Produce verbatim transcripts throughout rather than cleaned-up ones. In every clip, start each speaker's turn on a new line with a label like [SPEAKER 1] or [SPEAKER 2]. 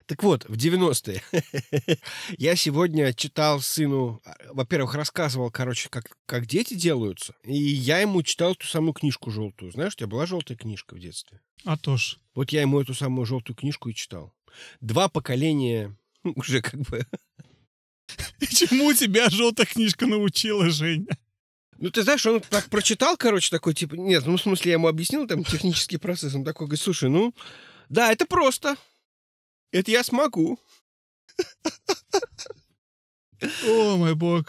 [SPEAKER 1] Так вот, в девяностые я сегодня читал сыну, во-первых, рассказывал, короче, как, как дети делаются, и я ему читал ту самую книжку желтую. Знаешь, у тебя была желтая книжка в детстве?
[SPEAKER 2] А то ж.
[SPEAKER 1] Вот я ему эту самую желтую книжку и читал. Два поколения уже как бы...
[SPEAKER 2] Чему тебя желтая книжка научила, Женя?
[SPEAKER 1] Ну, ты знаешь, он так прочитал, короче, такой, типа... Нет, ну, в смысле, я ему объяснил там технический процесс. Он такой говорит, слушай, ну, да, это просто. Это я смогу.
[SPEAKER 2] О, мой бог.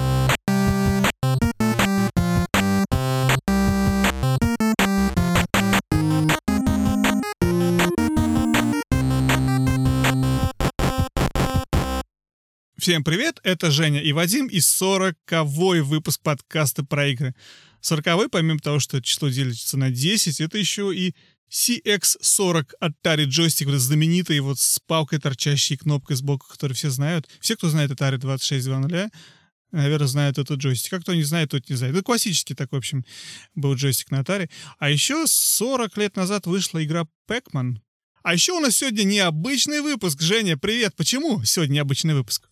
[SPEAKER 2] Всем привет, это Женя и Вадим и сороковой выпуск подкаста про игры. сороковой, помимо того, что это число делится на десять, это еще и си икс сорок Atari джойстик, вот знаменитый вот с палкой, торчащей кнопкой сбоку, который все знают. Все, кто знает Atari двадцать шесть двадцать, наверное, знают этот джойстик. А кто не знает, тот не знает. Это классический такой, в общем, был джойстик на Atari. А еще сорок лет назад вышла игра Pac-Man. А еще у нас сегодня необычный выпуск. Женя, привет. Почему сегодня необычный выпуск?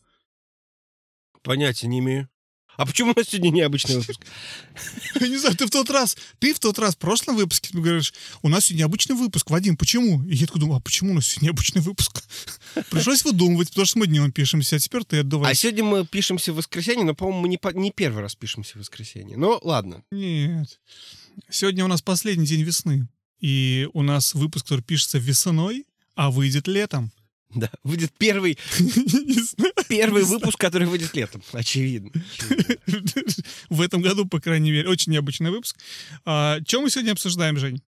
[SPEAKER 1] Понятия не имею. А почему у нас сегодня необычный выпуск?
[SPEAKER 2] Я не знаю, ты в тот раз, ты в тот раз, в прошлом выпуске, ты говоришь, у нас сегодня необычный выпуск, Вадим, почему? И я такой думаю, а почему у нас сегодня необычный выпуск? Пришлось выдумывать, потому что мы днем пишемся, а теперь ты отдувайся.
[SPEAKER 1] А сегодня мы пишемся в воскресенье, но, по-моему, мы не, по- не первый раз пишемся в воскресенье. Ну, ладно.
[SPEAKER 2] Нет. Сегодня у нас последний день весны, и у нас выпуск, который пишется весной, а выйдет летом.
[SPEAKER 1] Да, выйдет первый, первый выпуск, который выйдет летом. Очевидно.
[SPEAKER 2] В этом году, по крайней мере. Очень необычный выпуск. А, что мы сегодня обсуждаем, Жень?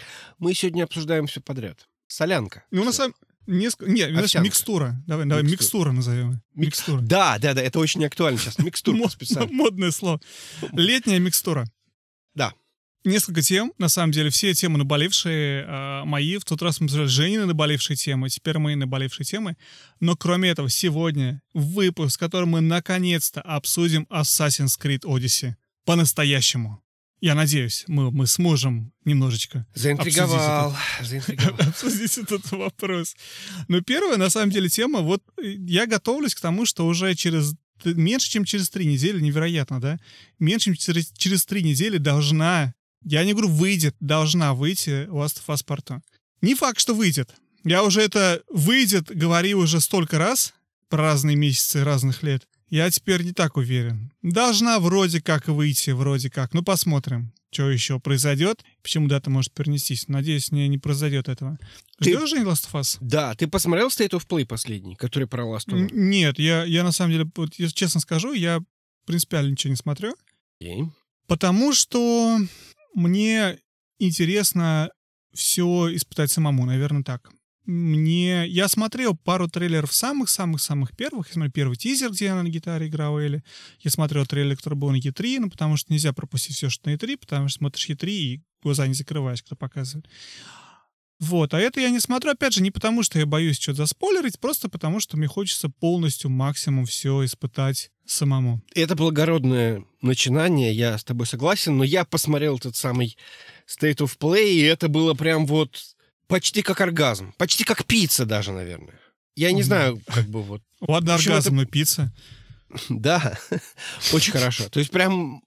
[SPEAKER 1] Мы сегодня обсуждаем все подряд. Солянка.
[SPEAKER 2] Ну, у нас несколько... Нет, у нас микстура. Давай, давай, микстура назовем. Микстура.
[SPEAKER 1] Да, да, да, это очень актуально сейчас. Микстура специально.
[SPEAKER 2] Модное слово. Летняя микстура.
[SPEAKER 1] Да.
[SPEAKER 2] Несколько тем, на самом деле, все темы наболевшие, э, мои. В тот раз мы обсуждали Женины наболевшие темы, теперь мои наболевшие темы. Но кроме этого, сегодня выпуск, в котором мы наконец-то обсудим Assassin's Creed Odyssey. По-настоящему. Я надеюсь, мы, мы сможем немножечко
[SPEAKER 1] Заинтриговал.
[SPEAKER 2] Обсудить,
[SPEAKER 1] Заинтриговал.
[SPEAKER 2] этот, обсудить этот вопрос. Но первая, на самом деле, тема, вот я готовлюсь к тому, что уже через меньше, чем через три недели, невероятно, да? Меньше, чем через, через три недели должна... Я не говорю, выйдет, должна выйти Last of Us Part два. Не факт, что выйдет. Я уже это «выйдет» говорил уже столько раз про разные месяцы разных лет. Я теперь не так уверен. Должна вроде как выйти, вроде как. Ну, посмотрим, что еще произойдет. Почему дата может перенестись. Надеюсь, не, не произойдет этого. Ждешь же Last of Us?
[SPEAKER 1] Да, ты посмотрел State of Play последний, который про Last of Us?
[SPEAKER 2] Нет, я, я на самом деле, вот, если честно скажу, я принципиально ничего не смотрю.
[SPEAKER 1] Okay.
[SPEAKER 2] Потому что мне интересно все испытать самому, наверное, так. Мне... Я смотрел пару трейлеров самых-самых-самых первых. Я смотрел первый тизер, где я на гитаре играл, или я смотрел трейлер, который был на и три, ну, потому что нельзя пропустить все, что на и три, потому что смотришь и три и глаза не закрываешь, кто показывает. Вот, а это я не смотрю, опять же, не потому, что я боюсь что-то заспойлерить, просто потому, что мне хочется полностью, максимум все испытать самому.
[SPEAKER 1] Это благородное начинание, я с тобой согласен, но я посмотрел этот самый State of Play, и это было прям вот почти как оргазм, почти как пицца даже, наверное. Я не знаю, как бы вот...
[SPEAKER 2] Ладно, оргазм, но пицца.
[SPEAKER 1] Да, очень хорошо. То есть прям...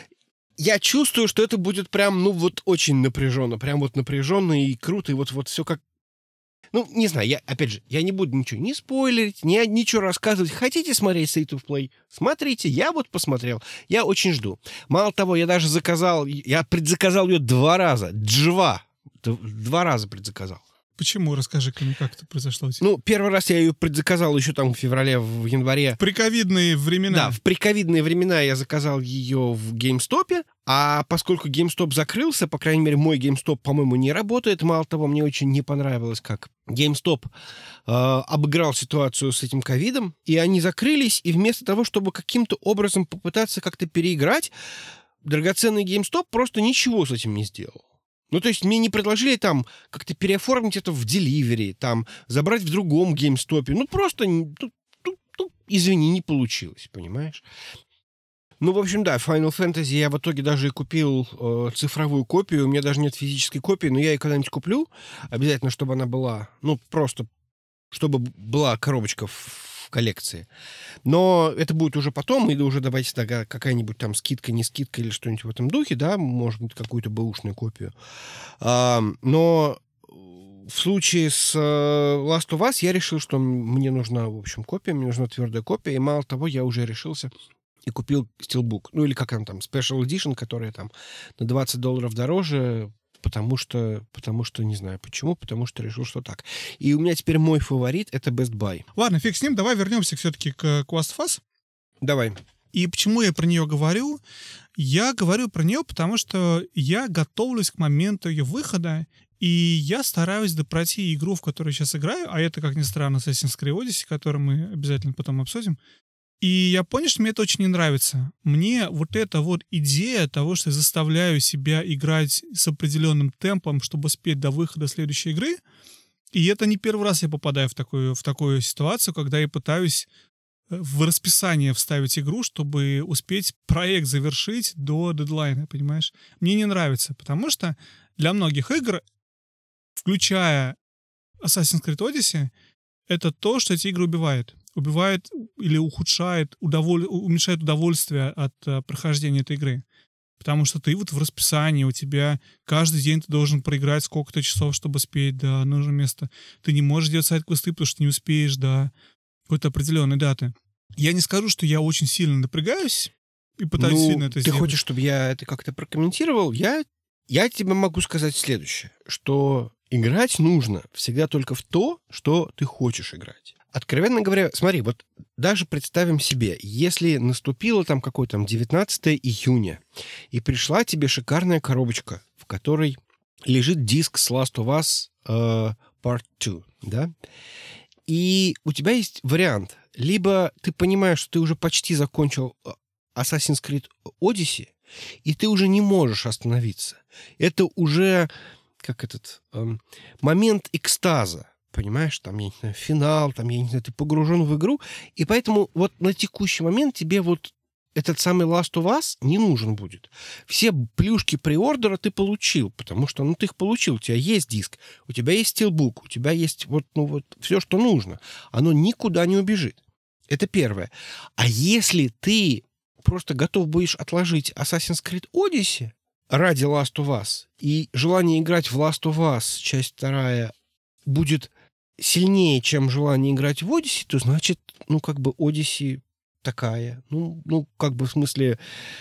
[SPEAKER 1] Я чувствую, что это будет прям, ну, вот очень напряженно. Прям вот напряженно и круто. И вот, вот все как... Ну, не знаю, я, опять же, я не буду ничего не спойлерить, ни, ничего рассказывать. Хотите смотреть State of Play? Смотрите, я вот посмотрел. Я очень жду. Мало того, я даже заказал... Я предзаказал ее два раза. Джива. Два раза предзаказал.
[SPEAKER 2] Почему? Расскажи-ка мне, как это произошло у тебя.
[SPEAKER 1] Ну, первый раз я ее предзаказал еще там в феврале, в январе.
[SPEAKER 2] В приковидные времена.
[SPEAKER 1] Да, в приковидные времена я заказал ее в GameStop, а поскольку GameStop закрылся, по крайней мере, мой GameStop, по-моему, не работает. Мало того, мне очень не понравилось, как GameStop э, обыграл ситуацию с этим ковидом, и они закрылись, и вместо того, чтобы каким-то образом попытаться как-то переиграть, драгоценный GameStop просто ничего с этим не сделал. Ну, то есть мне не предложили там как-то переоформить это в Delivery, там, забрать в другом геймстопе. Ну, просто, ну, ну, ну, извини, не получилось, понимаешь? Ну, в общем, да, Final Fantasy я в итоге даже и купил э, цифровую копию. У меня даже нет физической копии, но я ее когда-нибудь куплю. Обязательно, чтобы она была, ну, просто чтобы была коробочка в коллекции. Но это будет уже потом, или уже давайте тогда какая-нибудь там скидка, не скидка или что-нибудь в этом духе, да, может быть, какую-то бэушную копию. А, но в случае с Last of Us я решил, что мне нужна, в общем, копия, мне нужна твердая копия, и мало того, я уже решился и купил Steelbook, ну или как он там, Special Edition, которая там на двадцать долларов дороже, потому что, потому что, не знаю почему, потому что решил, что так. И у меня теперь мой фаворит — это Best Buy.
[SPEAKER 2] Ладно, фиг с ним, давай вернемся все-таки к Last of Us.
[SPEAKER 1] Давай.
[SPEAKER 2] И почему я про нее говорю? Я говорю про нее, потому что я готовлюсь к моменту ее выхода, и я стараюсь допройти игру, в которую сейчас играю, а это, как ни странно, Assassin's Creed Odyssey, которую мы обязательно потом обсудим. И я понял, что мне это очень не нравится. Мне вот эта вот идея того, что я заставляю себя играть с определенным темпом, чтобы успеть до выхода следующей игры, и это не первый раз я попадаю в такую, в такую ситуацию, когда я пытаюсь в расписание вставить игру, чтобы успеть проект завершить до дедлайна, понимаешь? Мне не нравится, потому что для многих игр, включая Assassin's Creed Odyssey, это то, что эти игры убивают. Убивает или ухудшает, удоволь... уменьшает удовольствие от uh, прохождения этой игры. Потому что ты вот в расписании, у тебя каждый день ты должен проиграть сколько-то часов, чтобы успеть до нужного места. Ты не можешь делать сайд-квесты, потому что не успеешь до какой-то определенной даты. Я не скажу, что я очень сильно напрягаюсь и пытаюсь
[SPEAKER 1] ну,
[SPEAKER 2] сильно это
[SPEAKER 1] ты
[SPEAKER 2] сделать.
[SPEAKER 1] Ты хочешь, чтобы я это как-то прокомментировал? Я, я тебе могу сказать следующее, что играть нужно всегда только в то, что ты хочешь играть. Откровенно говоря, смотри, вот даже представим себе, если наступило там какое-то там девятнадцатое июня, и пришла тебе шикарная коробочка, в которой лежит диск с Last of Us uh, Part два, да? И у тебя есть вариант. Либо ты понимаешь, что ты уже почти закончил Assassin's Creed Odyssey, и ты уже не можешь остановиться. Это уже, как этот, эм, момент экстаза. Понимаешь, там, я не знаю, финал, там, я не знаю, ты погружен в игру, и поэтому вот на текущий момент тебе вот этот самый Last of Us не нужен будет. Все плюшки преордера ты получил, потому что, ну, ты их получил, у тебя есть диск, у тебя есть Steelbook, у тебя есть вот, ну, вот все, что нужно. Оно никуда не убежит. Это первое. А если ты просто готов будешь отложить Assassin's Creed Odyssey ради Last of Us, и желание играть в Last of Us, часть вторая, будет сильнее, чем желание играть в Odyssey, то значит, ну, как бы Odyssey такая. Ну, ну, как бы в смысле,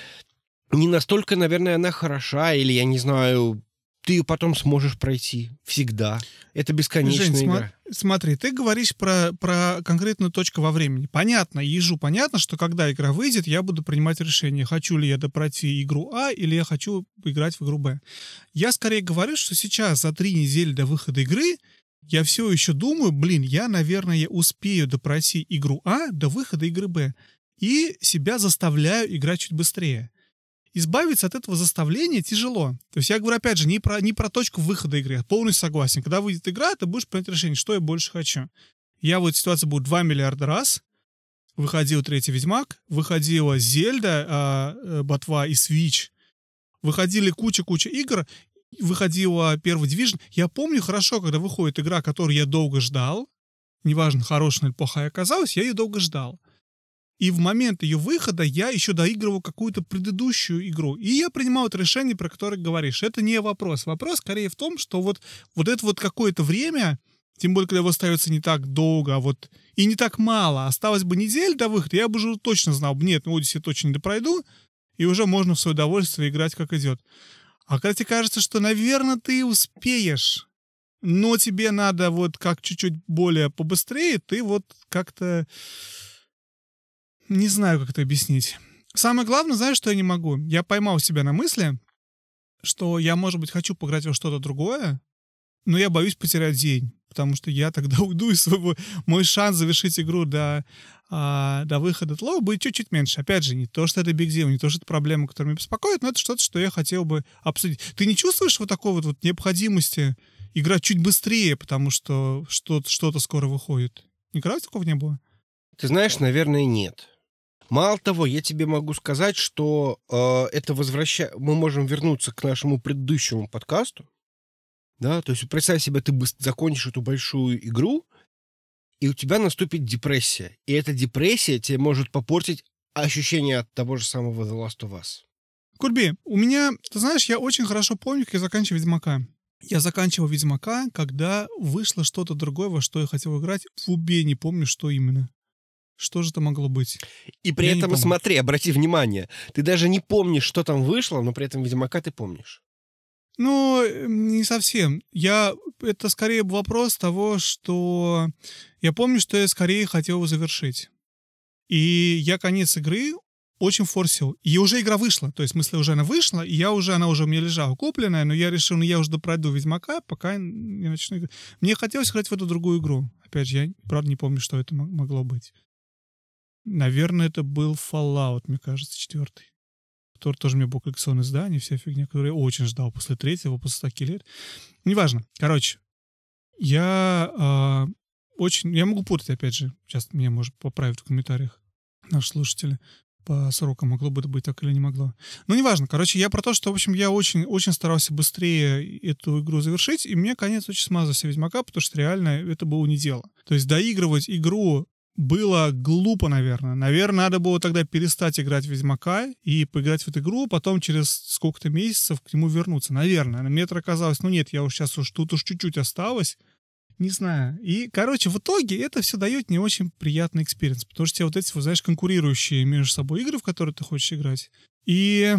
[SPEAKER 1] не настолько, наверное, она хороша, или, я не знаю, ты ее потом сможешь пройти всегда. Это бесконечная
[SPEAKER 2] Жень,
[SPEAKER 1] игра.
[SPEAKER 2] Сма- смотри, ты говоришь про, про конкретную точку во времени. Понятно, ежу понятно, что когда игра выйдет, я буду принимать решение, хочу ли я допройти игру А, или я хочу играть в игру Б. Я скорее говорю, что сейчас, за три недели до выхода игры, я все еще думаю, блин, я, наверное, успею допройти игру А до выхода игры Б. И себя заставляю играть чуть быстрее. Избавиться от этого заставления тяжело. То есть я говорю, опять же, не про, не про точку выхода игры. Я полностью согласен. Когда выйдет игра, ты будешь принять решение, что я больше хочу. Я в этой ситуации буду два миллиарда раз. Выходил третий Ведьмак, выходила Зельда, а, Ботва и Switch. Выходили куча-куча игр. Выходила первый Division. Я помню хорошо, когда выходит игра, которую я долго ждал. Неважно, хорошая или плохая оказалась, я ее долго ждал. И в момент ее выхода я еще доигрывал какую-то предыдущую игру. И я принимал это решение, про которое говоришь. Это не вопрос. Вопрос скорее в том, что вот, вот это вот какое-то время, тем более, когда его остается не так долго, а вот и не так мало, осталось бы неделя до выхода, я бы уже точно знал, нет, ну Odyssey точно не допройду, и уже можно в свое удовольствие играть, как идет. А когда тебе кажется, что, наверное, ты успеешь, но тебе надо вот как чуть-чуть более побыстрее, ты вот как-то... Не знаю, как это объяснить. Самое главное, знаешь, что я не могу? Я поймал себя на мысли, что я, может быть, хочу поиграть во что-то другое, но я боюсь потерять день, потому что я тогда уйду из своего... Мой шанс завершить игру до, а, до выхода тлоу будет чуть-чуть меньше. Опять же, не то, что это big deal, не то, что это проблема, которая меня беспокоит, но это что-то, что я хотел бы обсудить. Ты не чувствуешь вот такой вот, вот необходимости играть чуть быстрее, потому что что-то, что-то скоро выходит? Никогда такого не было?
[SPEAKER 1] Ты знаешь, наверное, нет. Мало того, я тебе могу сказать, что э, это возвращает... Мы можем вернуться к нашему предыдущему подкасту. Да, то есть представь себе, ты бы закончишь эту большую игру, и у тебя наступит депрессия. И эта депрессия тебе может попортить ощущение от того же самого The Last of Us.
[SPEAKER 2] Курби, у меня, ты знаешь, я очень хорошо помню, как я заканчивал «Ведьмака». Я заканчивал «Ведьмака», когда вышло что-то другое, во что я хотел играть. В убе не помню, что именно. Что же это могло быть?
[SPEAKER 1] И при
[SPEAKER 2] Я не
[SPEAKER 1] этом,
[SPEAKER 2] помню.
[SPEAKER 1] смотри, обрати внимание, ты даже не помнишь, что там вышло, но при этом «Ведьмака» ты помнишь.
[SPEAKER 2] Ну, не совсем. Я... Это скорее вопрос того, что... Я помню, что я скорее хотел его завершить. И я конец игры очень форсил. И уже игра вышла. То есть, в смысле, уже она вышла, и я уже, она уже у меня лежала купленная, но я решил, ну, я уже допройду «Ведьмака», пока не начну играть. Мне хотелось играть в эту другую игру. Опять же, я, правда, не помню, что это могло быть. Наверное, это был Fallout, мне кажется, четвертый. Который тоже у меня был коллекционное издание, вся фигня, которую я очень ждал после третьего, после стольких лет. Неважно. Короче, я э, очень... Я могу путать, опять же. Сейчас меня, может, поправить в комментариях наши слушатели. По срокам могло бы это быть так или не могло. Ну, неважно. Короче, я про то, что, в общем, я очень, очень старался быстрее эту игру завершить, и мне, конец, очень смазался «Ведьмака», потому что реально это было не дело. То есть доигрывать игру было глупо, наверное. Наверное, надо было тогда перестать играть в «Ведьмака» и поиграть в эту игру, потом через сколько-то месяцев к нему вернуться. Наверное. Мне это оказалось, ну нет, я уж сейчас уж тут уж чуть-чуть осталось. Не знаю. И, короче, в итоге это все дает не очень приятный экспириенс, потому что у тебя вот эти, вот, знаешь, конкурирующие между собой игры, в которые ты хочешь играть. И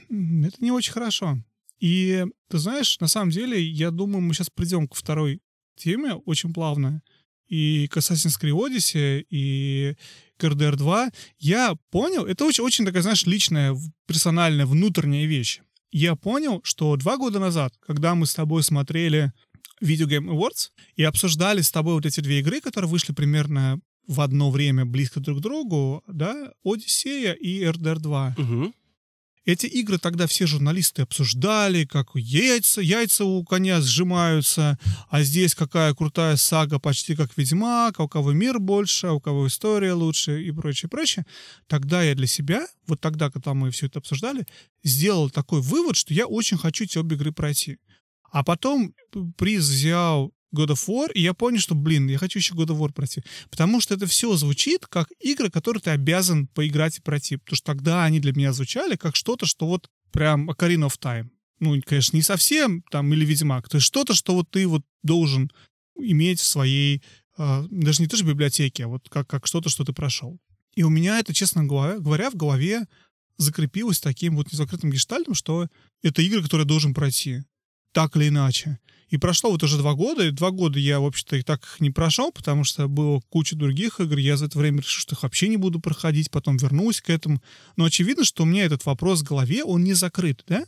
[SPEAKER 2] это не очень хорошо. И, ты знаешь, на самом деле, я думаю, мы сейчас придем к второй теме очень плавно. И к Assassin's Creed Odyssey, и к эр ди ар два. Я понял, это очень, очень такая, знаешь, личная, персональная, внутренняя вещь. Я понял, что два года назад, когда мы с тобой смотрели Video Game Awards и обсуждали с тобой вот эти две игры, которые вышли примерно в одно время близко друг к другу, да, Odyssey и эр ди ар два.
[SPEAKER 1] Угу.
[SPEAKER 2] Эти игры тогда все журналисты обсуждали, как яйца, яйца у коня сжимаются, а здесь какая крутая сага, почти как «Ведьмак», а у кого мир больше, а у кого история лучше и прочее, прочее. Тогда я для себя, вот тогда, когда мы все это обсуждали, сделал такой вывод, что я очень хочу эти обе игры пройти. А потом приз взял God of War, и я понял, что, блин, я хочу еще God of War пройти. Потому что это все звучит как игры, которые ты обязан поиграть и пройти. Потому что тогда они для меня звучали как что-то, что вот прям Ocarina of Time. Ну, конечно, не совсем, там, или Ведьмак. То есть что-то, что вот ты вот должен иметь в своей, э, даже не тоже библиотеке, а вот как, как что-то, что ты прошел. И у меня это, честно говоря, в голове закрепилось таким вот незакрытым гештальтом, что это игры, которые я должен пройти. Так или иначе. И прошло вот уже два года, и два года я, в общем-то, и так их не прошел, потому что было куча других игр, я за это время решил, что их вообще не буду проходить, потом вернусь к этому. Но очевидно, что у меня этот вопрос в голове, он не закрыт, да?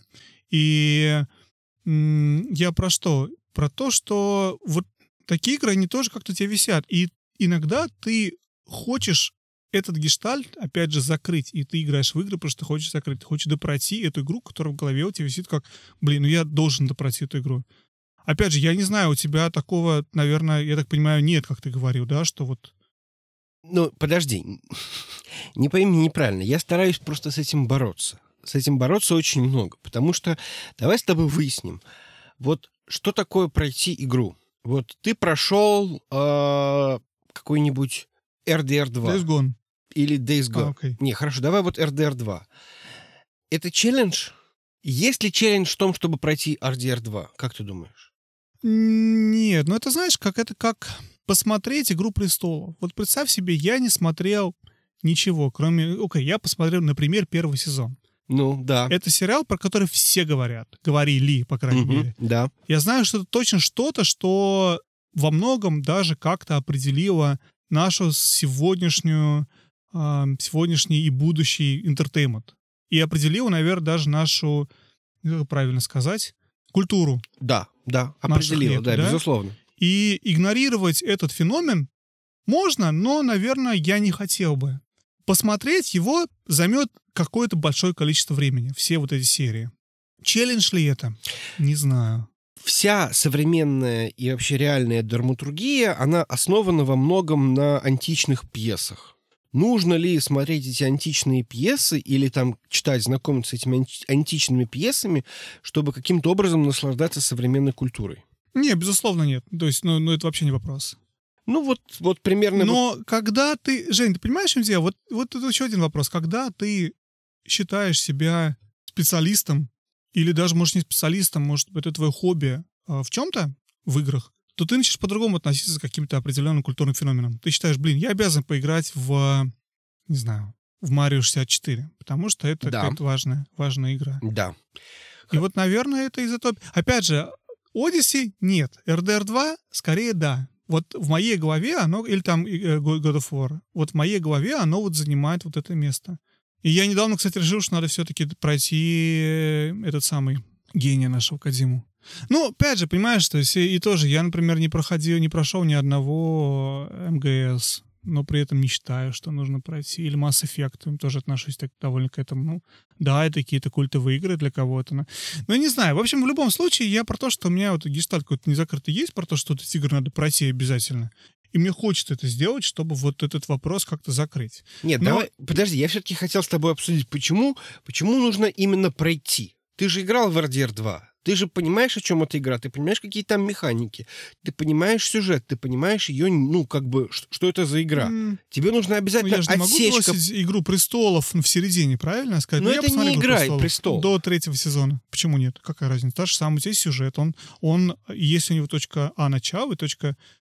[SPEAKER 2] И м- я про что? Про то, что вот такие игры, они тоже как-то тебе висят. И иногда ты хочешь этот гештальт, опять же, закрыть, и ты играешь в игры, потому что ты хочешь закрыть. Ты хочешь допройти эту игру, которая в голове у тебя висит как, блин, ну я должен допройти эту игру. Опять же, я не знаю, у тебя такого, наверное, я так понимаю, нет, как ты говорил, да, что вот...
[SPEAKER 1] Ну, подожди, не пойми неправильно, я стараюсь просто с этим бороться. С этим бороться очень много, потому что давай с тобой выясним, вот что такое пройти игру. Вот ты прошел э, какой-нибудь эр ди ар два.
[SPEAKER 2] Days Gone.
[SPEAKER 1] Или Days Gone.
[SPEAKER 2] А, окей.
[SPEAKER 1] Не, хорошо, давай вот эр ди ар два. Это челлендж? Есть ли челлендж в том, чтобы пройти эр ди ар два? Как ты думаешь?
[SPEAKER 2] Нет, ну это знаешь, как это как посмотреть «Игру престолов». Вот представь себе, я не смотрел ничего, кроме... Окей, я посмотрел, например, первый сезон.
[SPEAKER 1] Ну, да.
[SPEAKER 2] Это сериал, про который все говорят. Говорили, по крайней
[SPEAKER 1] Мгм,
[SPEAKER 2] мере.
[SPEAKER 1] да.
[SPEAKER 2] Я знаю, что это точно что-то, что во многом даже как-то определило нашу сегодняшнюю, э, сегодняшний и будущий интертеймент. И определило, наверное, даже нашу, как правильно сказать, культуру.
[SPEAKER 1] Да, да,
[SPEAKER 2] Наших
[SPEAKER 1] определила,
[SPEAKER 2] лет,
[SPEAKER 1] да,
[SPEAKER 2] да?
[SPEAKER 1] безусловно.
[SPEAKER 2] И игнорировать этот феномен можно, но, наверное, я не хотел бы. Посмотреть его займет какое-то большое количество времени, все вот эти серии. Челлендж ли это? Не знаю.
[SPEAKER 1] Вся современная и вообще реальная драматургия, она основана во многом на античных пьесах. Нужно ли смотреть эти античные пьесы или там читать, знакомиться с этими античными пьесами, чтобы каким-то образом наслаждаться современной культурой?
[SPEAKER 2] Не, безусловно, нет. То есть, ну, ну это вообще не вопрос.
[SPEAKER 1] Ну, вот, вот примерно...
[SPEAKER 2] Но вот... когда ты... Жень, ты понимаешь, в чем дело? Вот, вот это еще один вопрос. Когда ты считаешь себя специалистом, или даже, может, не специалистом, может, это твое хобби а, в чем-то, в играх, то ты начнешь по-другому относиться к каким-то определенным культурным феноменам. Ты считаешь, блин, я обязан поиграть в, не знаю, в Марио шестьдесят четыре, потому что это
[SPEAKER 1] да.
[SPEAKER 2] какая-то важная, важная игра.
[SPEAKER 1] Да.
[SPEAKER 2] И вот, наверное, это из-за того... Опять же, Odyssey нет. эр дэ эр два скорее да. Вот в моей голове оно... Или там God of War. Вот в моей голове оно вот занимает вот это место. И я недавно, кстати, решил, что надо все-таки пройти этот самый гений нашего Кодзиму. Ну, опять же, понимаешь, то есть и, и тоже я, например, не проходил, не прошел ни одного эм джи эс, но при этом не считаю, что нужно пройти. Или Mass Effect, тоже отношусь так довольно к этому. Ну, да, это какие-то культовые игры для кого-то. Но, но не знаю. В общем, в любом случае, я про то, что у меня вот гештальт какой-то незакрытый есть, про то, что эти игры надо пройти обязательно. И мне хочется это сделать, чтобы вот этот вопрос как-то закрыть.
[SPEAKER 1] Нет,
[SPEAKER 2] но...
[SPEAKER 1] давай, подожди, я все-таки хотел с тобой обсудить, почему, почему нужно именно пройти. Ты же играл в эр дэ эр два. Ты же понимаешь, о чем эта игра, ты понимаешь, какие там механики, ты понимаешь сюжет, ты понимаешь ее, ну, как бы, что, что это за игра. Mm. Тебе нужно обязательно
[SPEAKER 2] ну, я же
[SPEAKER 1] отсечка...
[SPEAKER 2] не могу бросить «Игру престолов» в середине, правильно сказать?
[SPEAKER 1] Но
[SPEAKER 2] ну,
[SPEAKER 1] это не игра,
[SPEAKER 2] «Игру
[SPEAKER 1] престол.
[SPEAKER 2] До третьего сезона. Почему нет? Какая разница? Та же самая, здесь сюжет. Он, он, есть у него точка А начало и точка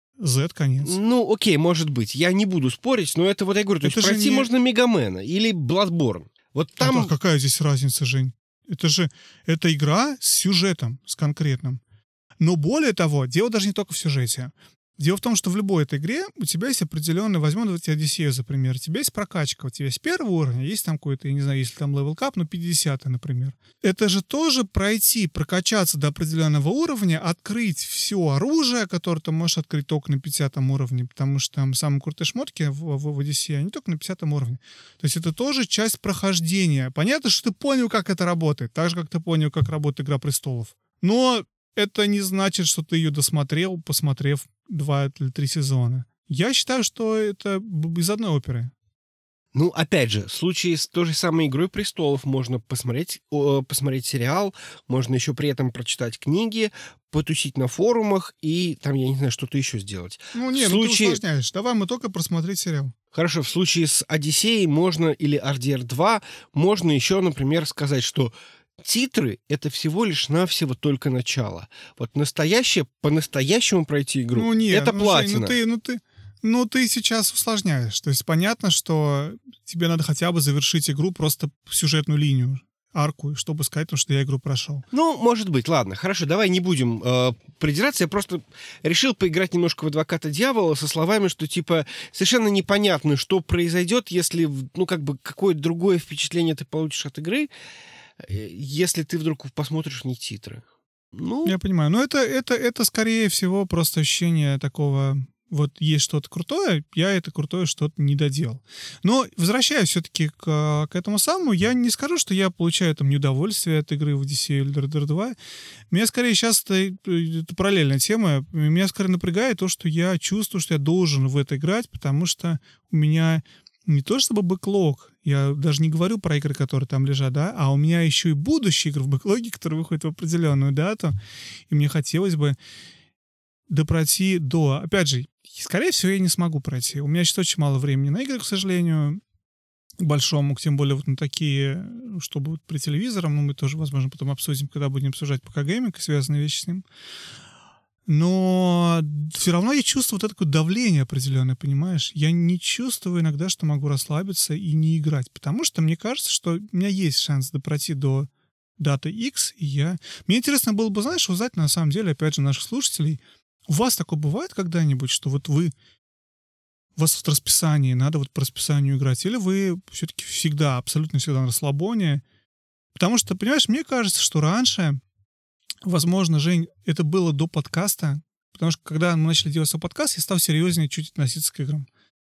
[SPEAKER 2] Z конец.
[SPEAKER 1] Ну, окей, может быть. Я не буду спорить, но это вот я говорю, то
[SPEAKER 2] это
[SPEAKER 1] есть пройти
[SPEAKER 2] не...
[SPEAKER 1] можно Мегамена или Bloodborne. Вот там...
[SPEAKER 2] А, а какая здесь разница, Жень? Это же это игра с сюжетом, с конкретным. Но более того, дело даже не только в сюжете. Дело в том, что в любой этой игре у тебя есть определенный, возьмем давайте Одиссею, за пример, у тебя есть прокачка, у тебя есть первый уровень, есть там какой-то, я не знаю, если там левел кап, ну пятидесятый, например. Это же тоже пройти, прокачаться до определенного уровня, открыть все оружие, которое ты можешь открыть только на пятидесятом уровне, потому что там самые крутые шмотки в, в, в Одиссее, они только на пятидесятом уровне. То есть это тоже часть прохождения. Понятно, что ты понял, как это работает, так же, как ты понял, как работает «Игра престолов». Но это не значит, что ты ее досмотрел, посмотрев два или три сезона. Я считаю, что это из одной оперы.
[SPEAKER 1] Ну, опять же, в случае с той же самой «Игрой престолов» можно посмотреть, о, посмотреть сериал, можно еще при этом прочитать книги, потусить на форумах и там, я не знаю, что-то еще сделать.
[SPEAKER 2] Ну, нет, случае... ну ты усложняешь. Давай мы только просмотреть сериал.
[SPEAKER 1] Хорошо, в случае с «Одиссеей» можно, или эр дэ эр два, можно еще, например, сказать, что титры — это всего лишь навсего только начало. Вот настоящее, по-настоящему пройти игру
[SPEAKER 2] ну, нет,
[SPEAKER 1] — это
[SPEAKER 2] ну,
[SPEAKER 1] платина.
[SPEAKER 2] Жень, ну, ты, ну, ты, ну, ты сейчас усложняешь. То есть понятно, что тебе надо хотя бы завершить игру, просто сюжетную линию, арку, чтобы сказать, что я игру прошел.
[SPEAKER 1] Ну, может быть, ладно, хорошо, давай не будем э, придираться. Я просто решил поиграть немножко в адвоката дьявола со словами, что, типа, совершенно непонятно, что произойдет, если, ну, как бы, какое другое впечатление ты получишь от игры, если ты вдруг посмотришь не титры. Ну...
[SPEAKER 2] Я понимаю. Но это, это, это, скорее всего, просто ощущение такого... Вот есть что-то крутое, я это крутое что-то не доделал. Но, возвращаясь все-таки к, к этому самому, я не скажу, что я получаю там неудовольствие от игры в Одиссею или эр дэ эр два. Меня скорее сейчас это, это параллельная тема. Меня скорее напрягает то, что я чувствую, что я должен в это играть, потому что у меня не то чтобы бэклог, я даже не говорю про игры, которые там лежат, да, а у меня еще и будущие игры в бэклоге, которые выходят в определенную дату, и мне хотелось бы допройти до... Опять же, скорее всего, я не смогу пройти. У меня сейчас очень мало времени на игры, к сожалению, к большому, тем более вот на такие, чтобы вот при телевизором, ну, мы тоже, возможно, потом обсудим, когда будем обсуждать ПК гейминг и связанные вещи с ним. Но все равно я чувствую вот это такое давление определенное, понимаешь? Я не чувствую иногда, что могу расслабиться и не играть, потому что мне кажется, что у меня есть шанс допройти до даты X, и я... Мне интересно было бы, знаешь, узнать, на самом деле, опять же, наших слушателей, у вас такое бывает когда-нибудь, что вот вы... У вас в расписании, надо вот по расписанию играть, или вы все-таки всегда, абсолютно всегда на расслабоне? Потому что, понимаешь, мне кажется, что раньше... Возможно, Жень, это было до подкаста, потому что когда мы начали делать свой подкаст, я стал серьезнее чуть относиться к играм.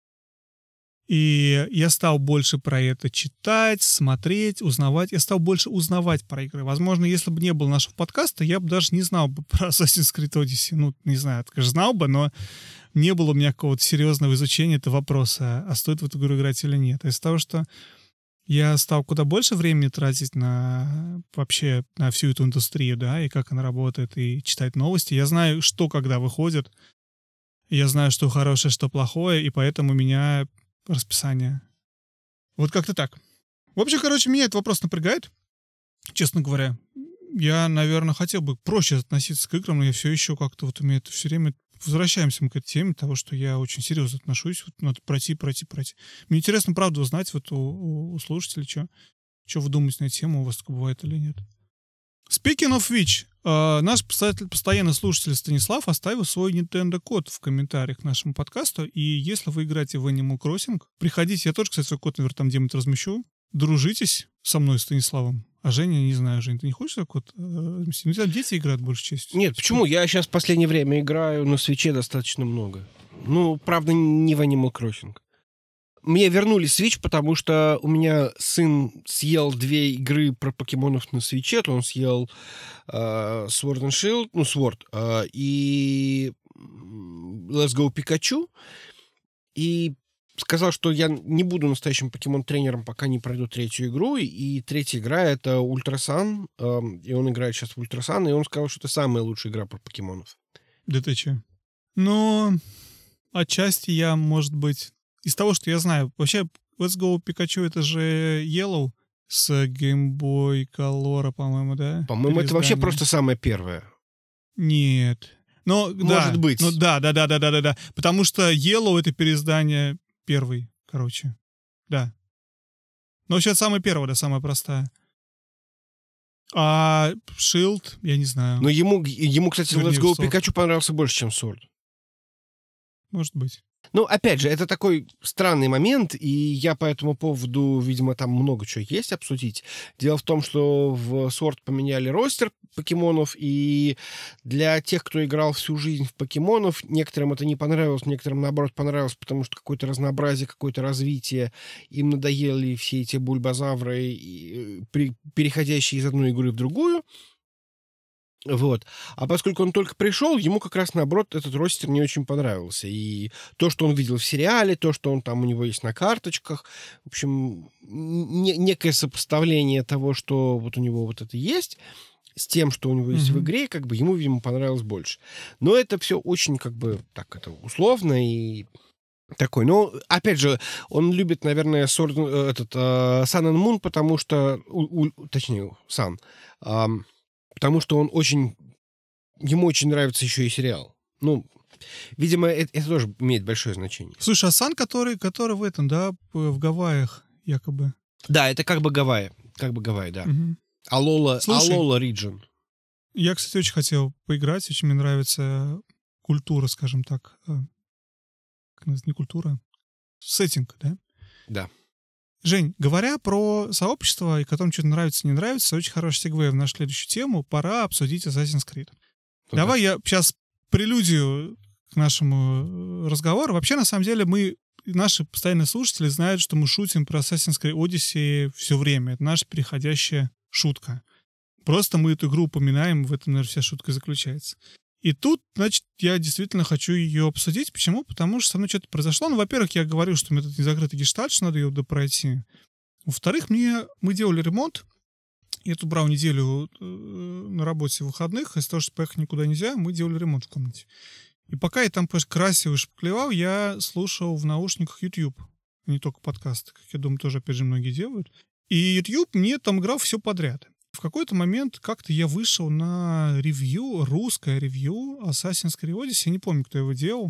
[SPEAKER 2] И я стал больше про это читать, смотреть, узнавать. Я стал больше узнавать про игры. Возможно, если бы не было нашего подкаста, я бы даже не знал бы про Assassin's Creed Odyssey. Ну, не знаю, конечно, знал бы, но не было у меня какого-то серьезного изучения этого вопроса, а стоит в эту игру играть или нет. Из-за того, что я стал куда больше времени тратить на вообще на всю эту индустрию, да, и как она работает, и читать новости. Я знаю, что когда выходит. Я знаю, что хорошее, что плохое, и поэтому у меня расписание. Вот как-то так. В общем, короче, меня этот вопрос напрягает, честно говоря. Я, наверное, хотел бы проще относиться к играм, но я все еще как-то вот у меня это все время... Возвращаемся мы к этой теме того, что я очень серьезно отношусь. Вот надо пройти, пройти, пройти. Мне интересно, правда, узнать вот у, у, у слушателей, что, что вы думаете на эту тему, у вас такое бывает или нет. Speaking of which, э, наш постоянный слушатель Станислав оставил свой Nintendo-код в комментариях к нашему подкасту, и если вы играете в Animal Crossing, приходите, я тоже, кстати, свой код, наверное, там где-нибудь размещу, дружитесь со мной, Станиславом. А Женя, не знаю, Жень, ты не хочешь такой вот разместить? Ну, там дети играют большей частью.
[SPEAKER 1] Нет, почему? Я сейчас в последнее время играю на Свитче достаточно много. Ну, правда, не в Animal Crossing. Мне вернули Switch, потому что у меня сын съел две игры про покемонов на Свитче. То он съел э, Sword and Shield, ну, Sword, э, и Let's Go Pikachu. И сказал, что я не буду настоящим покемон-тренером, пока не пройду третью игру. И третья игра — это Ультра Сан. Э, и он играет сейчас в Ультра Сан. И он сказал, что это самая лучшая игра про покемонов.
[SPEAKER 2] Да ты че? Ну, отчасти я, может быть... Из того, что я знаю, вообще Let's Go Pikachu — это же Yellow с Game Boy Color, по-моему, да?
[SPEAKER 1] По-моему, это вообще просто самое первое.
[SPEAKER 2] Нет. Но,
[SPEAKER 1] Может
[SPEAKER 2] да,
[SPEAKER 1] быть.
[SPEAKER 2] Ну да, да, да, да, да, да, да. Потому что Yellow — это переиздание первый, короче. Да. Но вообще это самое первое, да, самая простая. А Shield, я не знаю.
[SPEAKER 1] Но ему, ему кстати,
[SPEAKER 2] Вернее,
[SPEAKER 1] Let's Go
[SPEAKER 2] Sword.
[SPEAKER 1] Pikachu понравился больше, чем Sword.
[SPEAKER 2] Может быть.
[SPEAKER 1] Ну, опять же, это такой странный момент, и я по этому поводу, видимо, там много чего есть обсудить. Дело в том, что в Sword поменяли ростер покемонов, и для тех, кто играл всю жизнь в покемонов, некоторым это не понравилось, некоторым, наоборот, понравилось, потому что какое-то разнообразие, какое-то развитие, им надоели все эти бульбазавры, и, при, переходящие из одной игры в другую. Вот. А поскольку он только пришел, ему как раз, наоборот, этот ростер не очень понравился. И то, что он видел в сериале, то, что он там у него есть на карточках, в общем, не, некое сопоставление того, что вот у него вот это есть, с тем, что у него есть mm-hmm. в игре, как бы ему, видимо, понравилось больше. Но это все очень, как бы, так, это условно и такой. Но, опять же, он любит, наверное, Sword, этот, uh, Sun and Moon, потому что... У, у, точнее, Sun... Um, Потому что он очень... Ему очень нравится еще и сериал. Ну, видимо, это, это тоже имеет большое значение.
[SPEAKER 2] Слушай, а Сан, который, который в этом, да, в Гавайях якобы.
[SPEAKER 1] Да, это как бы Гавайи. Как бы Гавайи, да.
[SPEAKER 2] Угу.
[SPEAKER 1] Алола,
[SPEAKER 2] Слушай,
[SPEAKER 1] Алола Region.
[SPEAKER 2] Я, кстати, очень хотел поиграть. Очень мне нравится культура, скажем так. Не культура. Сеттинг, да?
[SPEAKER 1] Да.
[SPEAKER 2] Жень, говоря про сообщество, и которым что-то нравится, не нравится, очень хороший сегвей в нашу следующую тему. Пора обсудить Assassin's Creed. Ну, Давай да. я сейчас прелюдию к нашему разговору. Вообще, на самом деле, мы, наши постоянные слушатели знают, что мы шутим про Assassin's Creed Odyssey все время. Это наша переходящая шутка. Просто мы эту игру упоминаем, в этом, наверное, вся шутка заключается. И тут, значит, я действительно хочу ее обсудить. Почему? Потому что со мной что-то произошло. Ну, во-первых, я говорю, что у меня тут незакрытый гештальт, что надо ее допройти. Во-вторых, мне, мы делали ремонт. Я тут брал неделю э, на работе в выходных. Из-за того, что поехать никуда нельзя, мы делали ремонт в комнате. И пока я там красил и шпаклевал, я слушал в наушниках YouTube. Не только подкасты, как я думаю, тоже, опять же, многие делают. И YouTube мне там играл все подряд. В какой-то момент как-то я вышел на ревью, русское ревью Assassin's Creed Odyssey. Я не помню, кто его делал.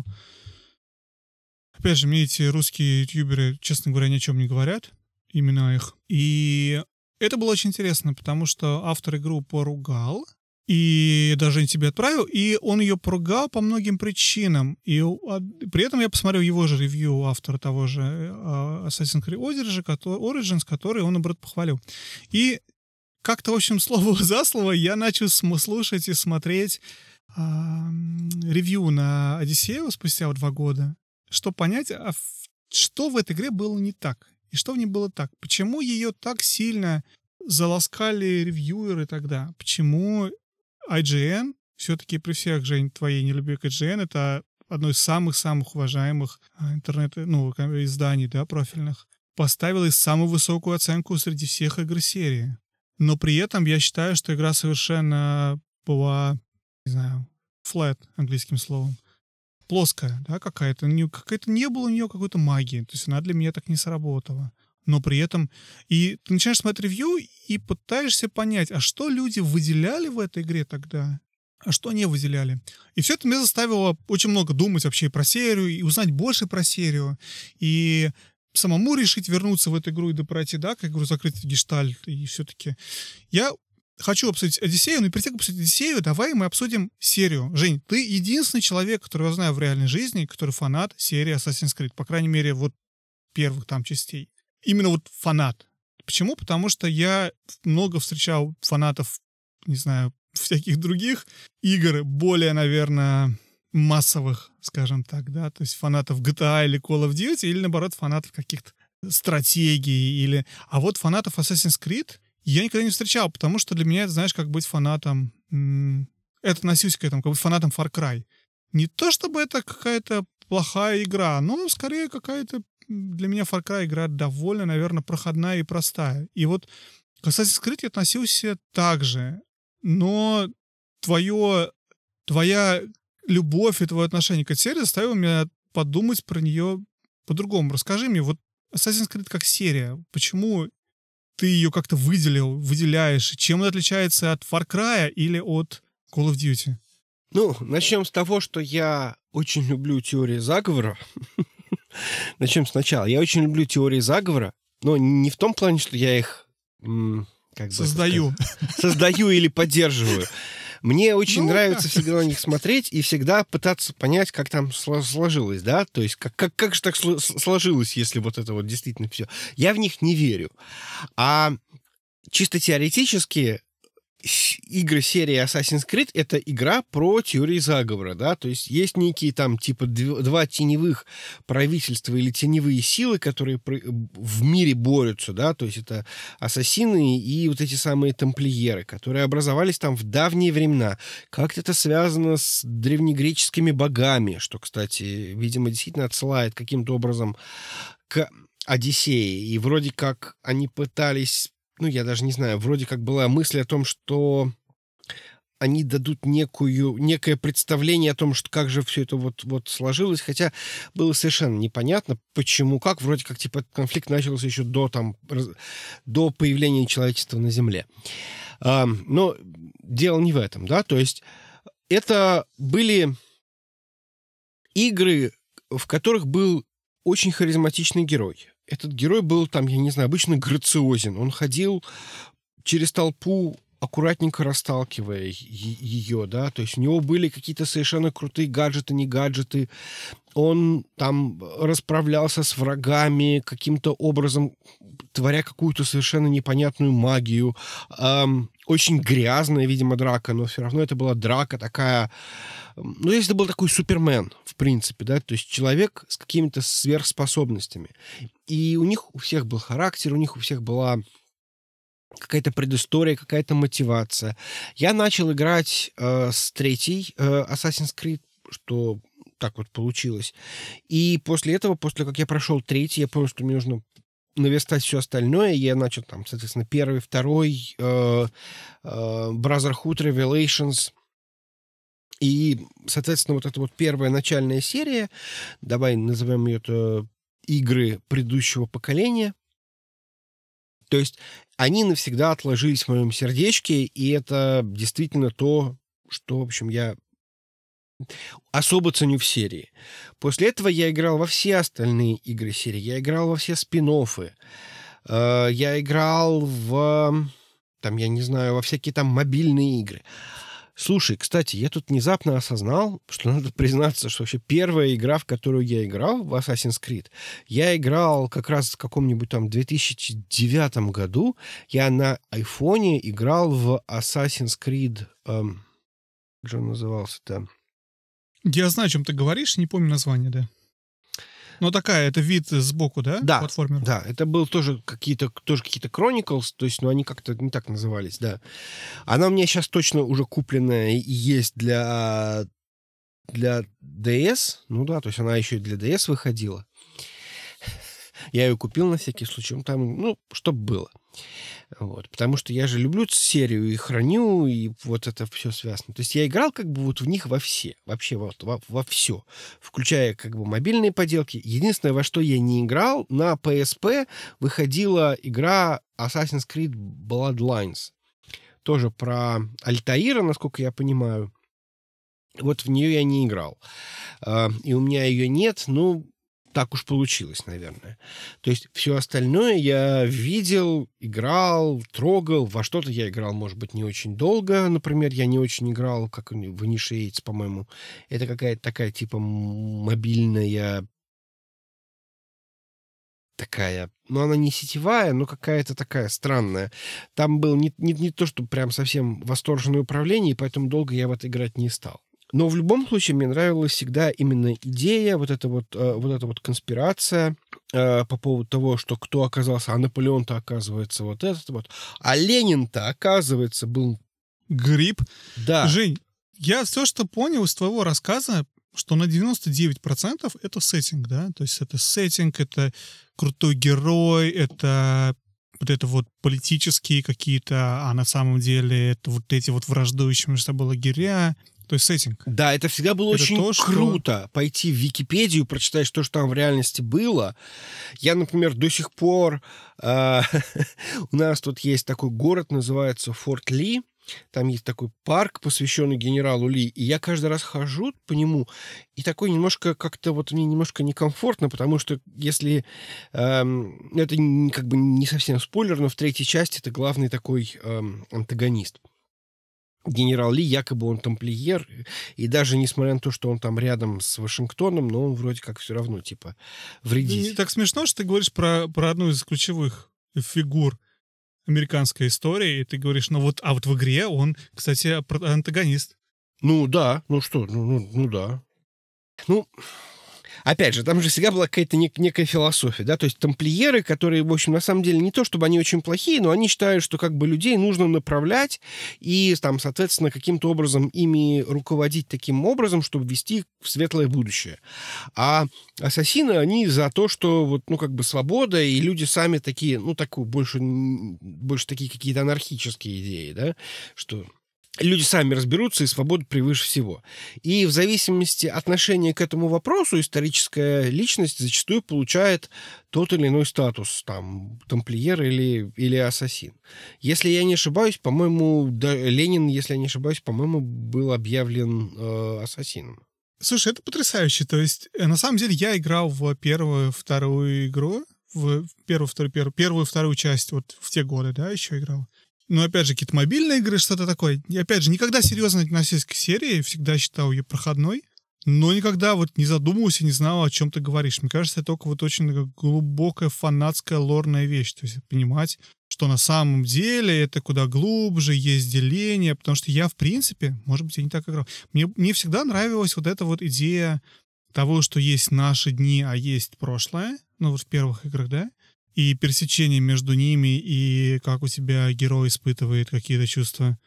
[SPEAKER 2] Опять же, мне эти русские ютуберы, честно говоря, ни о чем не говорят. Имена их. И это было очень интересно, потому что автор игру поругал. И даже не тебе отправил. И он ее поругал по многим причинам. И при этом я посмотрел его же ревью автора того же Assassin's Creed Origins, который он, наоборот, похвалил. И как-то, в общем, слово за слово я начал слушать и смотреть э, ревью на Одиссею спустя два года, чтобы понять, а что в этой игре было не так, и что в ней было так. Почему ее так сильно заласкали ревьюеры тогда? Почему ай джи эн, все-таки при всех, Жень, твоей нелюбви к ай джи эн, это одно из самых-самых уважаемых интернет, ну, изданий, да, профильных, поставила самую высокую оценку среди всех игр серии. Но при этом я считаю, что игра совершенно была, не знаю, flat английским словом. плоская, да, какая-то. Не, какая-то не было у нее какой-то магии. То есть она для меня так не сработала. Но при этом... И ты начинаешь смотреть ревью и пытаешься понять, а что люди выделяли в этой игре тогда, а что не выделяли. И все это меня заставило очень много думать вообще про серию, и узнать больше про серию, и самому решить вернуться в эту игру и допройти, да, как игру закрыть гештальт. И все-таки я хочу обсудить Одиссею, но перед тем, как обсудить Одиссею, давай мы обсудим серию. Жень, ты единственный человек, которого я знаю в реальной жизни, который фанат серии Assassin's Creed, по крайней мере, вот первых там частей. Именно вот фанат. Почему? Потому что я много встречал фанатов, не знаю, всяких других игр, более, наверное, массовых, скажем так, да, то есть фанатов джи ти эй или Call of Duty, или, наоборот, фанатов каких-то стратегий, или... А вот фанатов Assassin's Creed я никогда не встречал, потому что для меня это, знаешь, как быть фанатом... М- это относюсь к этому, как быть фанатом Far Cry. Не то, чтобы это какая-то плохая игра, но скорее какая-то для меня Far Cry игра довольно, наверное, проходная и простая. И вот к Assassin's Creed я относился так же. Но твое, твоя любовь и твое отношение к этой серии заставило меня подумать про нее по-другому. Расскажи мне, вот Assassin's Creed как серия, почему ты ее как-то выделил, выделяешь? Чем она отличается от Far Cry или от Call of Duty?
[SPEAKER 1] Ну, начнем с того, что я очень люблю теории заговора. Начнем сначала. Я очень люблю теории заговора, но не в том плане, что я их... Как бы
[SPEAKER 2] создаю.
[SPEAKER 1] Создаю или поддерживаю. Мне очень
[SPEAKER 2] ну,
[SPEAKER 1] нравится
[SPEAKER 2] как?
[SPEAKER 1] всегда на них смотреть и всегда пытаться понять, как там сложилось, да, то есть как, как, как же так сложилось, если вот это вот действительно все. Я в них не верю. А чисто теоретически игры серии Assassin's Creed — это игра про теории заговора, да, то есть есть некие там типа два теневых правительства или теневые силы, которые в мире борются, да, то есть это ассасины и вот эти самые тамплиеры, которые образовались там в давние времена. Как-то это связано с древнегреческими богами, что, кстати, видимо, действительно отсылает каким-то образом к Одиссее, и вроде как они пытались... Ну, я даже не знаю, вроде как была мысль о том, что они дадут некую, некое представление о том, что как же все это вот, вот сложилось, хотя было совершенно непонятно, почему, как. Вроде как, типа, конфликт начался еще до, там, до появления человечества на Земле. А, но дело не в этом, да, то есть это были игры, в которых был очень харизматичный герой. Этот герой был там, я не знаю, обычно грациозен. Он ходил через толпу, аккуратненько расталкивая ее, да, то есть у него были какие-то совершенно крутые гаджеты, не гаджеты. Он там расправлялся с врагами каким-то образом, творя какую-то совершенно непонятную магию. Эм, очень грязная, видимо, драка, но все равно это была драка такая... Ну, если это был такой Супермен, в принципе, да, то есть человек с какими-то сверхспособностями. И у них у всех был характер, у них у всех была какая-то предыстория, какая-то мотивация. Я начал играть э, с третьей э, Assassin's Creed, что так вот получилось. И после этого, после того, как я прошел третий, я понял, что мне нужно наверстать все остальное. Я начал там, соответственно, первый, второй, э, э, Brotherhood, Revelations. И, соответственно, вот эта вот первая начальная серия, давай назовем ее это игры предыдущего поколения, то есть они навсегда отложились в моем сердечке, и это действительно то, что, в общем, я особо ценю в серии. После этого я играл во все остальные игры серии. Я играл во все спин-оффы. Я играл в, там, я не знаю, во всякие там мобильные игры. Слушай, кстати, я тут внезапно осознал, что надо признаться, что вообще первая игра, в которую я играл, в Assassin's Creed, я играл как раз в каком-нибудь там две тысячи девятом году. Я на айфоне играл в Assassin's Creed... Эм, как же он назывался-то?
[SPEAKER 2] Я знаю, о чем ты говоришь, не помню название, да. Ну, такая, это вид сбоку, да?
[SPEAKER 1] Да,
[SPEAKER 2] платформер.
[SPEAKER 1] Да, это был тоже какие-то, тоже какие-то Chronicles, то есть, ну, они как-то не так назывались, да. Она у меня сейчас точно уже купленная и есть для, для ди эс, ну да, то есть она еще и для ди эс выходила. Я ее купил на всякий случай, ну, там, ну, чтоб было. Вот. Потому что я же люблю серию и храню, и вот это все связано. То есть я играл как бы вот в них во все. Вообще вот во, во все. Включая как бы мобильные поделки. Единственное, во что я не играл, на пи эс пи выходила игра Assassin's Creed Bloodlines. Тоже про Альтаира, насколько я понимаю. Вот в нее я не играл. И у меня ее нет, ну, так уж получилось, наверное. То есть все остальное я видел, играл, трогал. Во что-то я играл, может быть, не очень долго. Например, я не очень играл, как в Initiates, по-моему. Это какая-то такая, типа, мобильная... Такая... Ну, она не сетевая, но какая-то такая странная. Там было не, не, не то, что прям совсем восторженное управление, и поэтому долго я в это играть не стал. Но в любом случае мне нравилась всегда именно идея, вот эта вот, э, вот эта вот конспирация э, по поводу того, что кто оказался, а Наполеон-то оказывается вот этот вот, а Ленин-то, оказывается, был...
[SPEAKER 2] Гриб.
[SPEAKER 1] Да.
[SPEAKER 2] Жень, я все, что понял из твоего рассказа, что на девяносто девять процентов это сеттинг, да? То есть это сеттинг, это крутой герой, это вот это вот политические какие-то, а на самом деле это вот эти вот враждующие между собой лагеря. То есть сеттинг.
[SPEAKER 1] Да, это всегда было
[SPEAKER 2] это
[SPEAKER 1] очень
[SPEAKER 2] то,
[SPEAKER 1] круто.
[SPEAKER 2] Что...
[SPEAKER 1] Пойти в Википедию, прочитать, что же там в реальности было. Я, например, до сих пор... Э, у нас тут есть такой город, называется Форт Ли. Там есть такой парк, посвященный генералу Ли. И я каждый раз хожу по нему, и такой немножко как-то вот мне немножко некомфортно, потому что если... Э, это как бы не совсем спойлер, но в третьей части это главный такой э, антагонист. Генерал Ли, якобы он тамплиер, и даже несмотря на то, что он там рядом с Вашингтоном, но он вроде как все равно, типа, вредитель.
[SPEAKER 2] Не так смешно, что ты говоришь про, про одну из ключевых фигур американской истории, и ты говоришь, ну вот, а вот в игре он, кстати, антагонист.
[SPEAKER 1] Ну да, ну что, ну, ну, ну да. Ну... Опять же, там же всегда была какая-то нек- некая философия, да, то есть тамплиеры, которые, в общем, на самом деле не то, чтобы они очень плохие, но они считают, что как бы людей нужно направлять и, там, соответственно, каким-то образом ими руководить таким образом, чтобы вести их в светлое будущее. А ассасины, они за то, что вот, ну, как бы свобода, и люди сами такие, ну, такую, больше, больше такие какие-то анархические идеи, да, что... Люди сами разберутся, и свобода превыше всего. И в зависимости от отношения к этому вопросу историческая личность зачастую получает тот или иной статус, там, тамплиер или, или ассасин. Если я не ошибаюсь, по-моему, да, Ленин, если я не ошибаюсь, по-моему, был объявлен э, ассасином.
[SPEAKER 2] Слушай, это потрясающе. То есть, на самом деле, я играл в первую, вторую игру, в первую, вторую, первую, первую, вторую часть, вот в те годы, да, еще играл. Ну, опять же, какие-то мобильные игры, что-то такое. И, опять же, никогда серьезно не относился к серии, всегда считал ее проходной, но никогда вот не задумывался, не знал, о чем ты говоришь. Мне кажется, это только вот очень глубокая фанатская лорная вещь. То есть понимать, что на самом деле это куда глубже, есть деление, потому что я, в принципе, может быть, я не так играл. Мне, мне всегда нравилась вот эта вот идея того, что есть наши дни, а есть прошлое, ну, вот в первых играх, да, и пересечение между ними, и как у тебя герой испытывает какие-то чувства,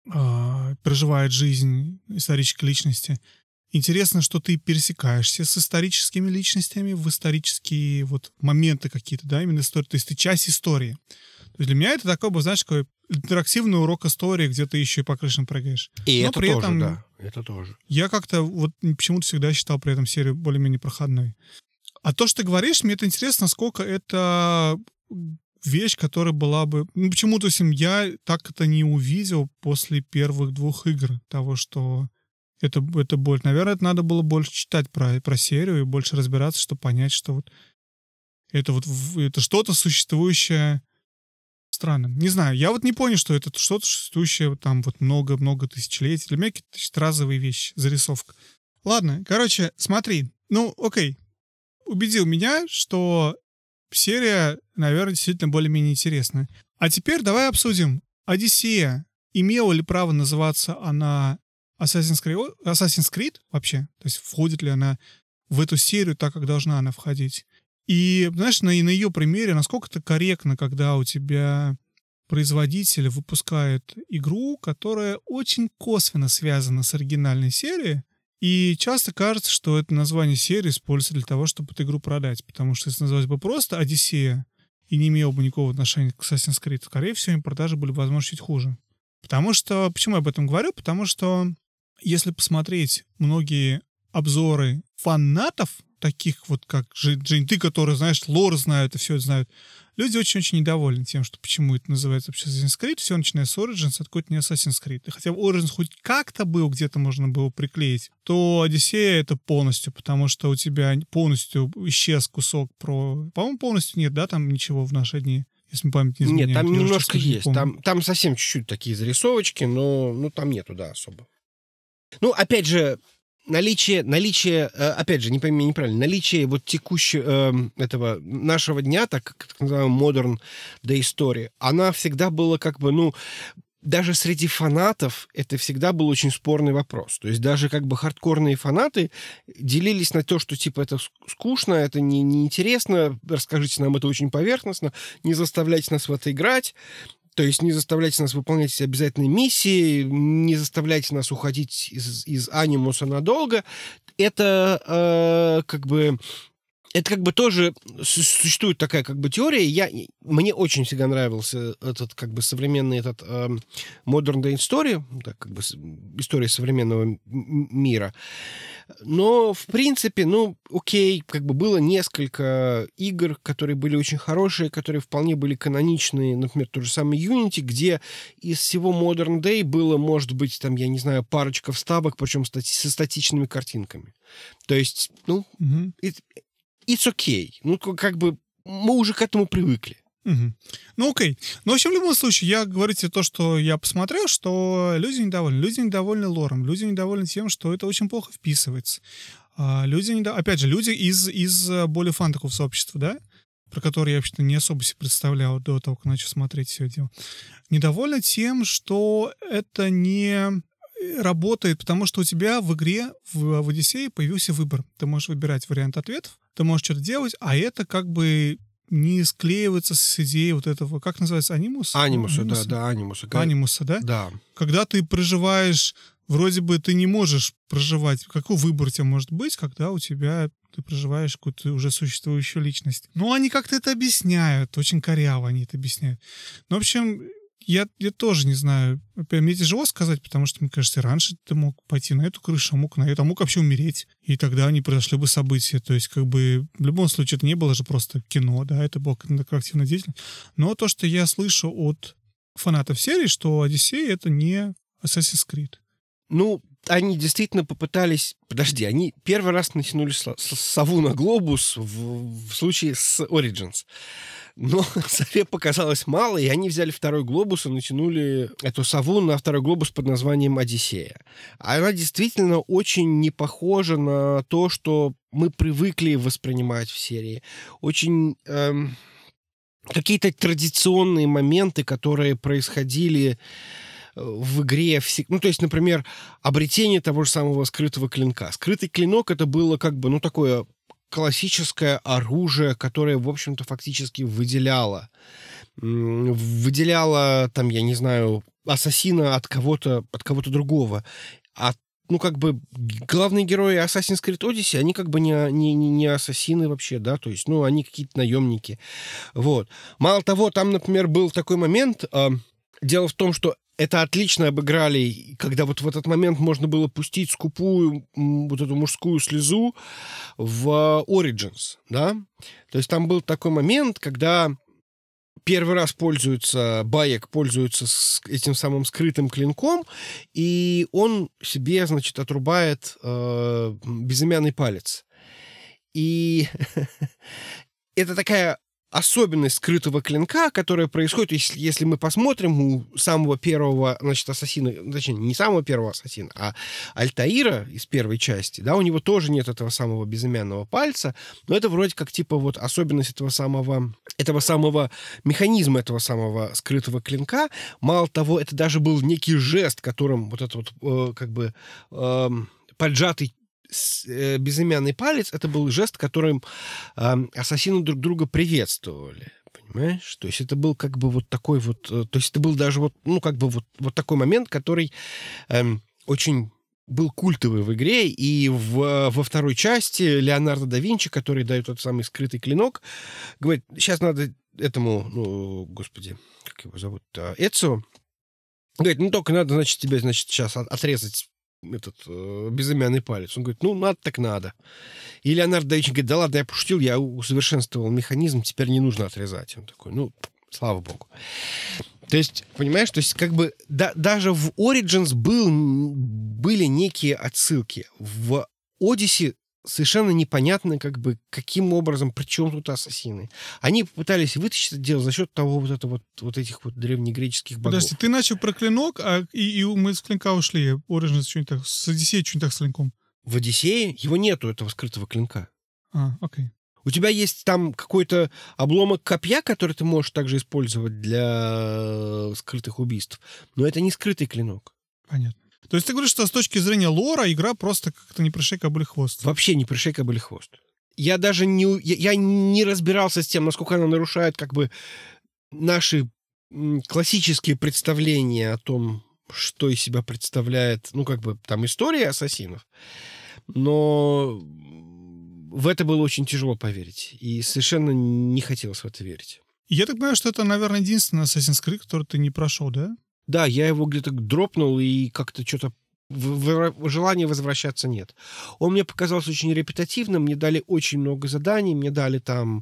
[SPEAKER 2] э, проживает жизнь исторической личности. Интересно, что ты пересекаешься с историческими личностями в исторические вот моменты какие-то, да, именно истории. То есть ты часть истории. То есть для меня это такой, знаешь, такой интерактивный урок истории, где ты еще и по крышам прыгаешь.
[SPEAKER 1] И
[SPEAKER 2] Но
[SPEAKER 1] это
[SPEAKER 2] при
[SPEAKER 1] тоже,
[SPEAKER 2] этом
[SPEAKER 1] да, это тоже.
[SPEAKER 2] Я как-то вот почему-то всегда считал при этом серию более-менее проходной. А то, что ты говоришь, мне это интересно, насколько это вещь, которая была бы... Ну, почему-то я так это не увидел после первых двух игр. Того, что это, это будет... Наверное, это надо было больше читать про, про серию и больше разбираться, чтобы понять, что вот это вот это что-то существующее странно. Не знаю, я вот не понял, что это что-то существующее там вот много-много тысячелетий. Для меня какие-то разовые вещи, зарисовка. Ладно, короче, смотри. Ну, окей. Убедил меня, что серия, наверное, действительно более-менее интересная. А теперь давай обсудим. Одиссея. Имела ли право называться она Assassin's Creed, Assassin's Creed вообще? То есть входит ли она в эту серию так, как должна она входить? И, знаешь, на, на ее примере, насколько это корректно, когда у тебя производитель выпускает игру, которая очень косвенно связана с оригинальной серией, И часто кажется, что это название серии используется для того, чтобы эту игру продать. Потому что если называлось бы просто «Одиссея» и не имело бы никакого отношения к Assassin's Creed, скорее всего, им продажи были бы, возможно, чуть хуже. Потому что... Почему я об этом говорю? Потому что если посмотреть многие обзоры фанатов, таких вот как Жень, ты, которые, знаешь, лор знают и все это знают, люди очень-очень недовольны тем, что почему это называется вообще Assassin's Creed. Все начиная с Origins, это какой-то не Assassin's Creed. И хотя бы Origins хоть как-то был, где-то можно было приклеить, то Одиссея это полностью, потому что у тебя полностью исчез кусок про... По-моему, полностью нет, да, там ничего в наши дни, если память не изменяет.
[SPEAKER 1] Нет, там
[SPEAKER 2] Я
[SPEAKER 1] немножко есть. Там, там совсем чуть-чуть такие зарисовочки, но ну, там нету, да, особо. Ну, опять же, наличие, наличие, опять же, не пойми меня неправильно, наличие вот текущего, э, этого нашего дня, так, так называемый Modern Day Story, она всегда была как бы, ну, даже среди фанатов это всегда был очень спорный вопрос. То есть даже как бы хардкорные фанаты делились на то, что типа это скучно, это не, неинтересно, расскажите нам это очень поверхностно, не заставляйте нас в это играть. То есть не заставляйте нас выполнять все обязательные миссии, не заставляйте нас уходить из, из анимуса надолго. Это э, как бы... Это как бы тоже существует такая как бы теория. Я, мне очень всегда нравился этот как бы современный этот э, Modern Day Story, так, как бы история современного мира. Но, в принципе, ну, окей, как бы было несколько игр, которые были очень хорошие, которые вполне были каноничные. Например, тот же самый Unity, где из всего Modern Day было, может быть, там, я не знаю, парочка вставок, причем стати- со статичными картинками. То есть, ну,
[SPEAKER 2] Угу.
[SPEAKER 1] it, it's okay. Ну, как бы мы уже к этому привыкли.
[SPEAKER 2] Угу. Ну, окей. Ну, в общем, в любом случае, я говорю тебе то, что я посмотрел, что люди недовольны. Люди недовольны лором. Люди недовольны тем, что это очень плохо вписывается. А люди недо... Опять же, люди из, из более фан такого сообщества, да? Про которые я вообще-то не особо себе представлял до того, как начал смотреть все это дело. Недовольны тем, что это не работает, потому что у тебя в игре, в, в Одиссее появился выбор. Ты можешь выбирать вариант ответов, ты можешь что-то делать, а это как бы не склеивается с идеей вот этого, как называется, анимус?
[SPEAKER 1] Анимуса,
[SPEAKER 2] анимуса?
[SPEAKER 1] да, да, анимуса.
[SPEAKER 2] Анимуса, да?
[SPEAKER 1] Да.
[SPEAKER 2] Когда ты проживаешь, вроде бы ты не можешь проживать, какой выбор у тебя может быть, когда у тебя ты проживаешь какую-то уже существующую личность. Ну, они как-то это объясняют, очень коряво они это объясняют. Ну, в общем, я, я тоже не знаю. Мне тяжело сказать, потому что, мне кажется, раньше ты мог пойти на эту крышу, а мог на эту, а мог вообще умереть. И тогда не произошли бы события. То есть, как бы, в любом случае, это не было же просто кино, да, это была интерактивная деятельность. Но то, что я слышу от фанатов серии, что Одиссея — это не Assassin's Creed.
[SPEAKER 1] Ну, они действительно попытались... Подожди, они первый раз натянули сову на глобус в, в случае с Origins. Но сове показалось мало, и они взяли второй глобус и натянули эту сову на второй глобус под названием Одиссея. Она действительно очень не похожа на то, что мы привыкли воспринимать в серии. Очень... Эм, какие-то традиционные моменты, которые происходили в игре. Ну, то есть, например, обретение того же самого скрытого клинка. Скрытый клинок — это было как бы, ну, такое классическое оружие, которое, в общем-то, фактически выделяло. Выделяло, там, я не знаю, ассасина от кого-то, от кого-то другого. А, ну, как бы, главные герои Assassin's Creed Odyssey, они как бы не, не, не ассасины вообще, да, то есть, ну, они какие-то наемники. Вот. Мало того, там, например, был такой момент. Э, дело в том, что это отлично обыграли, когда вот в этот момент можно было пустить скупую вот эту мужскую слезу в Origins, да? То есть там был такой момент, когда первый раз пользуется, Баек пользуется с этим самым скрытым клинком, и он себе, значит, отрубает э, безымянный палец. И это такая особенность скрытого клинка, которая происходит, если, если мы посмотрим у самого первого, значит, ассасина, точнее, не самого первого ассасина, а Альтаира из первой части, да, у него тоже нет этого самого безымянного пальца, но это вроде как типа вот особенность этого самого, этого самого механизма, этого самого скрытого клинка. Мало того, это даже был некий жест, которым вот этот вот, э, как бы, э, поджатый безымянный палец — это был жест, которым э, ассасины друг друга приветствовали. Понимаешь? То есть это был как бы вот такой вот... То есть это был даже вот, ну, как бы вот, вот такой момент, который э, очень был культовый в игре, и в, во второй части Леонардо да Винчи, который дает тот самый скрытый клинок, говорит, сейчас надо этому, ну, господи, как его зовут-то, Эцио, говорит, ну, только надо, значит, тебе, значит, сейчас отрезать этот э, безымянный палец. Он говорит, ну, надо так надо. И Леонардо да Винчи говорит, да ладно, я пошутил, я усовершенствовал механизм, теперь не нужно отрезать. Он такой, ну, слава богу. То есть, понимаешь, то есть как бы да, даже в Origins был, были некие отсылки. В Odyssey совершенно непонятно, как бы, каким образом, при чем тут ассасины. Они попытались вытащить это дело за счет того вот, это вот, вот этих вот древнегреческих богов.
[SPEAKER 2] Подожди, ты начал про клинок, а, и, и мы с клинка ушли. Origins что-нибудь так, с Одиссеей что-нибудь так с клинком.
[SPEAKER 1] В Одиссее его нету, этого скрытого клинка.
[SPEAKER 2] А, окей.
[SPEAKER 1] У тебя есть там какой-то обломок копья, который ты можешь также использовать для скрытых убийств. Но это не скрытый клинок.
[SPEAKER 2] Понятно. То есть ты говоришь, что с точки зрения лора игра просто как-то не пришей кобыль хвост.
[SPEAKER 1] Вообще не пришей кобыль хвост. Я даже не, я, я не разбирался с тем, насколько она нарушает как бы наши классические представления о том, что из себя представляет, ну, как бы там история ассасинов. Но в это было очень тяжело поверить. И совершенно не хотелось в это верить.
[SPEAKER 2] Я так понимаю, что это, наверное, единственный Assassin's Creed, который ты не прошел, да?
[SPEAKER 1] Да, я его где-то дропнул, и как-то что-то желания возвращаться нет. Он мне показался очень репетативным, мне дали очень много заданий, мне дали там...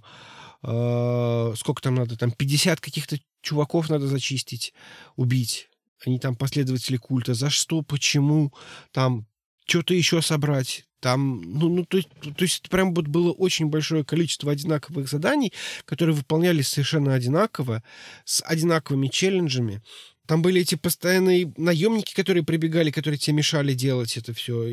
[SPEAKER 1] Э, сколько там надо? Там пятьдесят каких-то чуваков надо зачистить, убить. Они там последователи культа. За что, почему? Там что-то еще собрать. Там, ну, ну то, есть, то есть прям вот было очень большое количество одинаковых заданий, которые выполнялись совершенно одинаково, с одинаковыми челленджами. Там были эти постоянные наемники, которые прибегали, которые тебе мешали делать это все.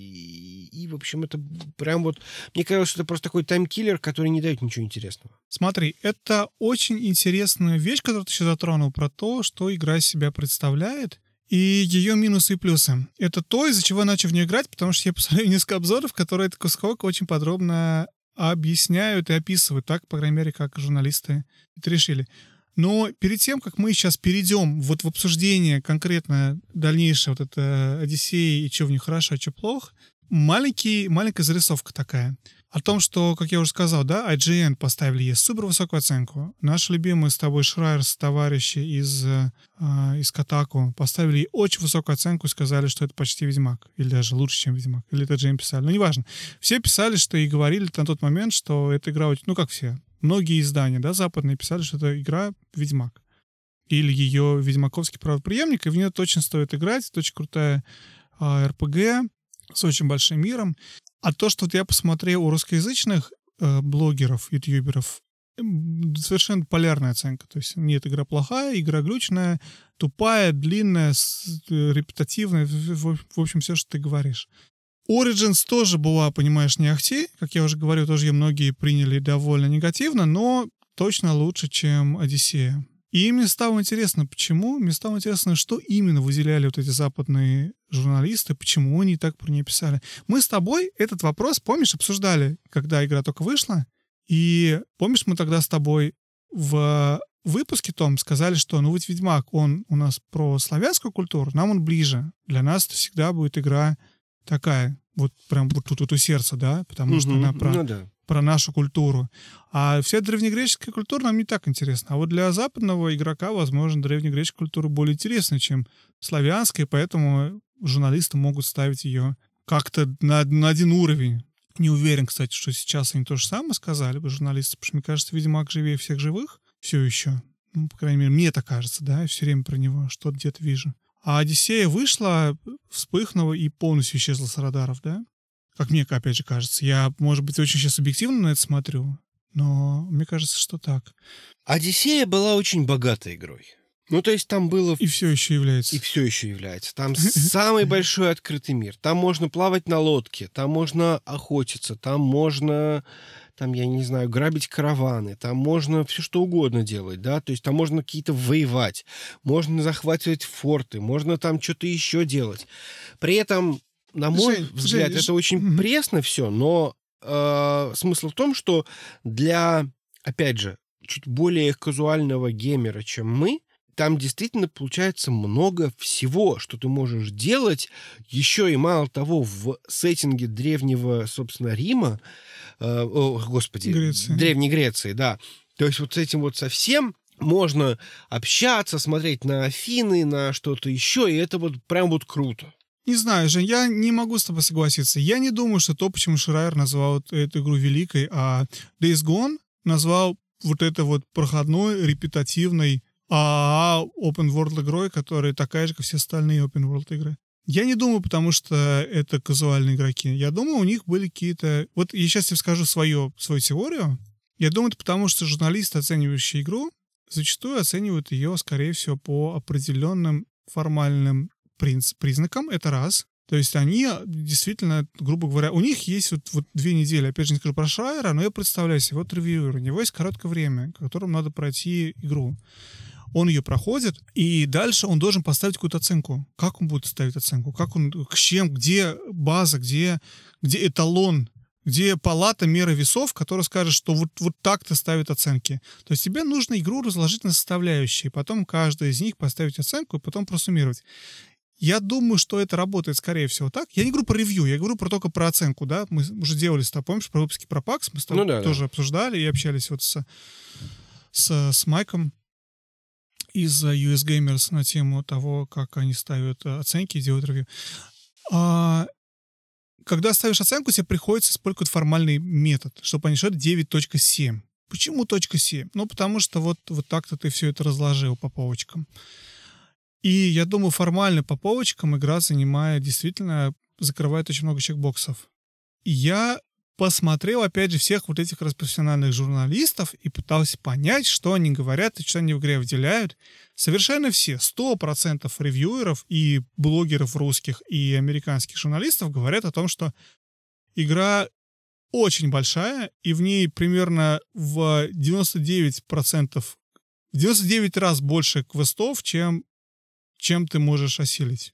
[SPEAKER 1] И, и, в общем, это прям вот... Мне казалось, что это просто такой таймкиллер, который не дает ничего интересного.
[SPEAKER 2] Смотри, это очень интересная вещь, которую ты сейчас затронул, про то, что игра из себя представляет, и ее минусы и плюсы. Это то, из-за чего я начал в нее играть, потому что я посмотрел несколько обзоров, которые этот кусок очень подробно объясняют и описывают, так, по крайней мере, как журналисты это решили. Но перед тем, как мы сейчас перейдем вот в обсуждение конкретно дальнейшее вот это Одиссеи и что в ней хорошо, а что плохо, маленький, маленькая зарисовка такая. О том, что, как я уже сказал, да, ай джи эн поставили ей супер высокую оценку. Наши любимые с тобой Шрайерс, товарищи из, э, из Kotaku, поставили ей очень высокую оценку и сказали, что это почти Ведьмак. Или даже лучше, чем Ведьмак. Или это джи эм писали. Но неважно. Все писали, что и говорили на тот момент, что эта игра очень... Ну, как все. Многие издания, да, западные писали, что это игра Ведьмак. Или ее ведьмаковский правопреемник, и в нее точно стоит играть. Это очень крутая а, эр пи джи с очень большим миром. А то, что вот я посмотрел у русскоязычных э, блогеров, ютуберов, совершенно полярная оценка. То есть нет, игра плохая, игра глючная, тупая, длинная, с, э, репетативная, в, в, в общем, все, что ты говоришь. Origins тоже была, понимаешь, не ахти. Как я уже говорил, тоже ее многие приняли довольно негативно, но точно лучше, чем Одиссея. И мне стало интересно, почему? Мне стало интересно, что именно выделяли вот эти западные журналисты, почему они так про нее писали. Мы с тобой этот вопрос, помнишь, обсуждали, когда игра только вышла, и помнишь, мы тогда с тобой в выпуске том сказали, что ну ведь Ведьмак, он у нас про славянскую культуру, нам он ближе. Для нас это всегда будет игра такая, вот прям вот тут вот у сердца, да, потому угу, что она про,
[SPEAKER 1] ну, да.
[SPEAKER 2] про нашу культуру. А вся древнегреческая культура нам не так интересна. А вот для западного игрока, возможно, древнегреческая культура более интересна, чем славянская, поэтому журналисты могут ставить ее как-то на, на один уровень. Не уверен, кстати, что сейчас они то же самое сказали бы журналисты, потому что, мне кажется, Ведьмак живее всех живых все еще. Ну, по крайней мере, мне так кажется, да, я все время про него что-то где-то вижу. А Одиссея вышла, вспыхнула и полностью исчезла с радаров, да? Как мне, опять же, кажется. Я, может быть, очень сейчас объективно на это смотрю, но мне кажется, что так.
[SPEAKER 1] Одиссея была очень богатой игрой. Ну, то есть там было...
[SPEAKER 2] И все еще является.
[SPEAKER 1] И все еще является. Там самый большой открытый мир. Там можно плавать на лодке, там можно охотиться, там можно... Там, я не знаю, грабить караваны, там можно все что угодно делать, да, то есть там можно какие-то воевать, можно захватывать форты, можно там что-то еще делать. При этом, на мой Жень, взгляд, Жень, это Жень. очень mm-hmm. пресно все, но э, смысл в том, что для, опять же, чуть более казуального геймера, чем мы, там действительно получается много всего, что ты можешь делать. Еще и мало того, в сеттинге древнего, собственно, Рима, э, о, господи,
[SPEAKER 2] Греции.
[SPEAKER 1] Древней Греции, да. То есть вот с этим вот совсем можно общаться, смотреть на Афины, на что-то еще, и это вот прям вот круто.
[SPEAKER 2] Не знаю, Жень, я не могу с тобой согласиться. Я не думаю, что то, почему Шрайер назвал эту игру великой, а Days Gone назвал вот это вот проходной, репетативной а open world игрой, которая такая же, как все остальные open world игры. Я не думаю, потому что это казуальные игроки. Я думаю, у них были какие-то... Вот я сейчас тебе скажу свою, свою теорию. Я думаю, это потому, что журналисты, оценивающие игру, зачастую оценивают ее, скорее всего, по определенным формальным принц- признакам. Это раз. То есть они действительно, грубо говоря, у них есть вот, вот две недели, опять же, не скажу про Шрайера, но я представляю себе, вот ревьюер, у него есть короткое время, в котором надо пройти игру. Он ее проходит, и дальше он должен поставить какую-то оценку. Как он будет ставить оценку? Как он, к чем, где база, где, где эталон, где палата меры весов, которая скажет, что вот, вот так-то ставит оценки. То есть тебе нужно игру разложить на составляющие, потом каждая из них поставить оценку, и потом просуммировать. Я думаю, что это работает, скорее всего, так. Я не говорю про ревью, я говорю про, только про оценку, да. Мы уже делали с тобой, помнишь, про выпуски про пакс, мы с тобой ну, да, тоже да. обсуждали и общались вот с, с, с Майком из ю эс Gamers на тему того, как они ставят оценки и делают ревью. А, когда ставишь оценку, тебе приходится использовать формальный метод, чтобы понять, что это девять точка семь. Почему точка семь? Ну, потому что вот, вот так-то ты все это разложил по полочкам. И я думаю, формально по полочкам игра занимает, действительно, закрывает очень много чекбоксов. И я посмотрел, опять же, всех вот этих распрофессиональных журналистов и пытался понять, что они говорят и что они в игре выделяют. Совершенно все, сто процентов ревьюеров и блогеров русских и американских журналистов говорят о том, что игра очень большая, и в ней примерно в девяносто девять процентов, в девяносто девять раз больше квестов, чем чем ты можешь осилить.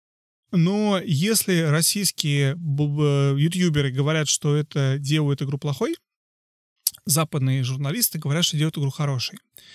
[SPEAKER 2] Но если российские ютуберы говорят, что это делает игру плохой, западные журналисты говорят, что делают игру хорошей.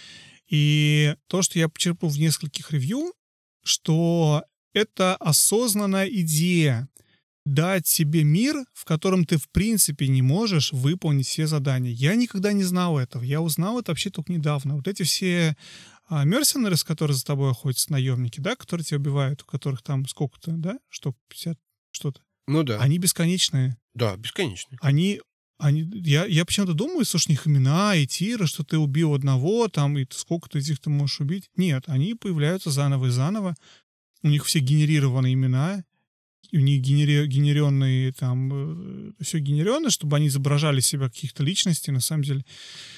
[SPEAKER 2] И то, что я почерпнул в нескольких ревью, что это осознанная идея дать себе мир, в котором ты в принципе не можешь выполнить все задания. Я никогда не знал этого. Я узнал это вообще только недавно. Вот эти все а мерсенеры, которые за тобой охотятся, наемники, да, которые тебя убивают, у которых там сколько-то, да, штук пятьдесят, что-то.
[SPEAKER 1] Ну да.
[SPEAKER 2] Они бесконечные.
[SPEAKER 1] Да, бесконечные.
[SPEAKER 2] Они, они, я, я почему-то думаю, слушай, у них имена и тиры, что ты убил одного, там, и сколько ты из них ты можешь убить. Нет, они появляются заново и заново. У них все генерированные имена, у них генери, генеренные, там, все генеренное, чтобы они изображали себя каких-то личностей, на самом деле.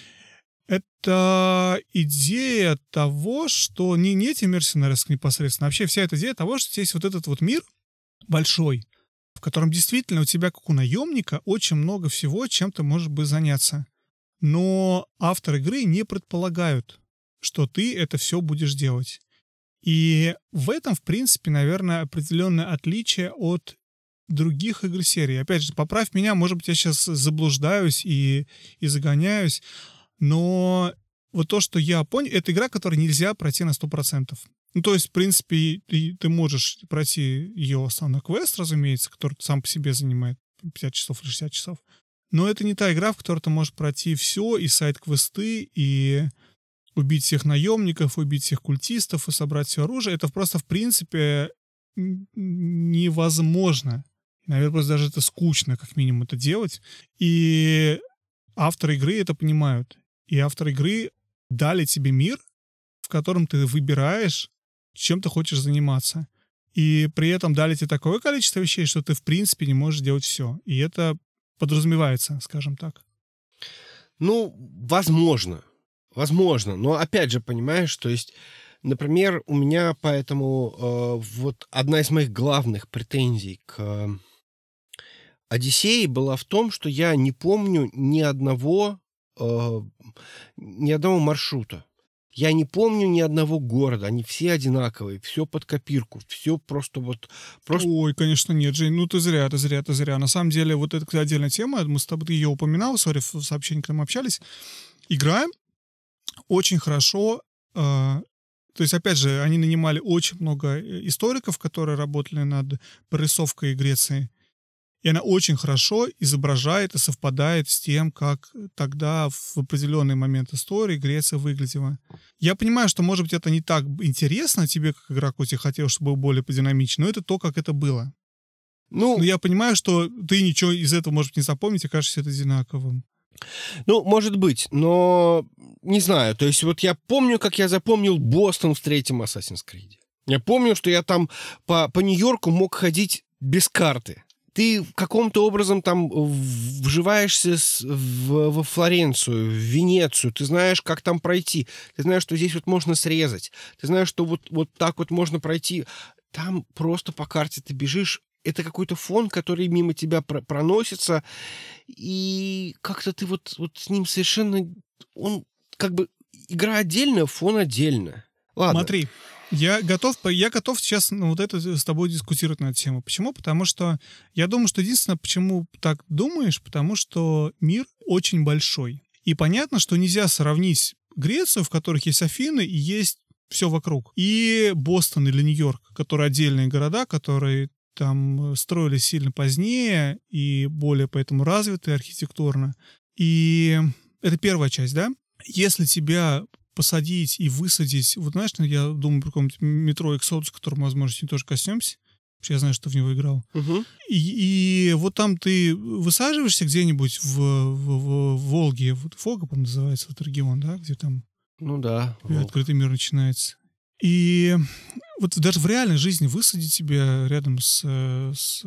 [SPEAKER 2] Это идея того, что не, не эти мерсенеры непосредственно, а вообще вся эта идея того, что здесь вот этот вот мир большой, в котором действительно у тебя, как у наемника, очень много всего, чем ты можешь бы заняться. Но автор игры не предполагают, что ты это все будешь делать. И в этом, в принципе, наверное, определенное отличие от других игр серии. Опять же, поправь меня, может быть, я сейчас заблуждаюсь и, и загоняюсь, но вот то, что я понял, это игра, которую нельзя пройти на сто процентов. Ну, то есть, в принципе, ты, ты можешь пройти ее основной квест, разумеется, который сам по себе занимает пятьдесят часов или шестьдесят часов. Но это не та игра, в которой ты можешь пройти все, и сайд-квесты, и убить всех наемников, убить всех культистов и собрать все оружие. Это просто, в принципе, невозможно. Наверное, просто даже это скучно, как минимум, это делать. И авторы игры это понимают. И авторы игры дали тебе мир, в котором ты выбираешь, чем ты хочешь заниматься. И при этом дали тебе такое количество вещей, что ты, в принципе, не можешь делать все. И это подразумевается, скажем так.
[SPEAKER 1] Ну, возможно. Возможно. Но, опять же, понимаешь, то есть, например, у меня поэтому э, вот одна из моих главных претензий к э, Одиссее была в том, что я не помню ни одного э, ни одного маршрута. Я не помню ни одного города. Они все одинаковые, все под копирку, все просто вот... Просто...
[SPEAKER 2] Ой, конечно, нет, Жень, ну ты зря, ты зря, ты зря. На самом деле, вот это, кстати, отдельная тема, мы с тобой ее упоминал, сори, в сообщении, когда мы общались. Игра очень хорошо э, То есть, опять же, они нанимали очень много историков, которые работали над прорисовкой Греции. И она очень хорошо изображает и совпадает с тем, как тогда в определенный момент истории Греция выглядела. Я понимаю, что, может быть, это не так интересно тебе, как игроку, тебе хотелось, чтобы было более подинамично, но это то, как это было.
[SPEAKER 1] Ну,
[SPEAKER 2] Но я понимаю, что ты ничего из этого, может быть, не запомнить, и кажется это одинаковым.
[SPEAKER 1] Ну, может быть, но не знаю. То есть вот я помню, как я запомнил Бостон в третьем Assassin's Creed. Я помню, что я там по, по Нью-Йорку мог ходить без карты. Ты каким-то образом там вживаешься с, в, во Флоренцию, в Венецию, ты знаешь, как там пройти, ты знаешь, что здесь вот можно срезать, ты знаешь, что вот, вот так вот можно пройти. Там просто по карте ты бежишь, это какой-то фон, который мимо тебя про- проносится, и как-то ты вот, вот с ним совершенно... Он как бы... Игра отдельно, фон отдельно. Ладно.
[SPEAKER 2] Смотри, я готов, я готов сейчас ну, вот это с тобой дискутировать на эту тему. Почему? Потому что я думаю, что единственное, почему так думаешь, потому что мир очень большой. И понятно, что нельзя сравнить Грецию, в которых есть Афины и есть все вокруг, и Бостон или Нью-Йорк, которые отдельные города, которые там строились сильно позднее и более поэтому развитые архитектурно. И это первая часть, да? Если тебя посадить и высадить... Вот знаешь, я думаю про какое-нибудь метро Exodus, к которому, возможно, сегодня тоже коснемся, потому что я знаю, что ты в него играл.
[SPEAKER 1] Угу.
[SPEAKER 2] И, и вот там ты высаживаешься где-нибудь в, в, в, в Волге, вот Волга, по-моему, называется этот регион, да, где там
[SPEAKER 1] ну да,
[SPEAKER 2] открытый мир начинается. И вот даже в реальной жизни высадить тебя рядом с, с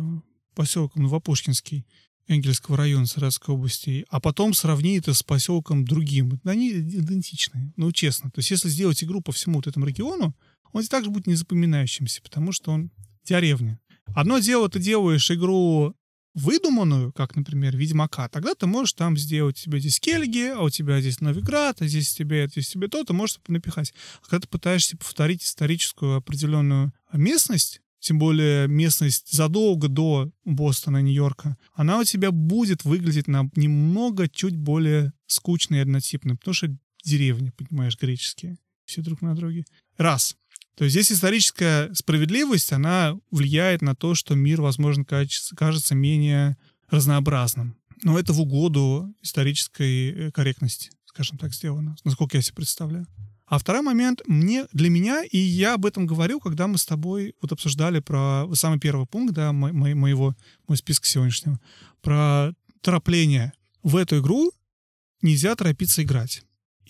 [SPEAKER 2] поселком Новопушкинский Энгельского района Саратовской области, а потом сравни это с поселком другим. Они идентичны, ну, честно. То есть, если сделать игру по всему вот этому региону, он также будет незапоминающимся, потому что он деревня. Одно дело, ты делаешь игру выдуманную, как, например, Ведьмака, тогда ты можешь там сделать у тебя здесь Кельги, а у тебя здесь Новиград, а здесь тебе это, здесь тебе то, ты можешь напихать. А когда ты пытаешься повторить историческую определенную местность, тем более местность задолго до Бостона, Нью-Йорка, она у тебя будет выглядеть на немного чуть более скучной и однотипной, потому что деревни, понимаешь, греческие, все друг на друге. Раз. То есть здесь историческая справедливость, она влияет на то, что мир, возможно, кажется, кажется менее разнообразным. Но это в угоду исторической корректности, скажем так, сделано, насколько я себе представляю. А второй момент, мне, для меня, и я об этом говорил, когда мы с тобой вот обсуждали про самый первый пункт, да, мо- мо- моего, мой списка сегодняшнего, про торопление. В эту игру нельзя торопиться играть.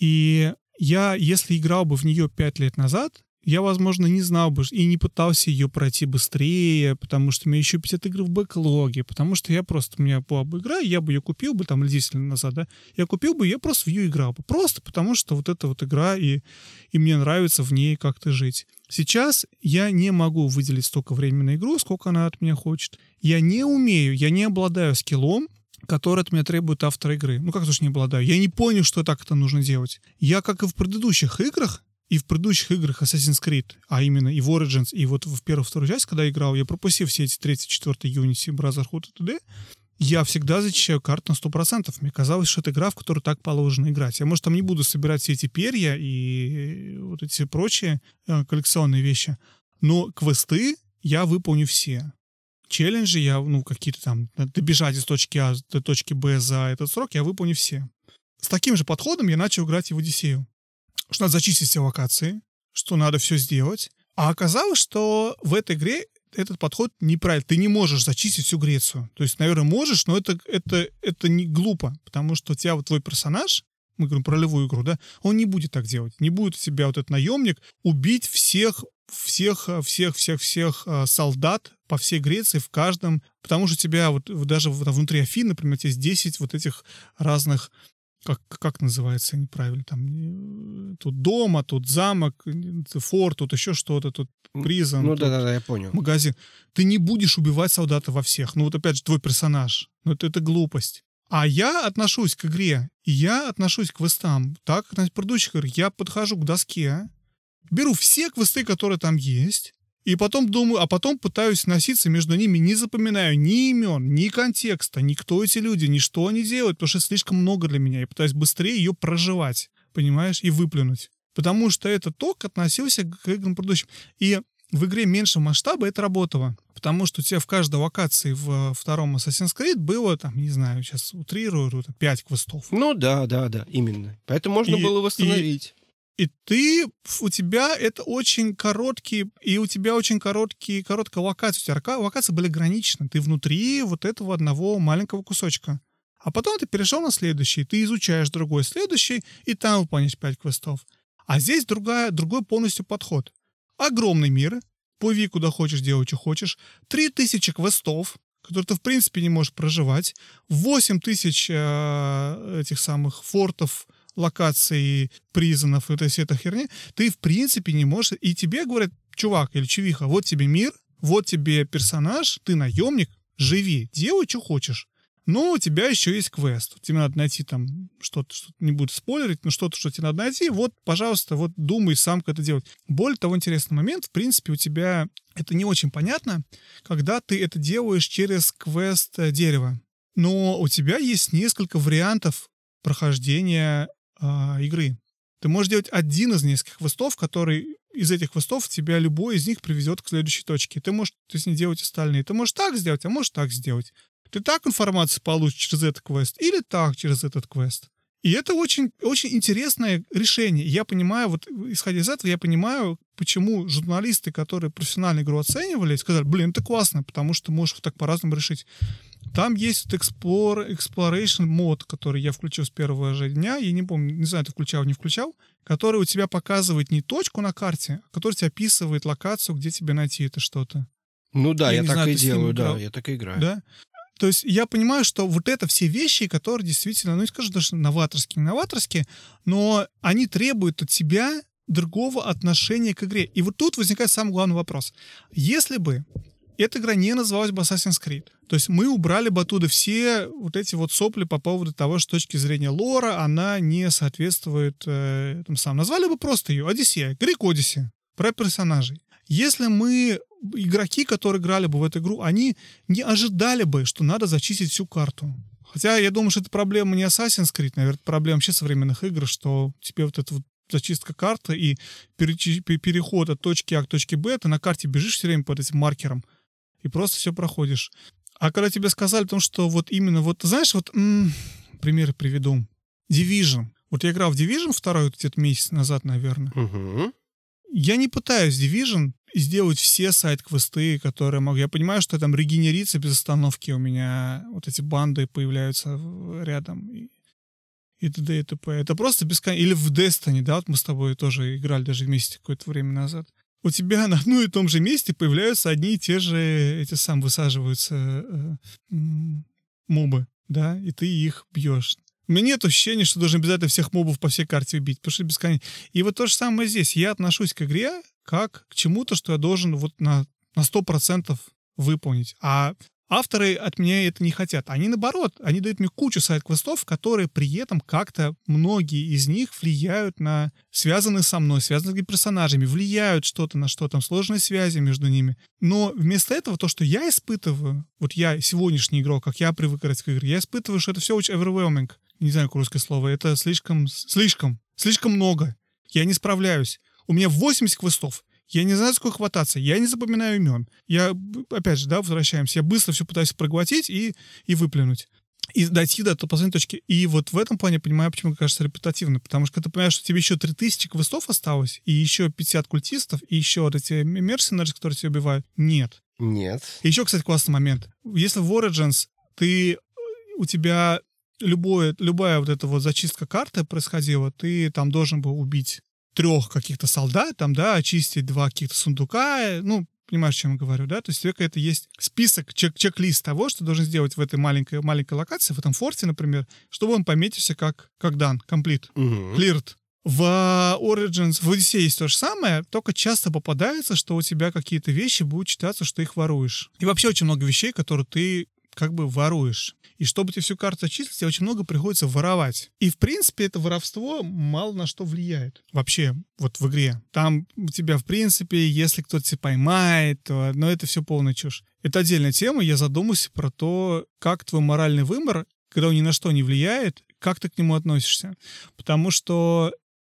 [SPEAKER 2] И я, если играл бы в нее пять лет назад, я, возможно, не знал бы и не пытался ее пройти быстрее, потому что у меня еще пятьдесят игр в бэклоге, потому что я просто, у меня была бы игра, я бы ее купил бы, там, десять лет назад, да, я купил бы, я просто в нее играл бы. Просто потому что вот эта вот игра, и, и мне нравится в ней как-то жить. Сейчас я не могу выделить столько времени на игру, сколько она от меня хочет. Я не умею, я не обладаю скиллом, который от меня требует автор игры. Ну, как-то уж не обладаю. Я не понял, что так это нужно делать. Я, как и в предыдущих играх, и в предыдущих играх Assassin's Creed, а именно и в Origins, и вот в первую, вторую часть, когда я играл, я пропустил все эти третий, четвертый Unity, Brotherhood и т.д., я всегда зачищаю карту на сто процентов. Мне казалось, что это игра, в которую так положено играть. Я, может, там не буду собирать все эти перья и вот эти прочие э, коллекционные вещи, но квесты я выполню все. Челленджи я, ну, какие-то там, добежать из точки А до точки Б за этот срок, я выполню все. С таким же подходом я начал играть и в Одиссею. Что надо зачистить все локации, что надо все сделать. А оказалось, что в этой игре этот подход неправильный. Ты не можешь зачистить всю Грецию. То есть, наверное, можешь, но это, это, это не глупо, потому что у тебя вот твой персонаж, мы говорим про ролевую игру, да, он не будет так делать. Не будет у тебя вот этот наемник убить всех, всех, всех, всех, всех э, солдат по всей Греции в каждом, потому что у тебя вот даже внутри Афин, например, есть десять вот этих разных. Как, как называется неправильно? Там тут дом, а тут замок, форт, тут еще что-то, тут призон,
[SPEAKER 1] ну,
[SPEAKER 2] тут
[SPEAKER 1] да-да-да, я понял.
[SPEAKER 2] магазин. Ты не будешь убивать солдата во всех. Ну вот опять же твой персонаж. Ну это, это глупость. А я отношусь к игре, и я отношусь к квестам. Так, как на предыдущих играх, я подхожу к доске, беру все квесты, которые там есть, и потом думаю, а потом пытаюсь носиться между ними, не запоминаю ни имен, ни контекста, ни кто эти люди, ни что они делают, потому что слишком много для меня. Я пытаюсь быстрее ее проживать, понимаешь, и выплюнуть. Потому что этот ток относился к играм предыдущим. И в игре меньшего масштаба это работало. Потому что у тебя в каждой локации в втором Assassin's Creed было, там, не знаю, сейчас утрирую, пять квестов.
[SPEAKER 1] Ну да, да, да, именно. Поэтому можно
[SPEAKER 2] И-
[SPEAKER 1] было восстановить.
[SPEAKER 2] И ты, у тебя это очень короткие, и у тебя очень короткие, короткая локация. У тебя рака- локации были ограничены. Ты внутри вот этого одного маленького кусочка. А потом ты перешел на следующий, ты изучаешь другой следующий, и там выполняешь пять квестов. А здесь другая, другой полностью подход. Огромный мир, плыви куда хочешь, делай, что хочешь. Три тысячи квестов, которые ты, в принципе, не можешь проживать. Восемь тысяч э, этих самых фортов, локаций, призонов и вот вся эта херня. Ты, в принципе, не можешь... И тебе говорят, чувак или чувиха, вот тебе мир, вот тебе персонаж, ты наемник, живи, делай, что хочешь. Но у тебя еще есть квест. Тебе надо найти там что-то, что не буду спойлерить, но что-то, что тебе надо найти. Вот, пожалуйста, вот думай сам, как это делать. Более того, интересный момент, в принципе, у тебя это не очень понятно, когда ты это делаешь через квест э, дерева. Но у тебя есть несколько вариантов прохождения э, игры. Ты можешь делать один из нескольких квестов, который из этих квестов тебя любой из них приведет к следующей точке. Ты можешь то есть, не делать остальные. Ты можешь так сделать, а можешь так сделать. Ты так информацию получишь через этот квест или так через этот квест. И это очень, очень интересное решение. Я понимаю, вот исходя из этого, я понимаю, почему журналисты, которые профессионально игру оценивали, сказали, блин, это классно, потому что можешь так по-разному решить. Там есть вот Explore, Exploration мод, который я включил с первого же дня, я не помню, не знаю, ты включал, не включал, который у тебя показывает не точку на карте, а который тебе описывает локацию, где тебе найти это что-то.
[SPEAKER 1] Ну да,
[SPEAKER 2] Я
[SPEAKER 1] я,
[SPEAKER 2] не
[SPEAKER 1] так
[SPEAKER 2] знаю,
[SPEAKER 1] и
[SPEAKER 2] ты с ним
[SPEAKER 1] делаю,
[SPEAKER 2] играл?
[SPEAKER 1] да, я так и играю.
[SPEAKER 2] Да? То есть я понимаю, что вот это все вещи, которые действительно, ну не скажу даже новаторские, не новаторские, но они требуют от тебя другого отношения к игре. И вот тут возникает самый главный вопрос. Если бы эта игра не называлась бы Assassin's Creed, то есть мы убрали бы оттуда все вот эти вот сопли по поводу того, что с точки зрения лора она не соответствует э, этому самому. Назвали бы просто ее Одиссея, Greek Odyssey, про персонажей. Если мы, игроки, которые играли бы в эту игру, они не ожидали бы, что надо зачистить всю карту. Хотя я думаю, что это проблема не Assassin's Creed, наверное, это проблема вообще современных игр, что тебе вот эта вот зачистка карты и переход от точки А к точке Б, ты на карте бежишь все время под этим маркером и просто все проходишь. А когда тебе сказали о том, что вот именно вот, знаешь, вот м- пример приведу. Division. Вот я играл в Division второй, вот где-то месяц назад, наверное.
[SPEAKER 1] Угу.
[SPEAKER 2] Я не пытаюсь Division сделать все сайт-квесты, которые могу. Я понимаю, что там регенерится без остановки. У меня вот эти банды появляются рядом. И, и т.д. и т.п. Это просто бесконечно. Или в Destiny, да, вот мы с тобой тоже играли даже вместе какое-то время назад. У тебя на одном и том же месте появляются одни и те же, эти сам высаживаются э, э, мобы, да, и ты их бьешь. У меня нет ощущения, что должен обязательно всех мобов по всей карте убить, потому что бесконечно. И вот то же самое здесь. Я отношусь к игре как к чему-то, что я должен вот на, на сто процентов выполнить. А авторы от меня это не хотят. Они наоборот, они дают мне кучу сайт-квестов, которые при этом как-то, многие из них влияют на связанные со мной, связанные с персонажами, влияют что-то на что, там сложные связи между ними. Но вместо этого то, что я испытываю, вот я сегодняшний игрок, как я привык играть в игры, я испытываю, что это все очень overwhelming. Не знаю, как русское слово. Это слишком, слишком, слишком много. Я не справляюсь. У меня восемьдесят квестов. Я не знаю, сколько хвататься. Я не запоминаю имен. Я, опять же, да, возвращаемся. Я быстро все пытаюсь проглотить и, и выплюнуть. И дойти до последней точки. И вот в этом плане понимаю, почему кажется репетативно. Потому что когда ты понимаешь, что тебе еще три тысячи квестов осталось, и еще пятьдесят культистов, и еще вот эти мерсенеры, которые тебя убивают. Нет.
[SPEAKER 1] Нет.
[SPEAKER 2] И еще, кстати, классный момент. Если в Origins ты, у тебя любое, любая вот эта вот зачистка карты происходила, ты там должен был убить трех каких-то солдат, там, да, очистить два каких-то сундука, ну, понимаешь, о чем я говорю, да, то есть у тебя какой-то есть список, чек- чек-лист того, что должен сделать в этой маленькой, маленькой локации, в этом форте, например, чтобы он пометился как, как done, complete,
[SPEAKER 1] Угу.
[SPEAKER 2] cleared. В Origins, в Odyssey есть то же самое, только часто попадается, что у тебя какие-то вещи будут считаться, что их воруешь. И вообще очень много вещей, которые ты как бы воруешь. И чтобы тебе всю карту очистить, тебе очень много приходится воровать. И, в принципе, это воровство мало на что влияет. Вообще, вот в игре. Там у тебя, в принципе, если кто-то тебя поймает, то... Но это все полная чушь. Это отдельная тема. Я задумался про то, как твой моральный выбор, когда он ни на что не влияет, как ты к нему относишься. Потому что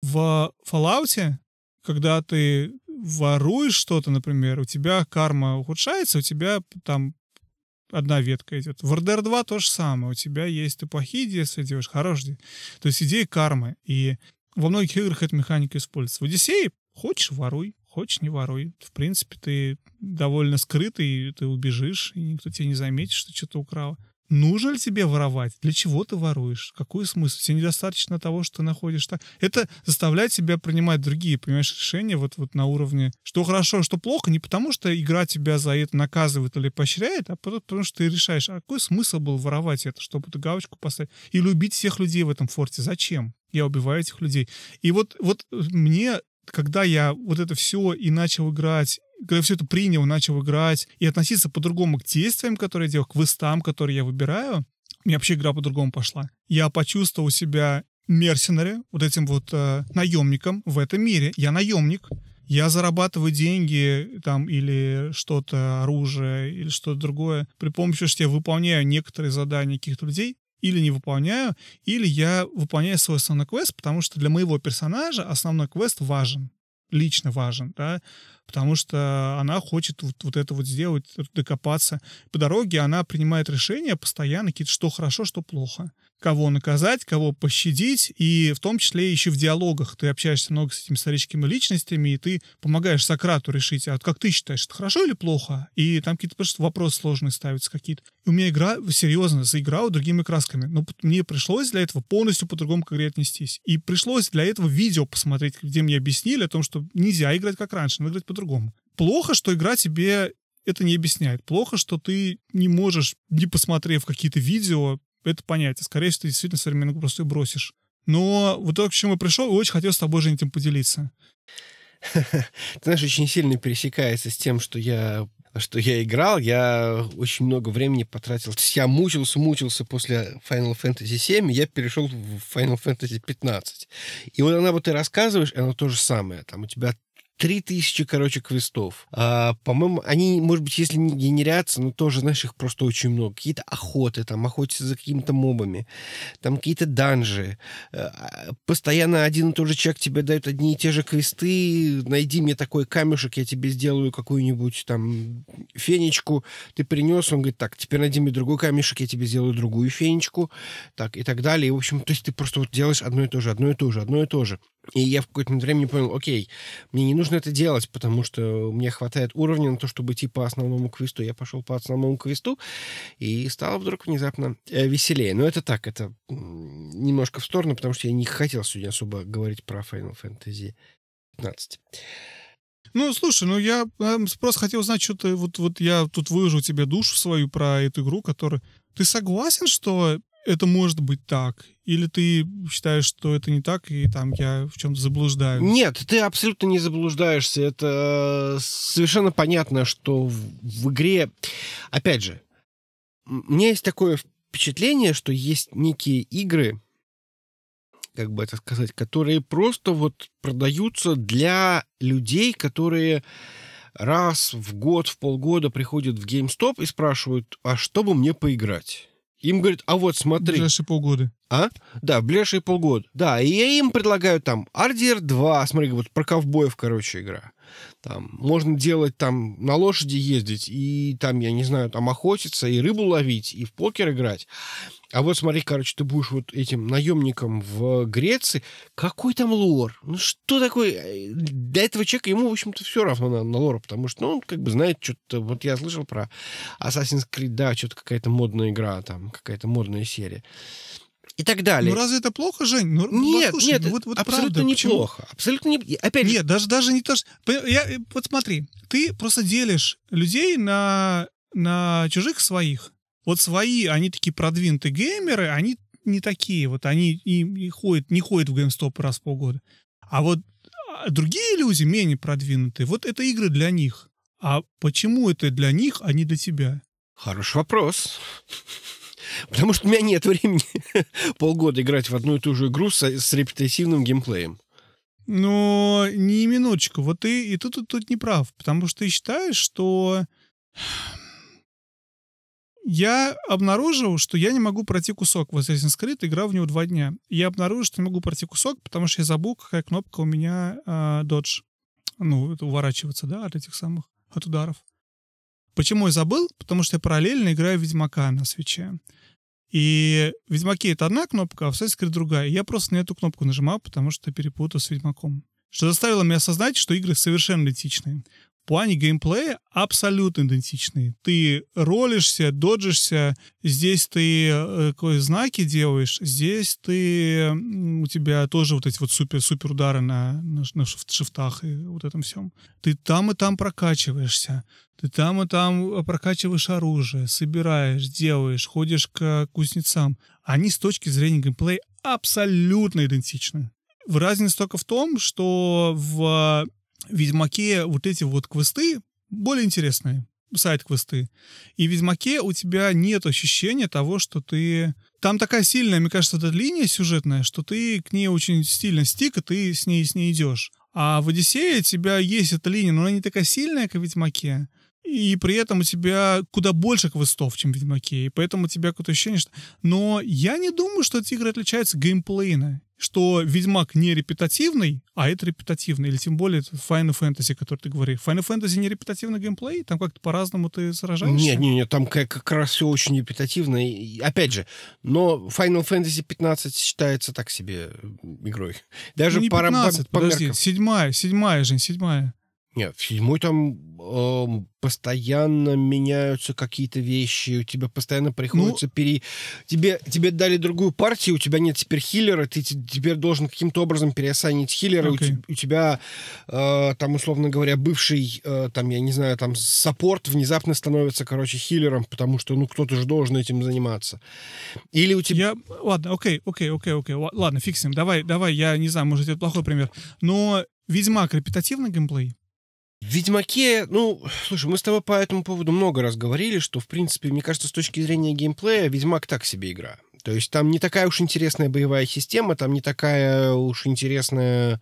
[SPEAKER 2] В Fallout, когда ты воруешь что-то, например, у тебя карма ухудшается, у тебя там одна ветка идет. В эр дэ эр два то же самое. У тебя есть ты плохие действия делаешь, хорошие. То есть идея кармы. И во многих играх эта механика используется. В Одиссее хочешь — воруй, хочешь — не воруй. В принципе, ты довольно скрытый, ты убежишь, и никто тебя не заметит, что что-то украл. Нужно ли тебе воровать? Для чего ты воруешь? Какой смысл? Тебе недостаточно того, что ты находишь так. Это заставляет тебя принимать другие, понимаешь, решения вот, вот на уровне, что хорошо, что плохо, не потому что игра тебя за это наказывает или поощряет, а потому, потому что ты решаешь, а какой смысл был воровать это, чтобы эту галочку поставить и любить всех людей в этом форте? Зачем? Я убиваю этих людей. И вот, вот мне, когда я вот это все и начал играть, когда я все это принял, начал играть и относиться по-другому к действиям, которые я делаю, к квестам, которые я выбираю, у меня вообще игра по-другому пошла. Я почувствовал себя мерсенари, вот этим вот э, наемником в этом мире. Я наемник. Я зарабатываю деньги там или что-то, оружие или что-то другое при помощи того, что я выполняю некоторые задания каких-то людей, или не выполняю, или я выполняю свой основной квест, потому что для моего персонажа основной квест важен. Лично важен, да, потому что она хочет вот, вот это вот сделать, докопаться. По дороге она принимает решения постоянно, какие-то, что хорошо, что плохо. Кого наказать, кого пощадить, и в том числе еще в диалогах. Ты общаешься много с этими историческими личностями, и ты помогаешь Сократу решить, а вот как ты считаешь, это хорошо или плохо? И там какие-то просто вопросы сложные ставятся какие-то. И у меня игра, серьезно, заиграла другими красками. Но мне пришлось для этого полностью по-другому к игре отнестись. И пришлось для этого видео посмотреть, где мне объяснили о том, что нельзя играть как раньше, но играть по-другому. Плохо, что игра тебе это не объясняет. Плохо, что ты не можешь, не посмотрев какие-то видео, это понять. Скорее всего, ты действительно современную игру просто бросишь. Но вот то, к чему я пришел, очень хотел с тобой, Жень, этим поделиться.
[SPEAKER 1] Ты знаешь, очень сильно пересекается с тем, что я, что я играл. Я очень много времени потратил. То есть я мучился, мучился после Final Fantasy семь, и я перешел в Final Fantasy пятнадцать. И вот она, вот ты рассказываешь, она то же самое. Там у тебя Три тысячи, короче, квестов. А, по-моему, они, может быть, если не генерятся, но тоже, знаешь, их просто очень много. Какие-то охоты, там, охотятся за какими-то мобами, там какие-то данжи. А, постоянно один и тот же человек тебе дает одни и те же квесты. Найди мне такой камешек, я тебе сделаю какую-нибудь там фенечку. Ты принес, он говорит, так, теперь найди мне другой камешек, я тебе сделаю другую фенечку. Так, и так далее. И, в общем, то есть ты просто вот делаешь одно и то же, одно и то же, одно и то же. И я в какое-то время понял, окей, мне не нужно это делать, потому что мне хватает уровня на то, чтобы идти по основному квесту. Я пошел по основному квесту, и стало вдруг внезапно э, веселее. Но это так, это м, немножко в сторону, потому что я не хотел сегодня особо говорить про Final Fantasy пятнадцать.
[SPEAKER 2] Ну, слушай, ну я э, просто хотел узнать, что ты... Вот, вот я тут выложил тебе душу свою про эту игру, которую... Ты согласен, что это может быть так? Или ты считаешь, что это не так, и там я в чем-то заблуждаюсь?
[SPEAKER 1] Нет, ты абсолютно не заблуждаешься. Это совершенно понятно, что в, в игре... Опять же, у меня есть такое впечатление, что есть некие игры, как бы это сказать, которые просто вот продаются для людей, которые раз в год, в полгода приходят в GameStop и спрашивают, а что бы мне поиграть? Им говорят, а вот смотри.
[SPEAKER 2] В ближайшие полгода.
[SPEAKER 1] А? Да, в ближайшие полгода. Да, и я им предлагаю там ар ди ар два, смотри, вот про ковбоев, короче, игра. Там можно делать там, на лошади ездить, и там, я не знаю, там охотиться, и рыбу ловить, и в покер играть. А вот смотри, короче, ты будешь вот этим наемником в Греции. Какой там лор? Ну что такое? Для этого человека ему, в общем-то, все равно на, на лор, потому что, ну, он как бы знает что-то. Вот я слышал про Assassin's Creed, да, что-то какая-то модная игра, там, какая-то модная серия. И так далее.
[SPEAKER 2] Ну разве это плохо, Жень? Ну,
[SPEAKER 1] нет,
[SPEAKER 2] послушай,
[SPEAKER 1] нет,
[SPEAKER 2] ну, вот, вот
[SPEAKER 1] абсолютно
[SPEAKER 2] правда,
[SPEAKER 1] неплохо.
[SPEAKER 2] Почему?
[SPEAKER 1] Абсолютно не... Опять
[SPEAKER 2] нет,
[SPEAKER 1] же...
[SPEAKER 2] даже, даже не то, что... Я, вот смотри, ты просто делишь людей на, на чужих своих. Вот свои, они такие продвинутые геймеры, они не такие. Вот они и, и ходят, не ходят в GameStop раз в полгода. А вот другие люди, менее продвинутые, вот это игры для них. А почему это для них, а не для тебя?
[SPEAKER 1] Хороший вопрос. Потому что у меня нет времени полгода играть в одну и ту же игру с, с репетативным геймплеем.
[SPEAKER 2] Но не минуточку. Вот ты и тут, тут, тут не прав. Потому что ты считаешь, что Я обнаружил, что я не могу пройти кусок в Assassin's Creed, играл в него два дня. Я обнаружил, что не могу пройти кусок, потому что я забыл, какая кнопка у меня э, Dodge. Ну, это уворачиваться, да, от этих самых, от ударов. Почему я забыл? Потому что я параллельно играю в Ведьмака на свитче. И в Ведьмаке это одна кнопка, а в Assassin's Creed другая. Я просто на эту кнопку нажимал, потому что перепутал с Ведьмаком. Что заставило меня осознать, что игры совершенно идентичные. В плане геймплея абсолютно идентичные. Ты ролишься, доджишься, здесь ты э, какие знаки делаешь, здесь ты, у тебя тоже вот эти вот супер, супер удары на, на, на шифтах и вот этом всем. Ты там и там прокачиваешься, ты там и там прокачиваешь оружие, собираешь, делаешь, ходишь к кузнецам. Они с точки зрения геймплея абсолютно идентичны. Разница только в том, что в В Ведьмаке вот эти вот квесты более интересные, сайд-квесты. И в Ведьмаке у тебя нет ощущения того, что ты... Там такая сильная, мне кажется, эта линия сюжетная, что ты к ней очень сильно стик, и ты с ней, с ней идешь. А в Одиссее у тебя есть эта линия, но она не такая сильная, как в Ведьмаке. И при этом у тебя куда больше квестов, чем в Ведьмаке. И поэтому у тебя какое-то ощущение, что... Но я не думаю, что эти игры отличаются геймплейно. Что Ведьмак не репетативный, а это репетативный. Или тем более Final Fantasy, который ты говоришь. Final Fantasy не репетативный геймплей? Там как-то по-разному ты сражаешься?
[SPEAKER 1] Нет, нет, нет, там как, как раз все очень репетативно. И, опять же, но Final Fantasy пятнадцать считается так себе игрой. Даже
[SPEAKER 2] ну, не
[SPEAKER 1] по,
[SPEAKER 2] пятнадцать,
[SPEAKER 1] по, по
[SPEAKER 2] подожди,
[SPEAKER 1] меркам.
[SPEAKER 2] седьмая, седьмая, Жень, седьмая.
[SPEAKER 1] Нет, в седьмой там э, постоянно меняются какие-то вещи, у тебя постоянно приходится ну, пере... Тебе, тебе дали другую партию, у тебя нет теперь хиллера, ты теперь должен каким-то образом переассайнить хиллера, okay. у, у тебя, э, там, условно говоря, бывший, э, там, я не знаю, там, саппорт внезапно становится, короче, хиллером, потому что, ну, кто-то же должен этим заниматься. Или у тебя...
[SPEAKER 2] Я... Ладно, окей, окей, окей, окей, ладно, фиксим, давай, давай, я не знаю, может, это плохой пример, но Ведьмак репетативный геймплей?
[SPEAKER 1] В Ведьмаке, ну, слушай, мы с тобой по этому поводу много раз говорили, что, в принципе, мне кажется, с точки зрения геймплея, Ведьмак так себе игра. То есть там не такая уж интересная боевая система, там не такая уж интересная...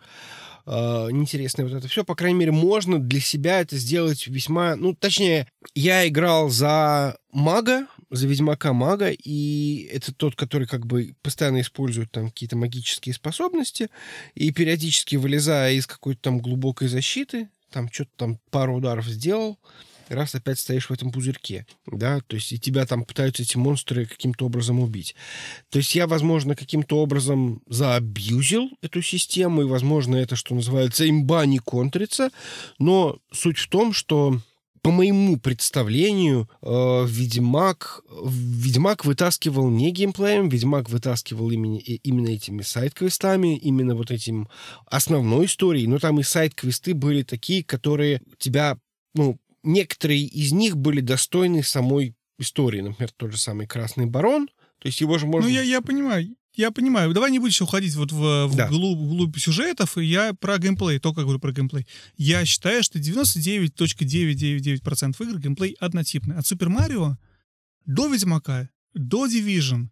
[SPEAKER 1] Uh, неинтересное вот это все. По крайней мере, можно для себя это сделать весьма... Ну, точнее, я играл за мага, за Ведьмака мага, и это тот, который как бы постоянно использует там какие-то магические способности, и периодически, вылезая из какой-то там глубокой защиты, там что-то там пару ударов сделал, раз опять стоишь в этом пузырьке, да, то есть и тебя там пытаются эти монстры каким-то образом убить. То есть я, возможно, каким-то образом заабьюзил эту систему, и, возможно, это, что называется, имба не контрится, но суть в том, что по моему представлению, э, Ведьмак, Ведьмак вытаскивал не геймплеем, Ведьмак вытаскивал именно, именно этими сайд-квестами, именно вот этим основной историей, но там и сайд-квесты были такие, которые тебя, ну, некоторые из них были достойны самой истории. Например, тот же самый «Красный барон». То есть его же можно...
[SPEAKER 2] Ну, я, я понимаю. Я понимаю. Давай не будешь уходить вот в, в, да. глубь, в глубь сюжетов. И я про геймплей, только говорю про геймплей. Я считаю, что девяносто девять целых девятьсот девяносто девять процентов игр геймплей однотипный. От Супер Марио до Ведьмака, до Division,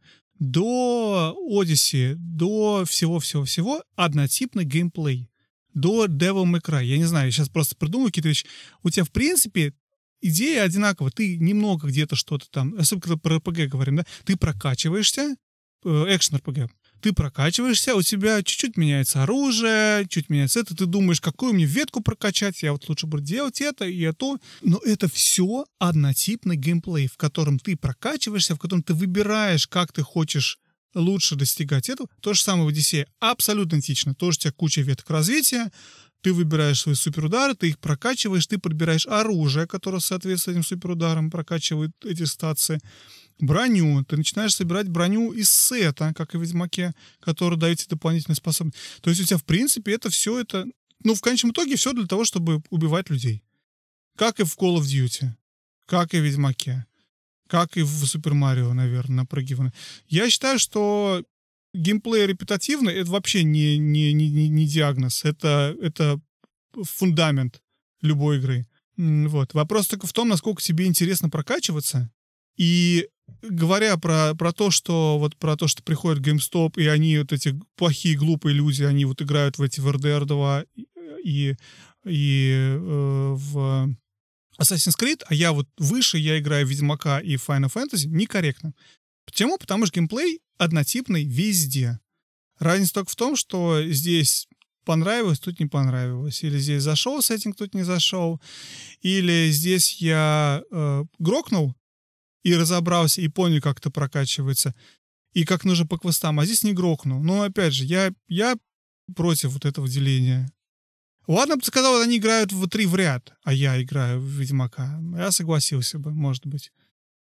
[SPEAKER 2] до Odyssey, до всего-всего-всего однотипный геймплей. До Devil May Cry. Я не знаю, я сейчас просто придумаю какие-то вещи. У тебя, в принципе, идея одинакова. Ты немного где-то что-то там, особенно когда про эр пи джи говорим, да, ты прокачиваешься, экшен-эр пи джи, ты прокачиваешься, у тебя чуть-чуть меняется оружие, чуть меняется это, ты думаешь, какую мне ветку прокачать, я вот лучше буду делать это и это. Но это все однотипный геймплей, в котором ты прокачиваешься, в котором ты выбираешь, как ты хочешь лучше достигать этого. То же самое в Одиссее. Абсолютно идентично. Тоже у тебя куча веток развития. Ты выбираешь свои суперудары, ты их прокачиваешь, ты подбираешь оружие, которое соответствует этим суперударам, прокачивает эти стации. Броню. Ты начинаешь собирать броню из сета, как и в Ведьмаке, который дает тебе дополнительные способности. То есть у тебя, в принципе, это все это... Ну, в конечном итоге, все для того, чтобы убивать людей. Как и в Call of Duty. Как и в Ведьмаке. Как и в Супер Марио, наверное, напрыгивано. Я считаю, что геймплей репетативный — это вообще не, не, не, не диагноз. Это, это фундамент любой игры. Вот. Вопрос только в том, насколько тебе интересно прокачиваться. И говоря про, про то, что вот про то, что приходит GameStop, и они, вот эти плохие, глупые люди, они вот играют в эти в эр ди ар два и, и э, в Assassin's Creed, а я вот выше, я играю в Ведьмака и Final Fantasy, некорректно. Почему? Потому что геймплей однотипный везде. Разница только в том, что здесь понравилось, тут не понравилось. Или здесь зашел сеттинг, тут не зашел. Или здесь я э, грокнул и разобрался, и понял, как это прокачивается, и как нужно по квестам, а здесь не грокнул. Но, опять же, я, я против вот этого деления. Ладно бы ты сказал, вот они играют в три в ряд, а я играю в Ведьмака. Я согласился бы, может быть.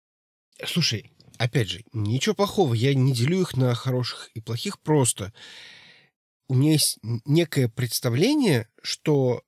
[SPEAKER 1] Слушай, опять же, ничего плохого. Я не делю их на хороших и плохих. Просто у меня есть некое представление, что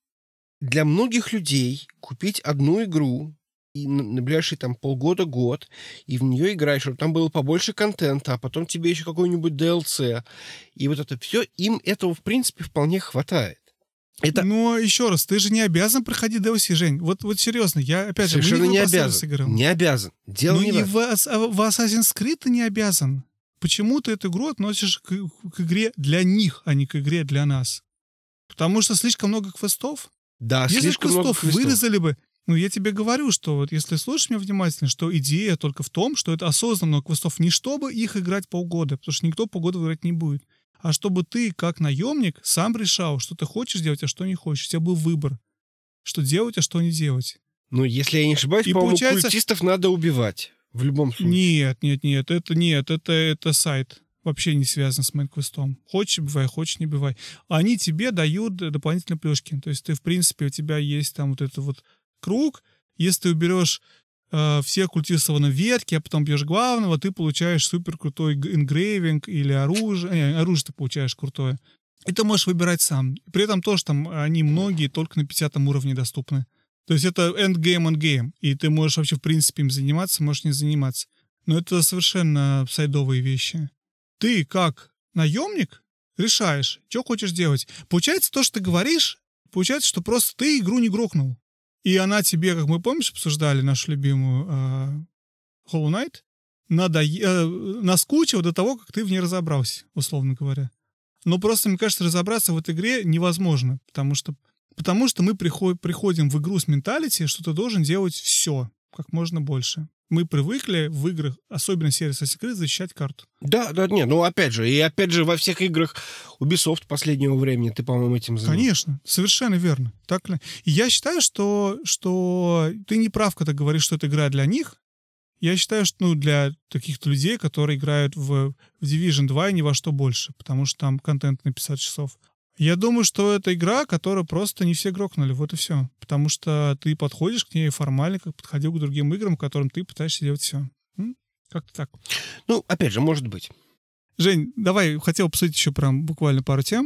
[SPEAKER 1] для многих людей купить одну игру и на, на ближайшие там полгода-год, и в нее играть, чтобы там было побольше контента, а потом тебе еще какой-нибудь ди эл си, и вот это все, им этого, в принципе, вполне хватает. Это...
[SPEAKER 2] Но еще раз, ты же не обязан проходить ди эл си, Жень. Вот, вот серьезно, я опять же...
[SPEAKER 1] Совершенно не обязан. Не обязан. Дело
[SPEAKER 2] ну
[SPEAKER 1] не
[SPEAKER 2] и
[SPEAKER 1] в...
[SPEAKER 2] в, в Assassin's Creed ты не обязан. Почему ты эту игру относишь к, к игре для них, а не к игре для нас? Потому что слишком много квестов?
[SPEAKER 1] Да,
[SPEAKER 2] если
[SPEAKER 1] слишком
[SPEAKER 2] квестов
[SPEAKER 1] много квестов
[SPEAKER 2] вырезали бы... Ну, я тебе говорю, что вот если слушаешь меня внимательно, что идея только в том, что это осознанно много квестов, не чтобы их играть полгода, потому что никто полгода играть не будет, а чтобы ты, как наемник, сам решал, что ты хочешь делать, а что не хочешь. У тебя был выбор, что делать, а что не делать.
[SPEAKER 1] Ну, если я не ошибаюсь,
[SPEAKER 2] и
[SPEAKER 1] по-моему,
[SPEAKER 2] получается...
[SPEAKER 1] культистов надо убивать. В любом случае.
[SPEAKER 2] Нет, нет, нет, это нет, это, это сайт. Вообще не связан с мейн-квестом. Хочешь — бывай, хочешь — не бывай. Они тебе дают дополнительные плюшки. То есть ты, в принципе, у тебя есть там вот этот вот круг. Если ты уберешь э, всех культистов на ветке, а потом бьешь главного, ты получаешь супер крутой ингрейвинг или оружие. Не, оружие ты получаешь крутое. И ты можешь выбирать сам. При этом тоже там они многие только на пятидесятом уровне доступны. То есть это endgame endgame. И ты можешь вообще, в принципе, им заниматься, можешь не заниматься. Но это совершенно сайдовые вещи. Ты, как наемник, решаешь, что хочешь делать. Получается, то, что ты говоришь, получается, что просто ты игру не грокнул. И она тебе, как мы, помнишь, обсуждали нашу любимую э, Hollow Knight, надо, э, наскучило до того, как ты в ней разобрался, условно говоря. Но просто, мне кажется, разобраться в этой игре невозможно, потому что, потому что мы приход, приходим в игру с менталити, что ты должен делать все, как можно больше. Мы привыкли в играх, особенно серии Assassin's Creed, защищать карту.
[SPEAKER 1] Да, да, нет, ну опять же, и опять же во всех играх Ubisoft последнего времени ты, по-моему, этим занимаешься.
[SPEAKER 2] Конечно, совершенно верно. Так ли? И я считаю, что, что ты не прав, когда говоришь, что это игра для них. Я считаю, что ну, для таких людей, которые играют в, в Division два и ни во что больше, потому что там контент на пятьдесят часов. Я думаю, что это игра, которую просто не все грокнули, вот и все. Потому что ты подходишь к ней формально, как подходил к другим играм, в которым ты пытаешься делать все. М? Как-то так.
[SPEAKER 1] Ну, опять же, может быть.
[SPEAKER 2] Жень, давай, хотел обсудить еще прям буквально пару тем.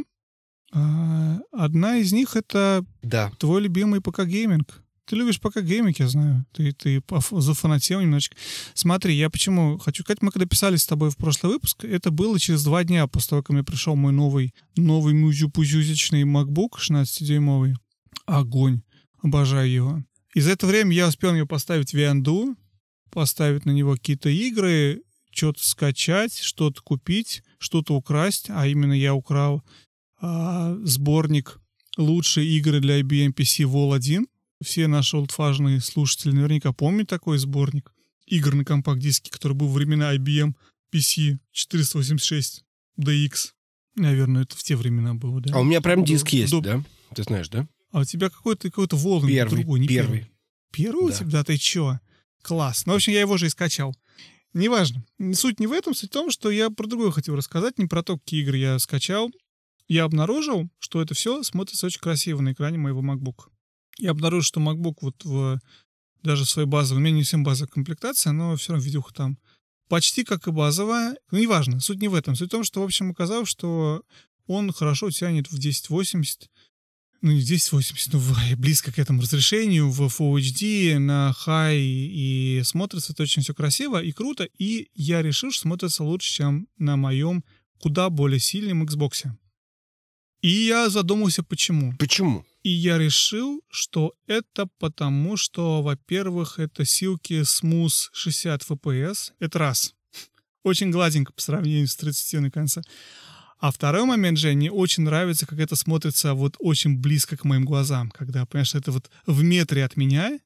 [SPEAKER 2] Одна из них — это
[SPEAKER 1] да.
[SPEAKER 2] твой любимый ПК-гейминг. Ты любишь ПК-гейминг, я знаю. Ты, ты зафанател немножечко. Смотри, я почему хочу сказать, мы когда писали с тобой в прошлый выпуск, это было через два дня после того, как мне пришел мой новый, новый музю-пузюзичный MacBook шестнадцатидюймовый. Огонь. Обожаю его. И за это время я успел на него поставить Вианду, поставить на него какие-то игры, что-то скачать, что-то купить, что-то украсть. А именно я украл а, сборник «Лучшие игры для ай би эм пи си Vol один». Все наши олдфажные слушатели наверняка помнят такой сборник игр на компакт-диске, который был во времена ай би эм пи си четыреста восемьдесят шесть ди икс. Наверное, это в те времена было, да?
[SPEAKER 1] А у меня прям диск
[SPEAKER 2] До,
[SPEAKER 1] есть,
[SPEAKER 2] до...
[SPEAKER 1] да? Ты знаешь, да?
[SPEAKER 2] А у тебя какой-то какой-то Волн другой, не
[SPEAKER 1] первый.
[SPEAKER 2] первый. Первый у
[SPEAKER 1] да.
[SPEAKER 2] тебя? Да ты чё? Класс. Ну, в общем, я его же и скачал. Неважно. Суть не в этом, суть в том, что я про другое хотел рассказать, не про то, какие игры я скачал. Я обнаружил, что это все смотрится очень красиво на экране моего MacBook. Я обнаружил, что MacBook вот в, даже в своей базовой, у меня не всем базовая комплектация, но все равно видюха там почти как и базовая. Ну, неважно, суть не в этом. Суть в том, что, в общем, оказалось, что он хорошо тянет в десять восемьдесят, ну, не в десять восемьдесят, но в, близко к этому разрешению, в Full эйч ди, на High, и смотрится это очень все красиво и круто, и я решил, что смотрится лучше, чем на моем куда более сильном Xbox. И я задумался, почему.
[SPEAKER 1] Почему?
[SPEAKER 2] И я решил, что это потому, что, во-первых, это силки Smooth шестьдесят эф пи эс. Это раз. Очень гладенько по сравнению с тридцатью на конце. А второй момент, Жень, мне очень нравится, как это смотрится вот очень близко к моим глазам. Когда, понимаешь, это вот в метре от меня,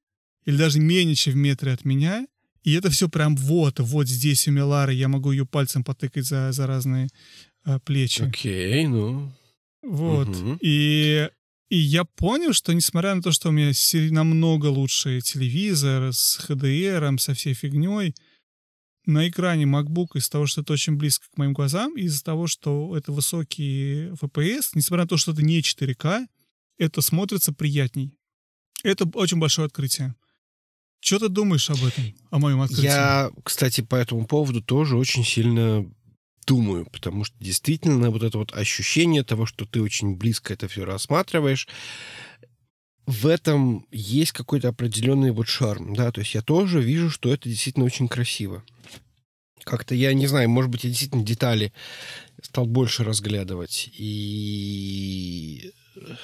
[SPEAKER 2] или даже менее чем в метре от меня, и это все прям вот, вот здесь у Милары, я могу ее пальцем потыкать за, за разные а, плечи.
[SPEAKER 1] Окей, ну...
[SPEAKER 2] Вот.
[SPEAKER 1] Угу.
[SPEAKER 2] И, и я понял, что несмотря на то, что у меня намного лучше телевизор с эйч ди ар, со всей фигней, на экране MacBook из-за того, что это очень близко к моим глазам, из-за того, что это высокий эф пи эс, несмотря на то, что это не четыре ка, это смотрится приятней. Это очень большое открытие. Что ты думаешь об этом, о моем открытии?
[SPEAKER 1] Я, кстати, по этому поводу тоже очень сильно думаю, потому что действительно вот это вот ощущение того, что ты очень близко это все рассматриваешь, в этом есть какой-то определенный вот шарм, да, то есть я тоже вижу, что это действительно очень красиво. Как-то, я не знаю, может быть, я действительно детали стал больше разглядывать, и...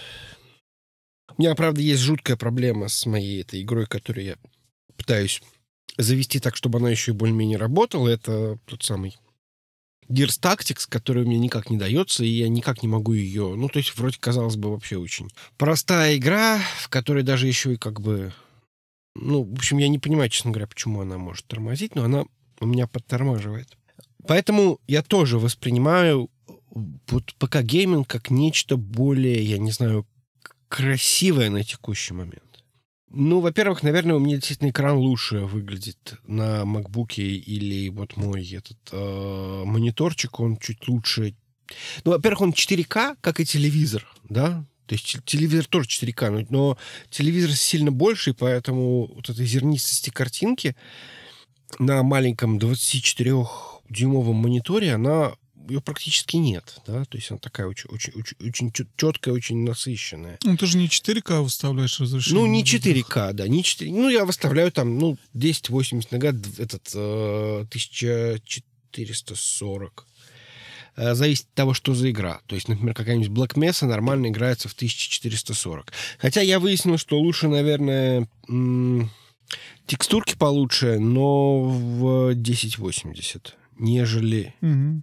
[SPEAKER 1] У меня, правда, есть жуткая проблема с моей этой игрой, которую я пытаюсь завести так, чтобы она еще и более-менее работала. Это тот самый Gears Tactics, который у меня никак не дается, и я никак не могу ее... Ну, то есть, вроде, казалось бы, вообще очень простая игра, в которой даже еще и как бы... Ну, в общем, я не понимаю, честно говоря, почему она может тормозить, но она у меня подтормаживает. Поэтому я тоже воспринимаю вот ПК-гейминг как нечто более, я не знаю, красивое на текущий момент. Ну, во-первых, наверное, у меня действительно экран лучше выглядит на макбуке, или вот мой этот э, мониторчик, он чуть лучше. Ну, во-первых, он четыре ка, как и телевизор, да? То есть телевизор тоже четыре ка, но, но телевизор сильно больше, и поэтому вот этой зернистости картинки на маленьком двадцатичетырёхдюймовом мониторе, она... ее практически нет, да, то есть она такая очень, очень, очень, очень четкая, очень насыщенная.
[SPEAKER 2] Ну, ты же не четыре ка выставляешь разрешение.
[SPEAKER 1] Ну, не четыре ка, да, не четыре. Ну, я выставляю там, ну, тысяча восемьдесят на год, этот, э, тысяча четыреста сорок. Э, зависит от того, что за игра. То есть, например, какая-нибудь Black Mesa нормально играется в тысяча четыреста сорок. Хотя я выяснил, что лучше, наверное, м- текстурки получше, но в тысяча восемьдесят. Нежели,
[SPEAKER 2] угу.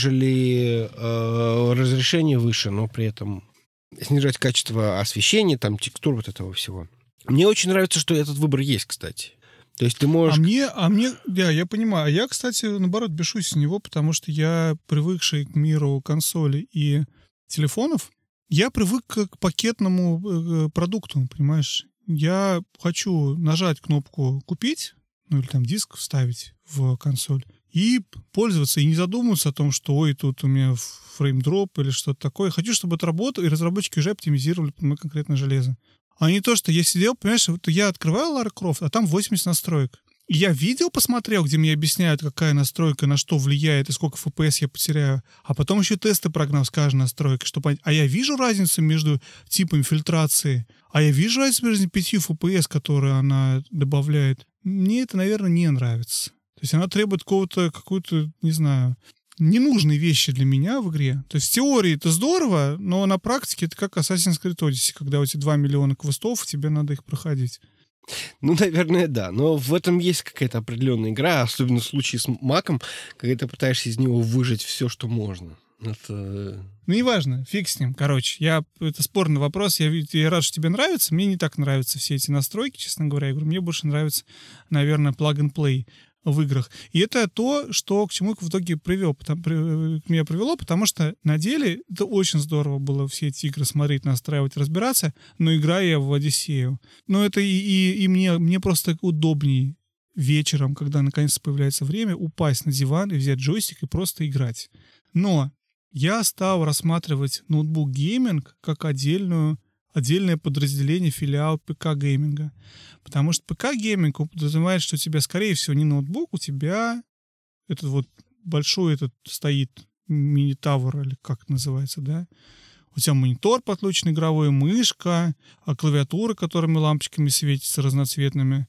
[SPEAKER 1] нежели э, разрешение выше, но при этом снижать качество освещения, там, текстур вот этого всего. Мне очень нравится, что этот выбор есть, кстати. То есть ты можешь...
[SPEAKER 2] А мне, а мне, да, я понимаю. А я, кстати, наоборот, бешусь с него, потому что я, привыкший к миру консолей и телефонов, я привык к пакетному продукту, понимаешь? Я хочу нажать кнопку «Купить», ну или там диск вставить в консоль, и пользоваться, и не задумываться о том, что ой, тут у меня фреймдроп или что-то такое. Хочу, чтобы это работало, и разработчики уже оптимизировали под мое конкретное железо. А не то, что я сидел, понимаешь, вот я открываю Лара Крофт, а там восемьдесят настроек. И я видео посмотрел, где мне объясняют, какая настройка на что влияет и сколько эф пи эс я потеряю. А потом еще тесты прогнал с каждой настройкой, чтобы понять. А я вижу разницу между типом фильтрации, а я вижу разницу между пятью эф пи эс, которые она добавляет. Мне это, наверное, не нравится. То есть она требует какого-то, какую-то, не знаю, ненужные вещи для меня в игре. То есть в теории это здорово, но на практике это как Assassin's Creed Odyssey, когда у тебя два миллиона квестов, тебе надо их проходить.
[SPEAKER 1] Ну, наверное, да. Но в этом есть какая-то определенная игра, особенно в случае с Маком, когда ты пытаешься из него выжать все, что можно. Это...
[SPEAKER 2] Ну, неважно, фиг с ним. Короче, я, это спорный вопрос. Я, я рад, что тебе нравится. Мне не так нравятся все эти настройки, честно говоря. Я говорю, мне больше нравится, наверное, plug-and-play в играх. И это то, что к чему в итоге привел, потому, при, меня привело, потому что на деле это очень здорово было все эти игры смотреть, настраивать, разбираться, но играю я в Одиссею. Но это и, и, и мне, мне просто удобней вечером, когда наконец-то появляется время, упасть на диван и взять джойстик и просто играть. Но я стал рассматривать ноутбук-гейминг как отдельную отдельное подразделение, филиал ПК-гейминга. Потому что ПК-гейминг подразумевает, что у тебя, скорее всего, не ноутбук, у тебя этот вот большой этот стоит мини-тавр, или как это называется, да? У тебя монитор подключен игровой, мышка, а клавиатура, которыми лампочками светится разноцветными,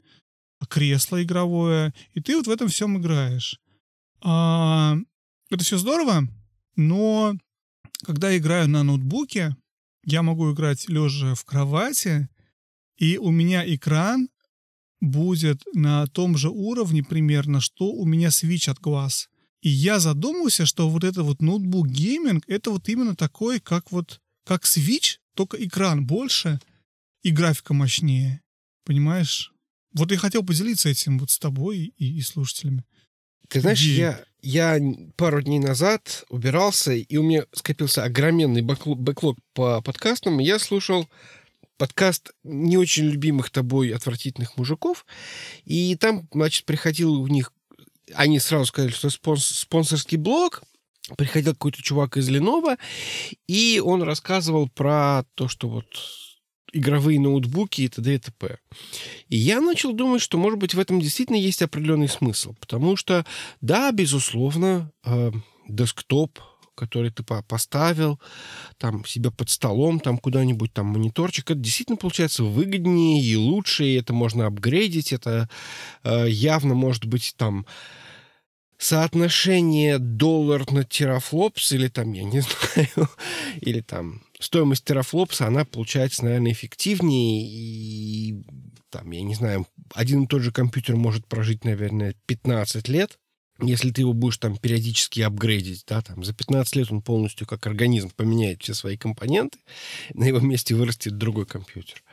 [SPEAKER 2] кресло игровое, и ты вот в этом всем играешь. А, это все здорово, но когда я играю на ноутбуке, я могу играть лежа в кровати, и у меня экран будет на том же уровне примерно, что у меня Switch от глаз. И я задумался, что вот это вот ноутбук-гейминг, это вот именно такой, как вот как Switch, только экран больше и графика мощнее. Понимаешь? Вот я хотел поделиться этим вот с тобой и, и слушателями.
[SPEAKER 1] Ты знаешь,
[SPEAKER 2] Идеи.
[SPEAKER 1] я, я пару дней назад убирался, и у меня скопился огроменный бэклог, бэклог по подкастам, и я слушал подкаст не очень любимых тобой отвратительных мужиков, и там, значит, приходил у них, они сразу сказали, что спонс, спонсорский блог, приходил какой-то чувак из Lenovo, и он рассказывал про то, что вот игровые ноутбуки и т.д. и т.п. И я начал думать, что, может быть, в этом действительно есть определенный смысл. Потому что, да, безусловно, э, десктоп, который ты поставил там себе под столом, там куда-нибудь, там мониторчик, это действительно получается выгоднее и лучше, и это можно апгрейдить, это э, явно может быть там соотношение доллар на терафлопс, или там, я не знаю, или там стоимость терафлопса, она получается, наверное, эффективнее, и там, я не знаю, один и тот же компьютер может прожить, наверное, пятнадцать лет, если ты его будешь там периодически апгрейдить, да, там за пятнадцать лет он полностью как организм поменяет все свои компоненты, на его месте вырастет другой компьютер.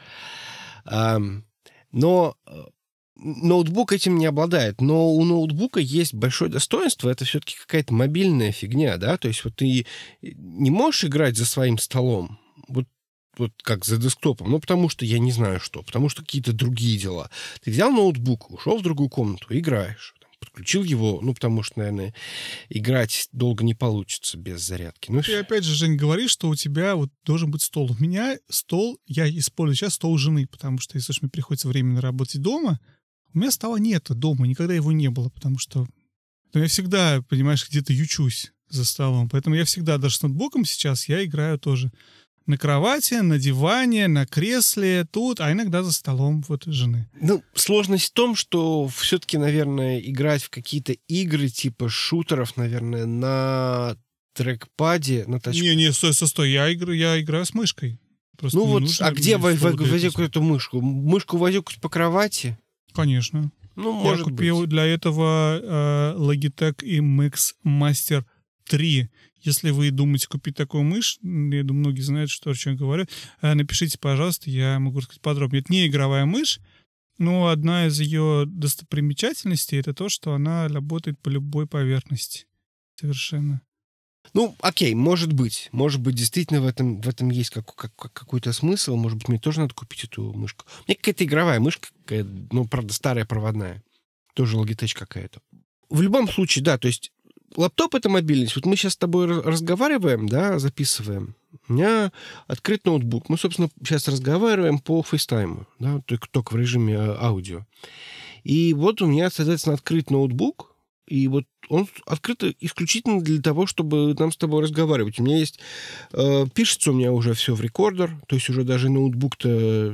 [SPEAKER 1] Но ноутбук этим не обладает, но у ноутбука есть большое достоинство, это все-таки какая-то мобильная фигня, да, то есть вот ты не можешь играть за своим столом, вот, вот как за десктопом, ну, потому что я не знаю что, потому что какие-то другие дела. Ты взял ноутбук, ушел в другую комнату, играешь, подключил его, ну, потому что, наверное, играть долго не получится без зарядки. Ну,
[SPEAKER 2] Ты опять же, Жень, говоришь, что у тебя вот должен быть стол. У меня стол, я использую сейчас стол жены, потому что если уж мне приходится временно работать дома, у меня стола нет дома, никогда его не было, потому что ну, я всегда, понимаешь, где-то ючусь за столом. Поэтому я всегда, даже с ноутбуком сейчас, я играю тоже на кровати, на диване, на кресле, тут, а иногда за столом вот жены.
[SPEAKER 1] Ну, сложность в том, что все-таки, наверное, играть в какие-то игры типа шутеров, наверное, на трекпаде, на тачпаде.
[SPEAKER 2] Не-не, стой, стой, стой, я играю, я играю с мышкой. Просто
[SPEAKER 1] ну вот,
[SPEAKER 2] нужно
[SPEAKER 1] а где возьму
[SPEAKER 2] этого.
[SPEAKER 1] эту мышку? Мышку возьму по кровати?
[SPEAKER 2] Конечно.
[SPEAKER 1] Ну,
[SPEAKER 2] я
[SPEAKER 1] может
[SPEAKER 2] купил
[SPEAKER 1] быть.
[SPEAKER 2] для этого э, Logitech эм икс Master три. Если вы думаете купить такую мышь, я думаю, многие знают, что, о чем я говорю, э, напишите, пожалуйста, я могу рассказать подробнее. Это не игровая мышь, но одна из ее достопримечательностей — это то, что она работает по любой поверхности. Совершенно.
[SPEAKER 1] Ну, окей, может быть. Может быть, действительно в этом, в этом есть как, как, какой-то смысл. Может быть, мне тоже надо купить эту мышку. У меня какая-то игровая мышка, ну, правда, старая проводная. Тоже Logitech какая-то. В любом случае, да, то есть лаптоп — это мобильность. Вот мы сейчас с тобой разговариваем, да, записываем. У меня открыт ноутбук. Мы, собственно, сейчас разговариваем по фейстайму, да, только, только в режиме аудио. И вот у меня, соответственно, открыт ноутбук, и вот он открыт исключительно для того, чтобы нам с тобой разговаривать. У меня есть... Э, пишется у меня уже все в рекордер, то есть уже даже ноутбук-то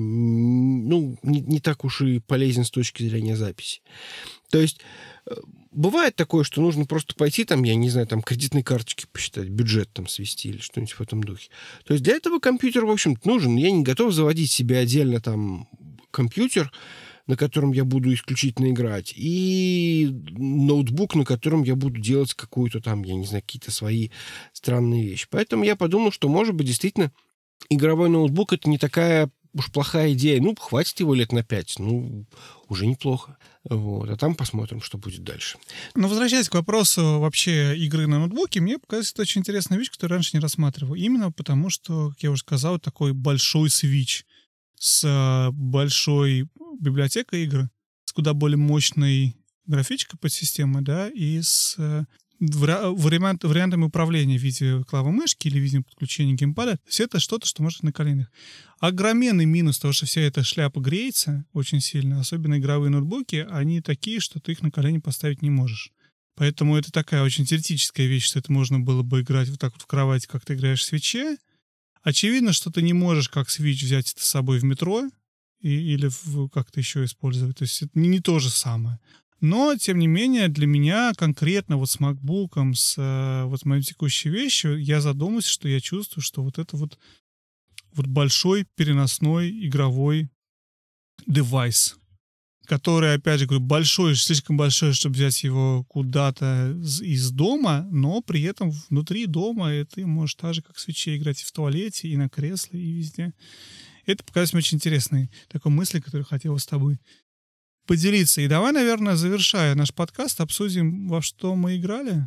[SPEAKER 1] ну, не, не так уж и полезен с точки зрения записи. То есть э, бывает такое, что нужно просто пойти там, я не знаю, там кредитные карточки посчитать, бюджет там свести или что-нибудь в этом духе. То есть для этого компьютер, в общем-то, нужен. Я не готов заводить себе отдельно там компьютер, на котором я буду исключительно играть, и ноутбук, на котором я буду делать какую-то там, я не знаю, какие-то свои странные вещи. Поэтому я подумал, что, может быть, действительно, игровой ноутбук — это не такая уж плохая идея. Ну, хватит его лет на пять. Ну, уже неплохо. Вот. А там посмотрим, что будет дальше.
[SPEAKER 2] Но возвращаясь к вопросу вообще игры на ноутбуке, мне показалось, это очень интересная вещь, которую раньше не рассматривал. Именно потому, что, как я уже сказал, такой большой свич с большой библиотекой игр, с куда более мощной графической подсистемой, да, и с вариант, вариантами управления в виде клавы мышки или в виде подключения геймпада. То есть это что-то, что может на коленях. Огроменный минус того, что вся эта шляпа греется очень сильно, особенно игровые ноутбуки, они такие, что ты их на колени поставить не можешь. Поэтому это такая очень теоретическая вещь, что это можно было бы играть вот так вот в кровати, как ты играешь в свитче. Очевидно, что ты не можешь как свитч взять это с собой в метро и, или в, как-то еще использовать. То есть это не, не то же самое. Но, тем не менее, для меня конкретно вот с MacBook'ом, с вот моей текущей вещью, я задумался, что я чувствую, что вот это вот, вот большой переносной игровой девайс, который, опять же, говорю, большой, слишком большой, чтобы взять его куда-то из дома, но при этом внутри дома ты можешь так же, как в свитче, играть и в туалете, и на кресле, и везде. Это показалось мне очень интересной такой мыслью, которую хотел с тобой поделиться. И давай, наверное, завершая наш подкаст, обсудим, во что мы играли.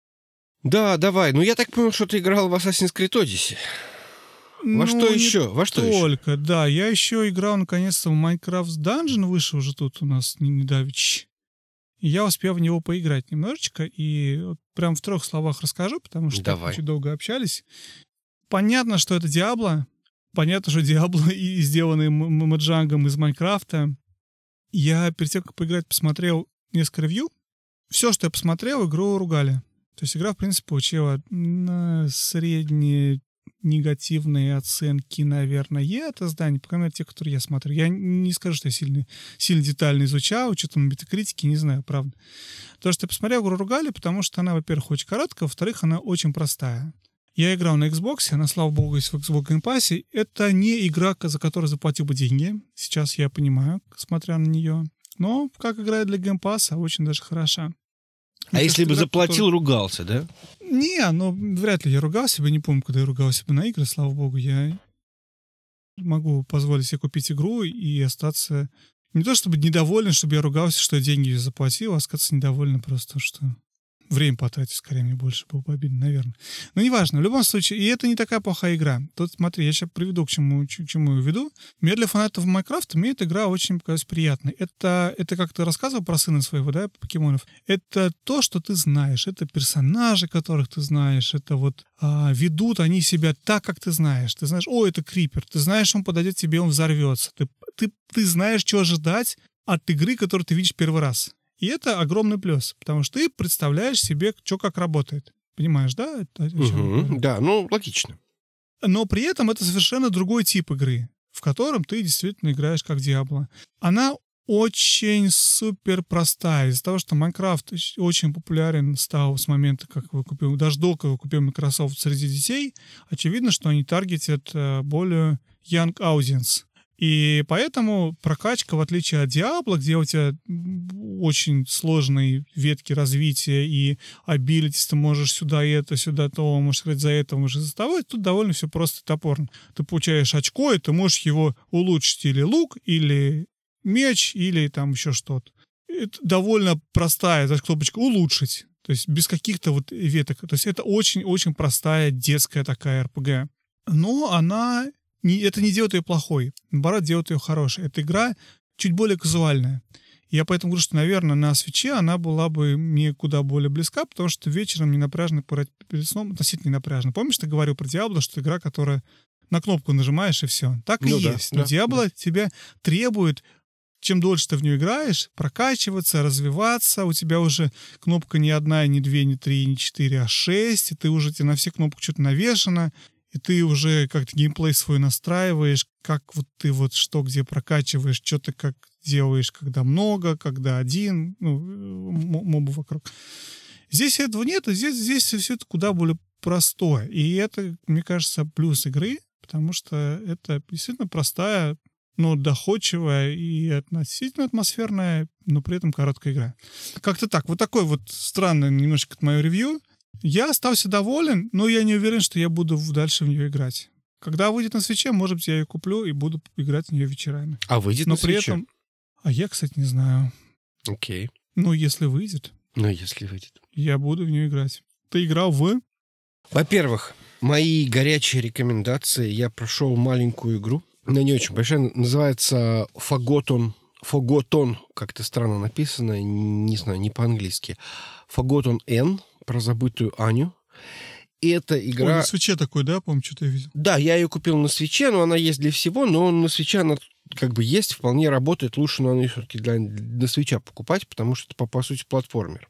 [SPEAKER 1] Да, давай. Ну, я так понял, что ты играл в Assassin's Creed Odyssey. Во
[SPEAKER 2] Ну,
[SPEAKER 1] что
[SPEAKER 2] не
[SPEAKER 1] еще? Во что еще?
[SPEAKER 2] Только, да. Я еще играл, наконец-то, в Minecraft Dungeon, вышел уже тут у нас недавеча. И я успел в него поиграть немножечко, и вот прям в трех словах расскажу, потому что
[SPEAKER 1] Давай.
[SPEAKER 2] очень долго общались. Понятно, что это Диабло. Понятно, что Диабло и сделанный Маджангом из Майнкрафта. Я перед тем, как поиграть, посмотрел несколько ревью. Все, что я посмотрел, игру ругали. То есть игра, в принципе, получила на средние негативные оценки, наверное, от изданий, по крайней мере, те, которые я смотрю. Я не скажу, что я сильно, сильно детально изучал, что-то на метакритике, не знаю, правда. То, что я посмотрел, игру ругали, потому что она, во-первых, очень короткая, во-вторых, она очень простая. Я играл на Xbox, она, слава богу, есть в Xbox Game Pass. Это не игра, за которую заплатил бы деньги. Сейчас я понимаю, смотря на нее. Но, как игра для Game Pass, очень даже хороша.
[SPEAKER 1] А
[SPEAKER 2] Мне
[SPEAKER 1] если
[SPEAKER 2] кажется,
[SPEAKER 1] бы
[SPEAKER 2] игра,
[SPEAKER 1] заплатил,
[SPEAKER 2] которая...
[SPEAKER 1] ругался, да?
[SPEAKER 2] Не, ну, вряд ли я ругался бы. Не помню, когда я ругался бы на игры, слава богу. Я могу позволить себе купить игру и остаться... Не то чтобы недоволен, чтобы я ругался, что я деньги заплатил, а остаться недовольным просто, что... Время потратить, скорее, мне больше было бы обидно, наверное. Но неважно, в любом случае, и это не такая плохая игра. Тут, смотри, я сейчас приведу, к чему, к чему я веду. Мне для фанатов Майнкрафта, мне эта игра очень показалась приятной. Это, это как ты рассказывал про сына своего, да, покемонов. Это то, что ты знаешь. Это персонажи, которых ты знаешь. Это вот а, ведут они себя так, как ты знаешь. Ты знаешь, о, это крипер. Ты знаешь, он подойдет к тебе, он взорвется. Ты, ты, ты знаешь, что ожидать от игры, которую ты видишь первый раз. И это огромный плюс, потому что ты представляешь себе, что как работает. Понимаешь, да? Это,
[SPEAKER 1] угу, да, ну, логично.
[SPEAKER 2] Но при этом это совершенно другой тип игры, в котором ты действительно играешь как Диабло. Она очень супер простая. Из-за того, что Майнкрафт очень популярен стал с момента, как его купил, даже до того, как купил Microsoft среди детей, очевидно, что они таргетят более young audience. И поэтому прокачка, в отличие от Diablo, где у тебя очень сложные ветки развития и abilities, ты можешь сюда это, сюда то, можешь сказать, за это, можешь за того, тут довольно все просто топорно. Ты получаешь очко, и ты можешь его улучшить или лук, или меч, или там еще что-то. Это довольно простая, знаешь, кнопочка «улучшить». То есть без каких-то вот веток. То есть это очень-очень простая детская такая эр пи джи. Но она... Не, это не делает ее плохой, наоборот, делает ее хорошей. Эта игра чуть более казуальная. Я поэтому говорю, что, наверное, на свитче она была бы мне куда более близка, потому что вечером не напряжно перед сном, относительно не напряжно. Помнишь, ты говорил про Diablo, что это игра, которая на кнопку нажимаешь, и все. Так и ну, есть. Да, Но да, Diablo да. тебя требует, чем дольше ты в нее играешь, прокачиваться, развиваться. У тебя уже кнопка не одна, не две, не три, не четыре, а шесть, и ты уже тебе на все кнопки что-то навешано. И ты уже как-то геймплей свой настраиваешь, как вот ты вот что где прокачиваешь, что ты как делаешь, когда много, когда один, ну, мобы вокруг. Здесь этого нет, здесь, здесь все это куда более простое. И это, мне кажется, плюс игры, потому что это действительно простая, но доходчивая и относительно атмосферная, но при этом короткая игра. Как-то так. Вот такой вот странный немножечко мое ревью. Я остался доволен, но я не уверен, что я буду дальше в нее играть. Когда выйдет на свитче, может быть, я ее куплю и буду играть в нее вечерами.
[SPEAKER 1] А выйдет
[SPEAKER 2] но
[SPEAKER 1] на свитче?
[SPEAKER 2] При этом... А я, кстати, не знаю.
[SPEAKER 1] Окей.
[SPEAKER 2] Ну, если выйдет.
[SPEAKER 1] Ну, если выйдет.
[SPEAKER 2] Я буду в нее играть. Ты играл в...
[SPEAKER 1] Во-первых, мои горячие рекомендации. Я прошел маленькую игру. Она не очень большая. Называется Forgotten. Forgotten. Как-то странно написано. Не знаю, не по-английски. Forgotten N. Про забытую Аню. И эта игра...
[SPEAKER 2] О, на свитче такой, да? Помню, что-то я видел.
[SPEAKER 1] Да, я ее купил на свитче, но она есть для всего, но на свитче она как бы есть, вполне работает. Лучше, но она все-таки для, для свитча покупать, потому что это, по, по сути, платформер.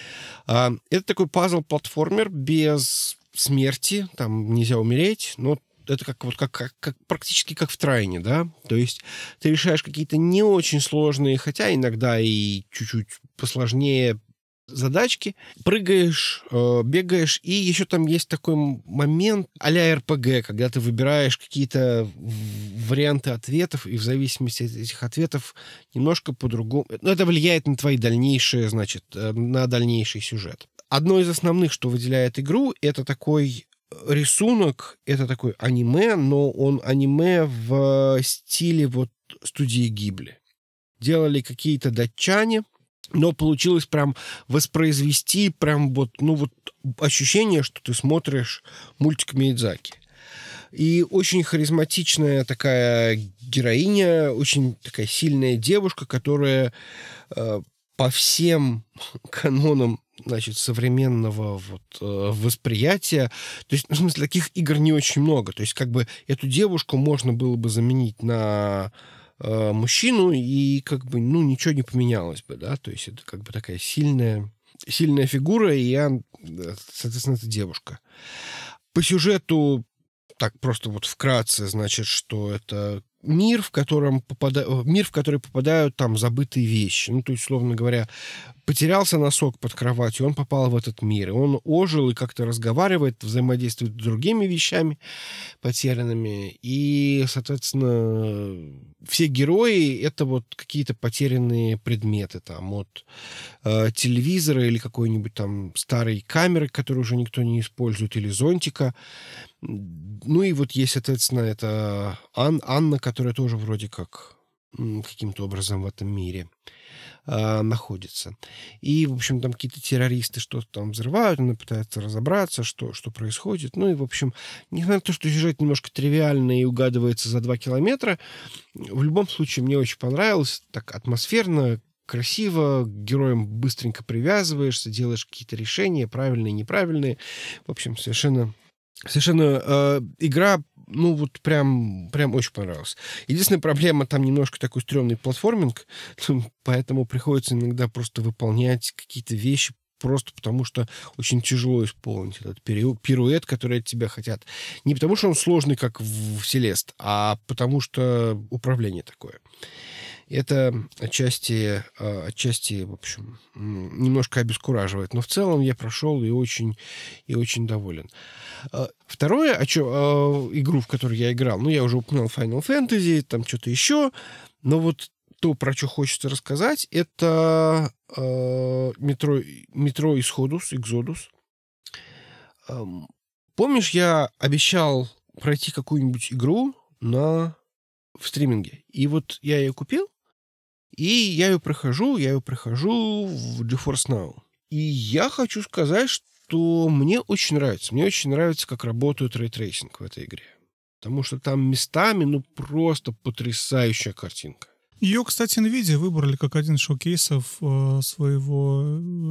[SPEAKER 1] А, это такой пазл-платформер без смерти, там нельзя умереть, но это как, вот, как, как, как, практически как в Трайне, да? То есть ты решаешь какие-то не очень сложные, хотя иногда и чуть-чуть посложнее задачки, прыгаешь, э, бегаешь, и еще там есть такой момент а-ля эр пи джи, когда ты выбираешь какие-то варианты ответов, и в зависимости от этих ответов немножко по-другому... Ну, это влияет на твои дальнейшие, значит, на дальнейший сюжет. Одно из основных, что выделяет игру, это такой рисунок, это такой аниме, но он аниме в стиле вот студии Гибли. делали какие-то датчане, но получилось прям воспроизвести прям вот, ну вот ощущение, что ты смотришь мультик Миядзаки. И очень харизматичная такая героиня, очень такая сильная девушка, которая э, по всем канонам, значит, современного вот, э, восприятия, то есть, в смысле, таких игр не очень много. То есть, как бы, эту девушку можно было бы заменить на э, мужчину, и, как бы, ну, ничего не поменялось бы, да, то есть, это, как бы, такая сильная, сильная фигура, и я, соответственно, это девушка. По сюжету так просто вот вкратце, значит, что это мир, в котором попада... мир, в который попадают там забытые вещи. Ну, то есть, условно говоря, потерялся носок под кроватью, он попал в этот мир. И он ожил и как-то разговаривает, взаимодействует с другими вещами потерянными. И, соответственно, все герои — это вот какие-то потерянные предметы. Там от э, телевизора или какой-нибудь там старой камеры, которую уже никто не использует, или зонтика. Ну и вот есть, соответственно, это Ан- Анна, которая тоже вроде как м, каким-то образом в этом мире а, находится. И, в общем, там какие-то террористы что-то там взрывают, она пытается разобраться, что, что происходит. Ну и, в общем, несмотря на то, что сюжет немножко тривиальный и угадывается за два километра, в любом случае мне очень понравилось, так атмосферно, красиво, к героям быстренько привязываешься, делаешь какие-то решения, правильные, неправильные. В общем, совершенно... Совершенно э, игра, ну, вот прям, прям очень понравилась. Единственная проблема, там немножко такой стрёмный платформинг, поэтому приходится иногда просто выполнять какие-то вещи, просто потому что очень тяжело исполнить этот пируэт, который от тебя хотят. Не потому что он сложный, как в Селест, а потому что управление такое. Это отчасти, отчасти, в общем, немножко обескураживает. Но в целом я прошел и очень, и очень доволен. Второе, о чем, игру, в которую я играл, ну, я уже упоминал Final Fantasy, там что-то еще, но вот то, про что хочется рассказать, это метро, метро Исходус, Exodus. Помнишь, я обещал пройти какую-нибудь игру на... в стриминге? И вот я ее купил, и я ее прохожу, я ее прохожу в GeForce Now. И я хочу сказать, что мне очень нравится. Мне очень нравится, как работает рейтрейсинг в этой игре. Потому что там местами, ну, просто потрясающая картинка.
[SPEAKER 2] Ее, кстати, NVIDIA выбрали как один из шоу-кейсов э, своего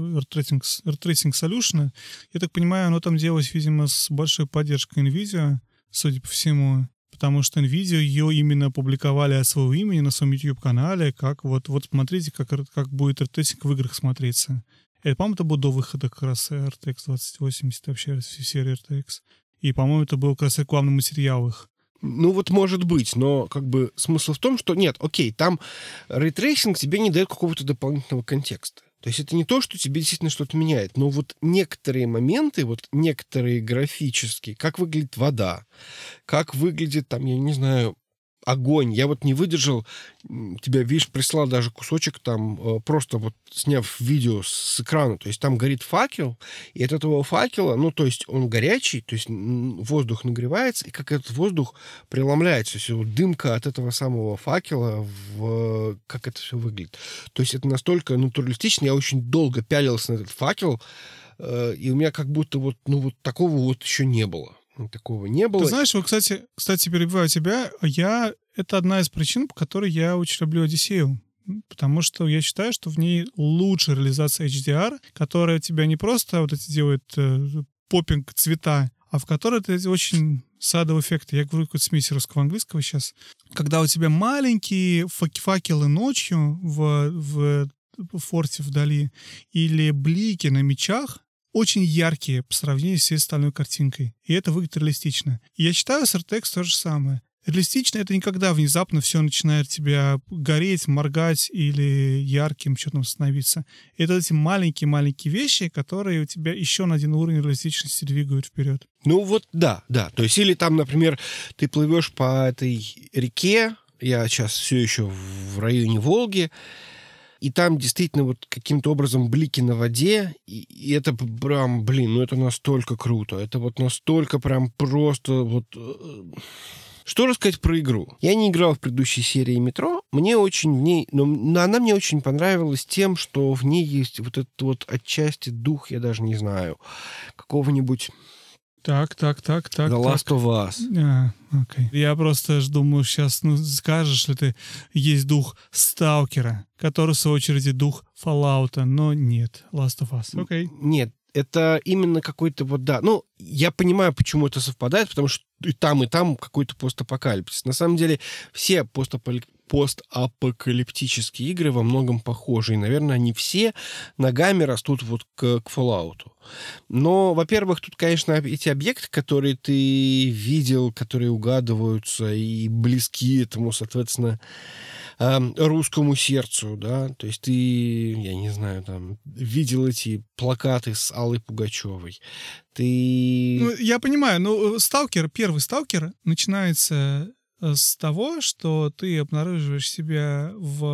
[SPEAKER 2] Ray Tracing Solution. Я так понимаю, оно там делалось, видимо, с большой поддержкой NVIDIA, судя по всему. Потому что NVIDIA ее именно опубликовали от своего имени на своем YouTube-канале, как вот, вот смотрите, как, как будет эр ти экс в играх смотреться. Это, по-моему, это было до выхода как раз эр ти экс двадцать восемьдесят, вообще серии эр ти экс. И, по-моему, это был как раз рекламный материал их.
[SPEAKER 1] Ну вот может быть, но как бы смысл в том, что нет, окей, там рейтрейсинг тебе не дает какого-то дополнительного контекста. То есть это не то, что тебе действительно что-то меняет, но вот некоторые моменты, вот некоторые графические, как выглядит вода, как выглядит там, я не знаю, огонь. Я вот не выдержал, тебя, видишь, прислал даже кусочек там, просто вот сняв видео с экрана, то есть там горит факел, и от этого факела, ну, то есть он горячий, то есть воздух нагревается, и как этот воздух преломляется, то есть вот дымка от этого самого факела, в... как это все выглядит. То есть это настолько натуралистично, я очень долго пялился на этот факел, и у меня как будто вот, ну, вот такого вот еще не было. Такого не было.
[SPEAKER 2] Ты знаешь, вот, кстати, кстати, перебиваю тебя, я... Это одна из причин, по которой я очень люблю Одиссею. Потому что я считаю, что в ней лучшая реализация эйч ди ар, которая тебя не просто вот эти делает э, поппинг цвета, а в которой это очень садовый эффект. Я говорю какой-то смеси русского английского сейчас. Когда у тебя маленькие факелы ночью в, в, в форте вдали или блики на мечах, очень яркие по сравнению с всей остальной картинкой. И это выглядит реалистично. И я считаю, с эр ти экс то же самое. Реалистично — это не когда внезапно все начинает тебя гореть, моргать или ярким что-то становиться. Это эти маленькие-маленькие вещи, которые у тебя еще на один уровень реалистичности двигают вперед.
[SPEAKER 1] Ну вот да, да. То есть или там, например, ты плывешь по этой реке, я сейчас все еще в районе Волги, и там действительно вот каким-то образом блики на воде, и, и это прям, блин, ну это настолько круто, это вот настолько прям просто вот, Что рассказать про игру? Я не играл в предыдущей серии «Метро». Мне очень в ней... Но, но она мне очень понравилась тем, что в ней есть вот этот вот отчасти дух, я даже не знаю, какого-нибудь...
[SPEAKER 2] Так, так, так, так.
[SPEAKER 1] The Last
[SPEAKER 2] так.
[SPEAKER 1] of Us.
[SPEAKER 2] А, окей. Я просто ж думаю, сейчас ну, скажешь ли ты, есть дух Сталкера, который, в свою очередь, дух Fallout, но нет, Last of Us. Окей.
[SPEAKER 1] Нет, это именно какой-то вот, да. Ну, я понимаю, почему это совпадает, потому что и там, и там какой-то постапокалипсис. На самом деле, все постапокалип... постапокалиптические игры во многом похожи. И, наверное, они все ногами растут вот к, к Fallout. Но, во-первых, тут, конечно, эти объекты, которые ты видел, которые угадываются и близки этому, соответственно, русскому сердцу, да, то есть ты, я не знаю, там, видел эти плакаты с Аллой Пугачевой, ты...
[SPEAKER 2] Ну, я понимаю, но сталкер, первый сталкер начинается с того, что ты обнаруживаешь себя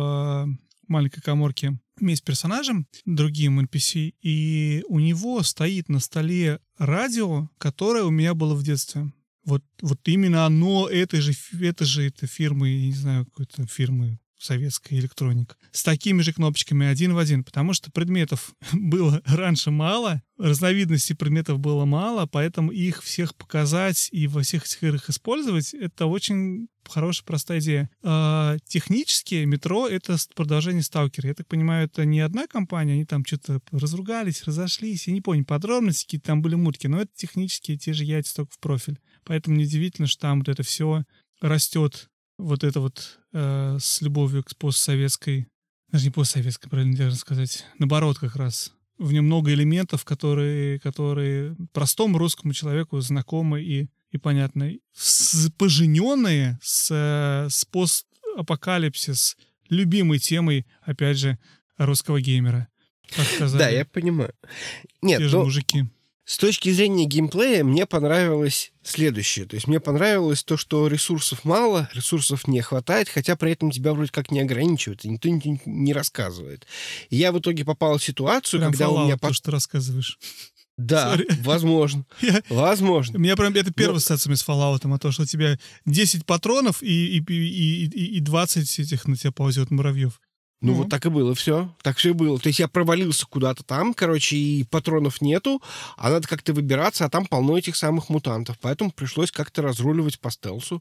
[SPEAKER 2] в маленькой каморке вместе с персонажем, другим эн пи си, и у него стоит на столе радио, которое у меня было в детстве. Вот, вот именно оно, этой же, это же это фирмы, я не знаю, какой-то фирмы советская электроника, с такими же кнопочками один в один, потому что предметов было раньше мало, разновидностей предметов было мало, поэтому их всех показать и во всех этих играх использовать — это очень хорошая, простая идея. А, технически метро — это продолжение Сталкера. Я так понимаю, это не одна компания, они там что-то разругались, разошлись, я не помню подробности, какие там были мутки, но это технически те же яйца, только в профиль. Поэтому неудивительно, что там вот это все растет, вот это вот э, с любовью к постсоветской, даже не постсоветской, правильно даже сказать, наоборот как раз. В нем много элементов, которые, которые простому русскому человеку знакомы и, и понятны. С, пожененные с, с постапокалипсис, любимой темой, опять же, русского геймера. Как сказали.
[SPEAKER 1] Да, я понимаю. Нет,
[SPEAKER 2] те же
[SPEAKER 1] но...
[SPEAKER 2] мужики.
[SPEAKER 1] С точки зрения геймплея мне понравилось следующее. То есть мне понравилось то, что ресурсов мало, ресурсов не хватает, хотя при этом тебя вроде как не ограничивают, и никто не, не рассказывает. И я в итоге попал в ситуацию,
[SPEAKER 2] Прям
[SPEAKER 1] когда
[SPEAKER 2] Fallout,
[SPEAKER 1] у меня...
[SPEAKER 2] то, что ты рассказываешь.
[SPEAKER 1] Да,
[SPEAKER 2] Sorry.
[SPEAKER 1] возможно.
[SPEAKER 2] Я...
[SPEAKER 1] Возможно.
[SPEAKER 2] У меня прям это первая
[SPEAKER 1] Но...
[SPEAKER 2] ассоциация с Fallout, а то, что у тебя десять патронов и, и, и, и, и двадцать этих на тебя ползет муравьев.
[SPEAKER 1] Ну,
[SPEAKER 2] Ну,
[SPEAKER 1] вот так и было все. Так все и было. То есть я провалился куда-то там, короче, и патронов нету, а надо как-то выбираться, а там полно этих самых мутантов. Поэтому пришлось как-то разруливать по стелсу.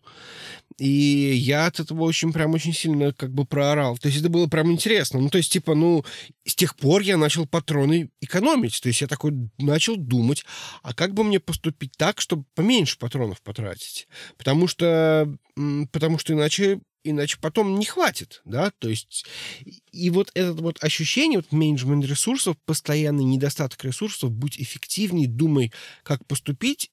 [SPEAKER 1] И я от этого очень, прям очень сильно как бы проорал. То есть это было прям интересно. Ну, то есть, типа, ну, с тех пор я начал патроны экономить. То есть я такой начал думать, а как бы мне поступить так, чтобы поменьше патронов потратить? Потому что, потому что иначе... Иначе потом не хватит, да, то есть и вот это вот ощущение, вот менеджмент ресурсов, постоянный недостаток ресурсов, будь эффективнее, думай, как поступить,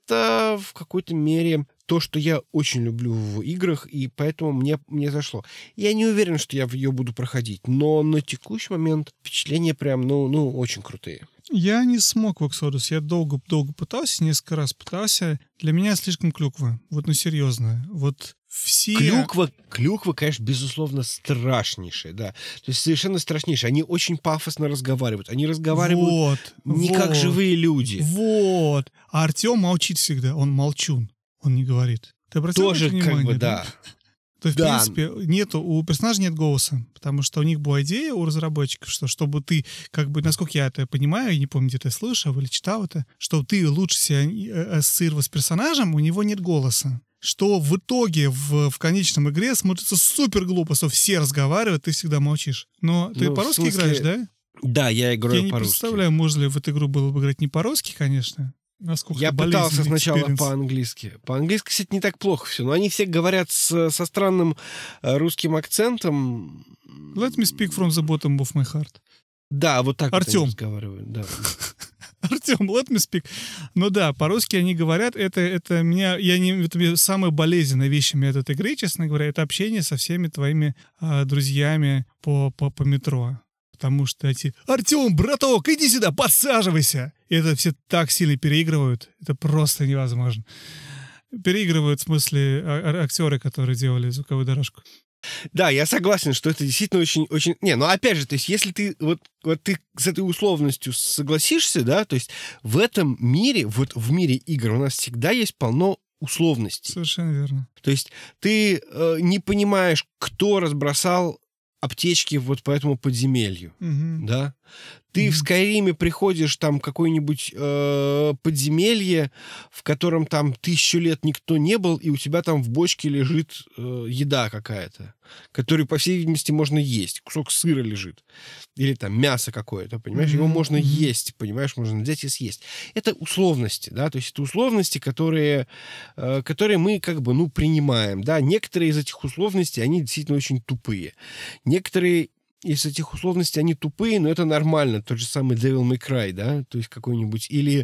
[SPEAKER 1] это в какой-то мере то, что я очень люблю в играх, и поэтому мне, мне зашло. Я не уверен, что я ее буду проходить, но на текущий момент впечатления прям, ну, ну, очень крутые.
[SPEAKER 2] Я не смог в Exodus. Я долго-долго пытался, несколько раз пытался. Для меня слишком клюква. Вот, ну, серьезно. Вот все...
[SPEAKER 1] Клюква, клюква, конечно, безусловно, страшнейшая, да. То есть совершенно страшнейшая. Они очень пафосно разговаривают. Они разговаривают
[SPEAKER 2] вот,
[SPEAKER 1] не
[SPEAKER 2] вот,
[SPEAKER 1] как живые люди.
[SPEAKER 2] Вот. А Артем молчит всегда. Он молчун. Он не говорит. Ты обратил
[SPEAKER 1] Тоже
[SPEAKER 2] внимание,
[SPEAKER 1] как бы,
[SPEAKER 2] да?
[SPEAKER 1] да.
[SPEAKER 2] То есть,
[SPEAKER 1] да.
[SPEAKER 2] в принципе, нету, у персонажа нет голоса, потому что у них была идея у разработчиков, что чтобы ты, как бы, насколько я это понимаю, я не помню, где ты слышал или читал это, что ты лучше себя ассоциировал с персонажем, у него нет голоса. Что в итоге в, в конечном игре смотрится супер глупо, что все разговаривают, ты всегда молчишь. Но ты
[SPEAKER 1] Ну,
[SPEAKER 2] по-русски
[SPEAKER 1] смысле...
[SPEAKER 2] играешь, да?
[SPEAKER 1] Да, я играю
[SPEAKER 2] я не
[SPEAKER 1] по-русски.
[SPEAKER 2] представляю, можно ли в эту игру было бы играть не по-русски, конечно. Насколько
[SPEAKER 1] я пытался сначала
[SPEAKER 2] experience.
[SPEAKER 1] по-английски. По-английски, кстати, не так плохо все, но они все говорят с, со странным э, русским акцентом.
[SPEAKER 2] Let me speak from the bottom of my heart.
[SPEAKER 1] Да, вот так
[SPEAKER 2] Артем.
[SPEAKER 1] вот они разговаривают, да.
[SPEAKER 2] Артем, let me speak. Ну да, по-русски они говорят, это, это меня, я не, это самая болезненная вещь от этой игры, честно говоря, это общение со всеми твоими э, друзьями по, по, по метро. Потому что эти «Артем, браток, иди сюда, подсаживайся!» И это все так сильно переигрывают. Это просто невозможно. Переигрывают, в смысле, а- актеры, которые делали звуковую дорожку.
[SPEAKER 1] Да, я согласен, что это действительно очень... очень... Не, ну опять же, то есть если ты вот, вот ты с этой условностью согласишься, да, то есть в этом мире, вот в мире игр у нас всегда есть полно условностей.
[SPEAKER 2] Совершенно верно.
[SPEAKER 1] То есть ты э, не понимаешь, кто разбросал аптечки вот по этому подземелью,
[SPEAKER 2] Угу.
[SPEAKER 1] да? Ты
[SPEAKER 2] Мгм.
[SPEAKER 1] в Скайриме приходишь, там какое-нибудь э, подземелье, в котором там тысячу лет никто не был, и у тебя там в бочке лежит э, еда какая-то, которую, по всей видимости, можно есть. Кусок сыра лежит. Или там мясо какое-то, понимаешь? Его
[SPEAKER 2] Мгм,
[SPEAKER 1] можно
[SPEAKER 2] мгм.
[SPEAKER 1] есть, понимаешь? Можно взять и съесть. Это условности, да? То есть это условности, которые, э, которые мы как бы, ну, принимаем, да? Некоторые из этих условностей, они действительно очень тупые. Некоторые из этих условностей, они тупые, но это нормально. Тот же самый Devil May Cry, да, то есть какой-нибудь, или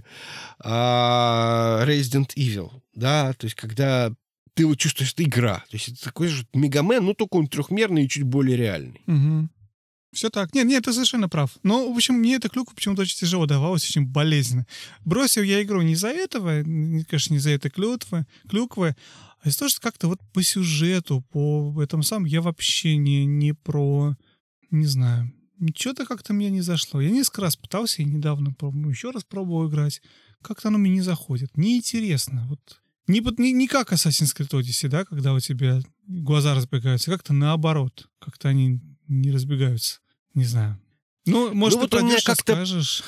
[SPEAKER 1] а, Resident Evil, да, то есть когда ты вот чувствуешь, что это игра. То есть это такой же Мегамен, но только он трехмерный и чуть более реальный.
[SPEAKER 2] Угу. Все так. Нет, нет, ты совершенно прав. Но, в общем, мне эта клюква почему-то очень тяжело давалась, очень болезненно. Бросил я игру не из-за этого, не, конечно, не из-за этой клюквы, клюквы, а из-за того, что как-то вот по сюжету, по этому самому, я вообще не, не про... Не знаю. Что-то как-то мне не зашло. Я несколько раз пытался, и недавно пробовал, еще раз пробовал играть. Как-то оно мне не заходит. Неинтересно. Вот. Не, под- не, не как Assassin's Creed Odyssey, да, когда у тебя глаза разбегаются. Как-то наоборот. Как-то они не разбегаются. Не знаю. Ну, может,
[SPEAKER 1] Ну,
[SPEAKER 2] ты
[SPEAKER 1] вот у меня
[SPEAKER 2] пройдешь,
[SPEAKER 1] как-то-
[SPEAKER 2] расскажешь.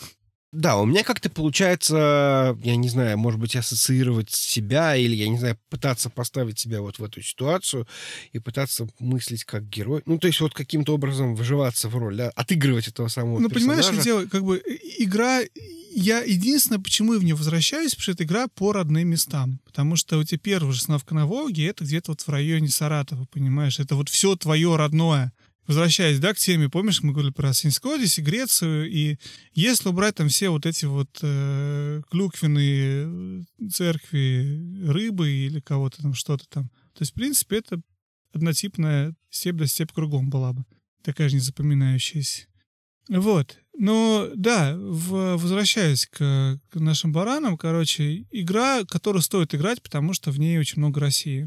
[SPEAKER 1] Да, у меня как-то получается, я не знаю, может быть, ассоциировать себя или, я не знаю, пытаться поставить себя вот в эту ситуацию и пытаться мыслить как герой. Ну, то есть вот каким-то образом вживаться в роль, да, отыгрывать этого самого
[SPEAKER 2] Ну, понимаешь,
[SPEAKER 1] персонажа.
[SPEAKER 2] ли дело, как бы и- игра... Я единственное, почему я в нее возвращаюсь, потому что это игра по родным местам. Потому что у тебя первая же остановка на Волге, это где-то вот в районе Саратова, понимаешь? Это вот все твое родное. Возвращаясь, да, к теме, помнишь, мы говорили про Assassin's Creed, Грецию, и если убрать там все вот эти вот э, клюквенные церкви, рыбы или кого-то там, что-то там, то есть, в принципе, это однотипная степь да степь кругом была бы. Такая же незапоминающаяся. Вот. Но да, в, возвращаясь к, к нашим баранам, короче, игра, которую стоит играть, потому что в ней очень много России.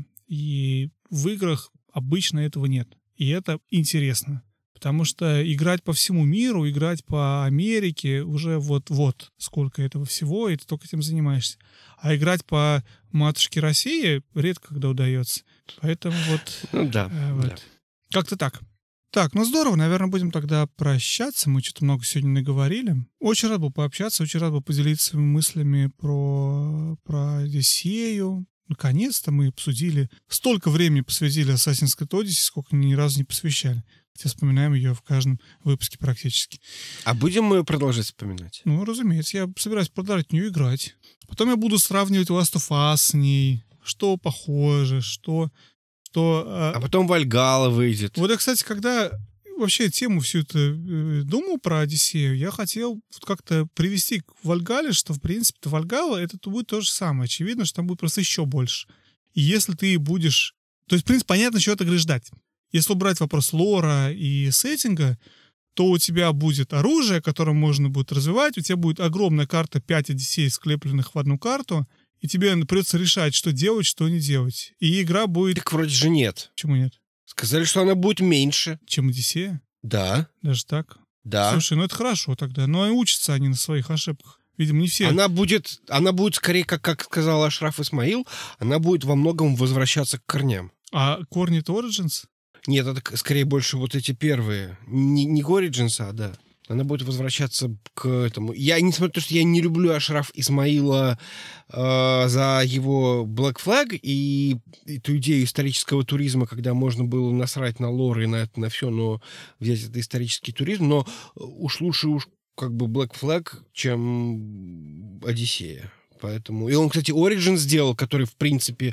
[SPEAKER 2] И в играх обычно этого нет. И это интересно. Потому что играть по всему миру, играть по Америке, уже вот-вот сколько этого всего, и ты только этим занимаешься. А играть по матушке России редко когда удается. Поэтому вот...
[SPEAKER 1] Ну да,
[SPEAKER 2] э, вот.
[SPEAKER 1] да.
[SPEAKER 2] Как-то так. Так, ну здорово, наверное, будем тогда прощаться. Мы что-то много сегодня наговорили. Очень рад был пообщаться, очень рад был поделиться своими мыслями про, про Одиссею. Наконец-то мы обсудили, столько времени посвятили Assassin's Creed Odyssey, сколько ни разу не посвящали. Хотя вспоминаем ее в каждом выпуске практически.
[SPEAKER 1] А будем мы продолжать вспоминать?
[SPEAKER 2] Ну, разумеется, я собираюсь продолжать в нее играть. Потом я буду сравнивать Last of Us с ней. Что похоже, что... что а,
[SPEAKER 1] А потом Вальгалла выйдет.
[SPEAKER 2] Вот я, кстати, когда вообще тему всю эту э, думал про Одиссею, я хотел вот как-то привести к Вальгалле, что, в принципе, Вальгалла — это будет то же самое. Очевидно, что там будет просто еще больше. И если ты будешь... То есть, в принципе, понятно, чего от игры ждать. Если убрать вопрос лора и сеттинга, то у тебя будет оружие, которое можно будет развивать, у тебя будет огромная карта пять Одиссей, склепленных в одну карту, и тебе придется решать, что делать, что не делать. И игра будет...
[SPEAKER 1] Так вроде же нет.
[SPEAKER 2] Почему нет?
[SPEAKER 1] Сказали, что она будет меньше.
[SPEAKER 2] Чем Одиссея?
[SPEAKER 1] Да,
[SPEAKER 2] Даже так?
[SPEAKER 1] да.
[SPEAKER 2] Слушай, ну это хорошо тогда. Но и учатся они на своих ошибках. Видимо, не все.
[SPEAKER 1] Она будет, она будет скорее, как, как сказал Ашраф Исмаил, она будет во многом возвращаться к корням.
[SPEAKER 2] А корни — это Origins?
[SPEAKER 1] Нет, это к- скорее больше вот эти первые. Не, не к Origins, а да. Она будет возвращаться к этому. Я, несмотря на то, что я не люблю Ашраф Исмаила э, за его Black Flag и эту идею исторического туризма, когда можно было насрать на лор и на это, на все, но взять это исторический туризм, но уж лучше уж как бы Black Flag, чем Одиссея. Поэтому... И он, кстати, Origin сделал, который, в принципе,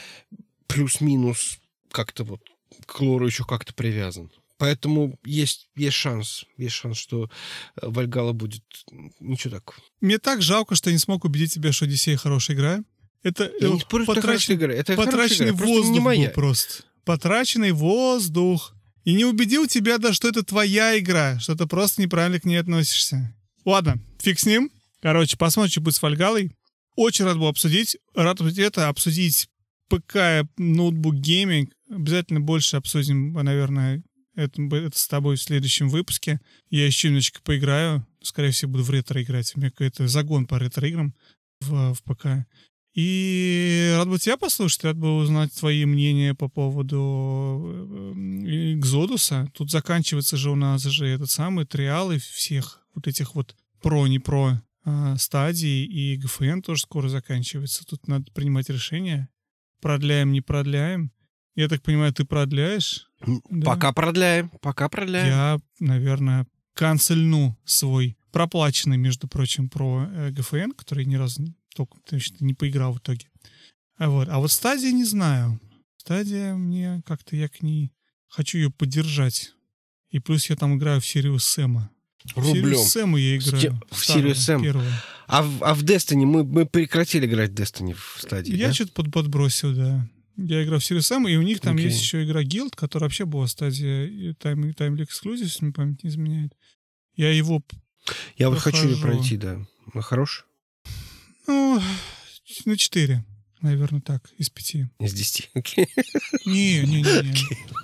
[SPEAKER 1] плюс-минус как-то вот к лору еще как-то привязан. Поэтому есть, есть шанс, есть шанс, что Вальгалла будет ничего так.
[SPEAKER 2] Мне так жалко, что я не смог убедить тебя, что Одиссея хорошая игра. Это
[SPEAKER 1] Я не спорю, что это хорошая игра. Это
[SPEAKER 2] потраченный
[SPEAKER 1] хорошая игра, просто
[SPEAKER 2] воздух
[SPEAKER 1] не моя.
[SPEAKER 2] был просто. Потраченный воздух. И не убедил тебя, да, что это твоя игра, что ты просто неправильно к ней относишься. Ладно, фиг с ним. Короче, посмотрим, что будет с Вальгаллой. Очень рад был обсудить. Рад обсудить это, обсудить ПК, ноутбук, гейминг. Обязательно больше обсудим, наверное, это, это с тобой в следующем выпуске. Я еще немножечко поиграю. Скорее всего, буду в ретро играть. У меня какой-то загон по ретро-играм в, в ПК. И рад бы тебя послушать, рад бы узнать твои мнения по поводу Экзодуса. Тут заканчивается же у нас же этот самый триалы всех вот этих вот про-не про стадий, и ГФН тоже скоро заканчивается. Тут надо принимать решение. Продляем, не продляем. Я так понимаю, ты продляешь?
[SPEAKER 1] Пока да? продляем, пока продляем.
[SPEAKER 2] Я, наверное, канцельну свой проплаченный, между прочим, про ГФН, который ни разу толком не поиграл в итоге. А вот, а вот стадия не знаю. Стадия мне как-то я к ней хочу ее поддержать. И плюс я там играю в Сириус Сэма.
[SPEAKER 1] Рублем.
[SPEAKER 2] В Сириус Сэма я играю.
[SPEAKER 1] В Сириус Сэм. А в, а в Destiny мы, мы прекратили играть в Destiny в стадии,
[SPEAKER 2] Я
[SPEAKER 1] да?
[SPEAKER 2] что-то под, подбросил, да. Я играл в Сириус Сэм, и у них там okay. есть еще игра Guild, которая вообще была стадия Time, Time Exclusive, если мне память не изменяет. Я его
[SPEAKER 1] Я
[SPEAKER 2] прохожу.
[SPEAKER 1] вот хочу ее пройти, да. Ну, хорош?
[SPEAKER 2] Ну, на четыре, наверное, так, из пяти.
[SPEAKER 1] Из десяти, окей. Okay.
[SPEAKER 2] Не, не, не, не.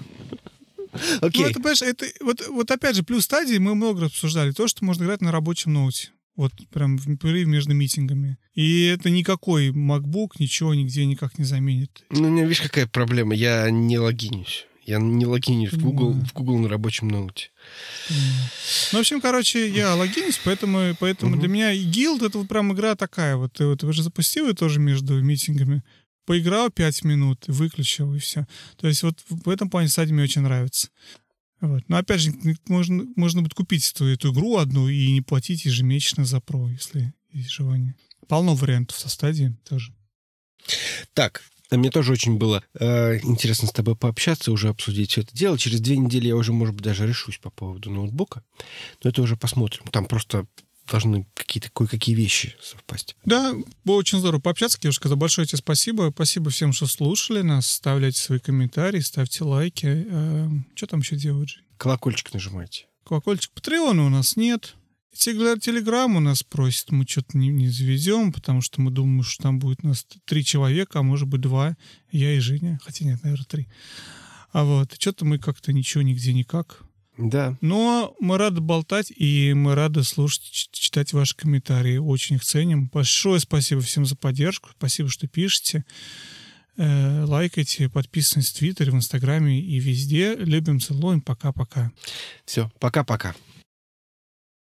[SPEAKER 1] Окей.
[SPEAKER 2] Ну, это, понимаешь, это, вот, вот опять же, плюс стадии мы много обсуждали. То, что можно играть на рабочем ноуте. Вот прям в перерыв между митингами. И это никакой MacBook ничего нигде никак не заменит.
[SPEAKER 1] Ну, у меня, видишь, какая проблема. Я не логинюсь. Я не логинюсь в Google, в Google на рабочем ноуте.
[SPEAKER 2] Ну, в общем, короче, я логинюсь, поэтому, поэтому uh-huh. для меня Guild — это вот прям игра такая. Вот ты, вот, вы же запустил ее тоже между митингами. Поиграл пять минут, выключил, и все. То есть вот в этом плане стадия мне очень нравится. Вот. Но опять же, можно, можно будет купить эту, эту игру одну и не платить ежемесячно за про, если есть желание. Полно вариантов со стадии тоже.
[SPEAKER 1] Так, мне тоже очень было э, интересно с тобой пообщаться, уже обсудить все это дело. Через две недели я уже, может быть, даже решусь по поводу ноутбука. Но это уже посмотрим. Там просто должны какие-то кое-какие вещи совпасть.
[SPEAKER 2] Да, было очень здорово пообщаться, Кирюшка. За большое тебе спасибо. Спасибо всем, что слушали нас. Ставляйте свои комментарии, ставьте лайки. Э, что там еще делать, Жень?
[SPEAKER 1] Колокольчик нажимайте.
[SPEAKER 2] Колокольчик. Патреона у нас нет. Телеграм у нас просит, мы что-то не, не заведем, потому что мы думаем, что там будет у нас три человека, а может быть два. Я и Женя. Хотя нет, наверное, три. А вот. Что-то мы как-то ничего нигде никак.
[SPEAKER 1] Да.
[SPEAKER 2] Но мы рады болтать, и мы рады слушать, читать ваши комментарии. Очень их ценим. Большое спасибо всем за поддержку. Спасибо, что пишете. Э, лайкайте, подписывайтесь в Твиттере, в Инстаграме и везде. Любим, целуем. Пока-пока.
[SPEAKER 1] Все, пока-пока.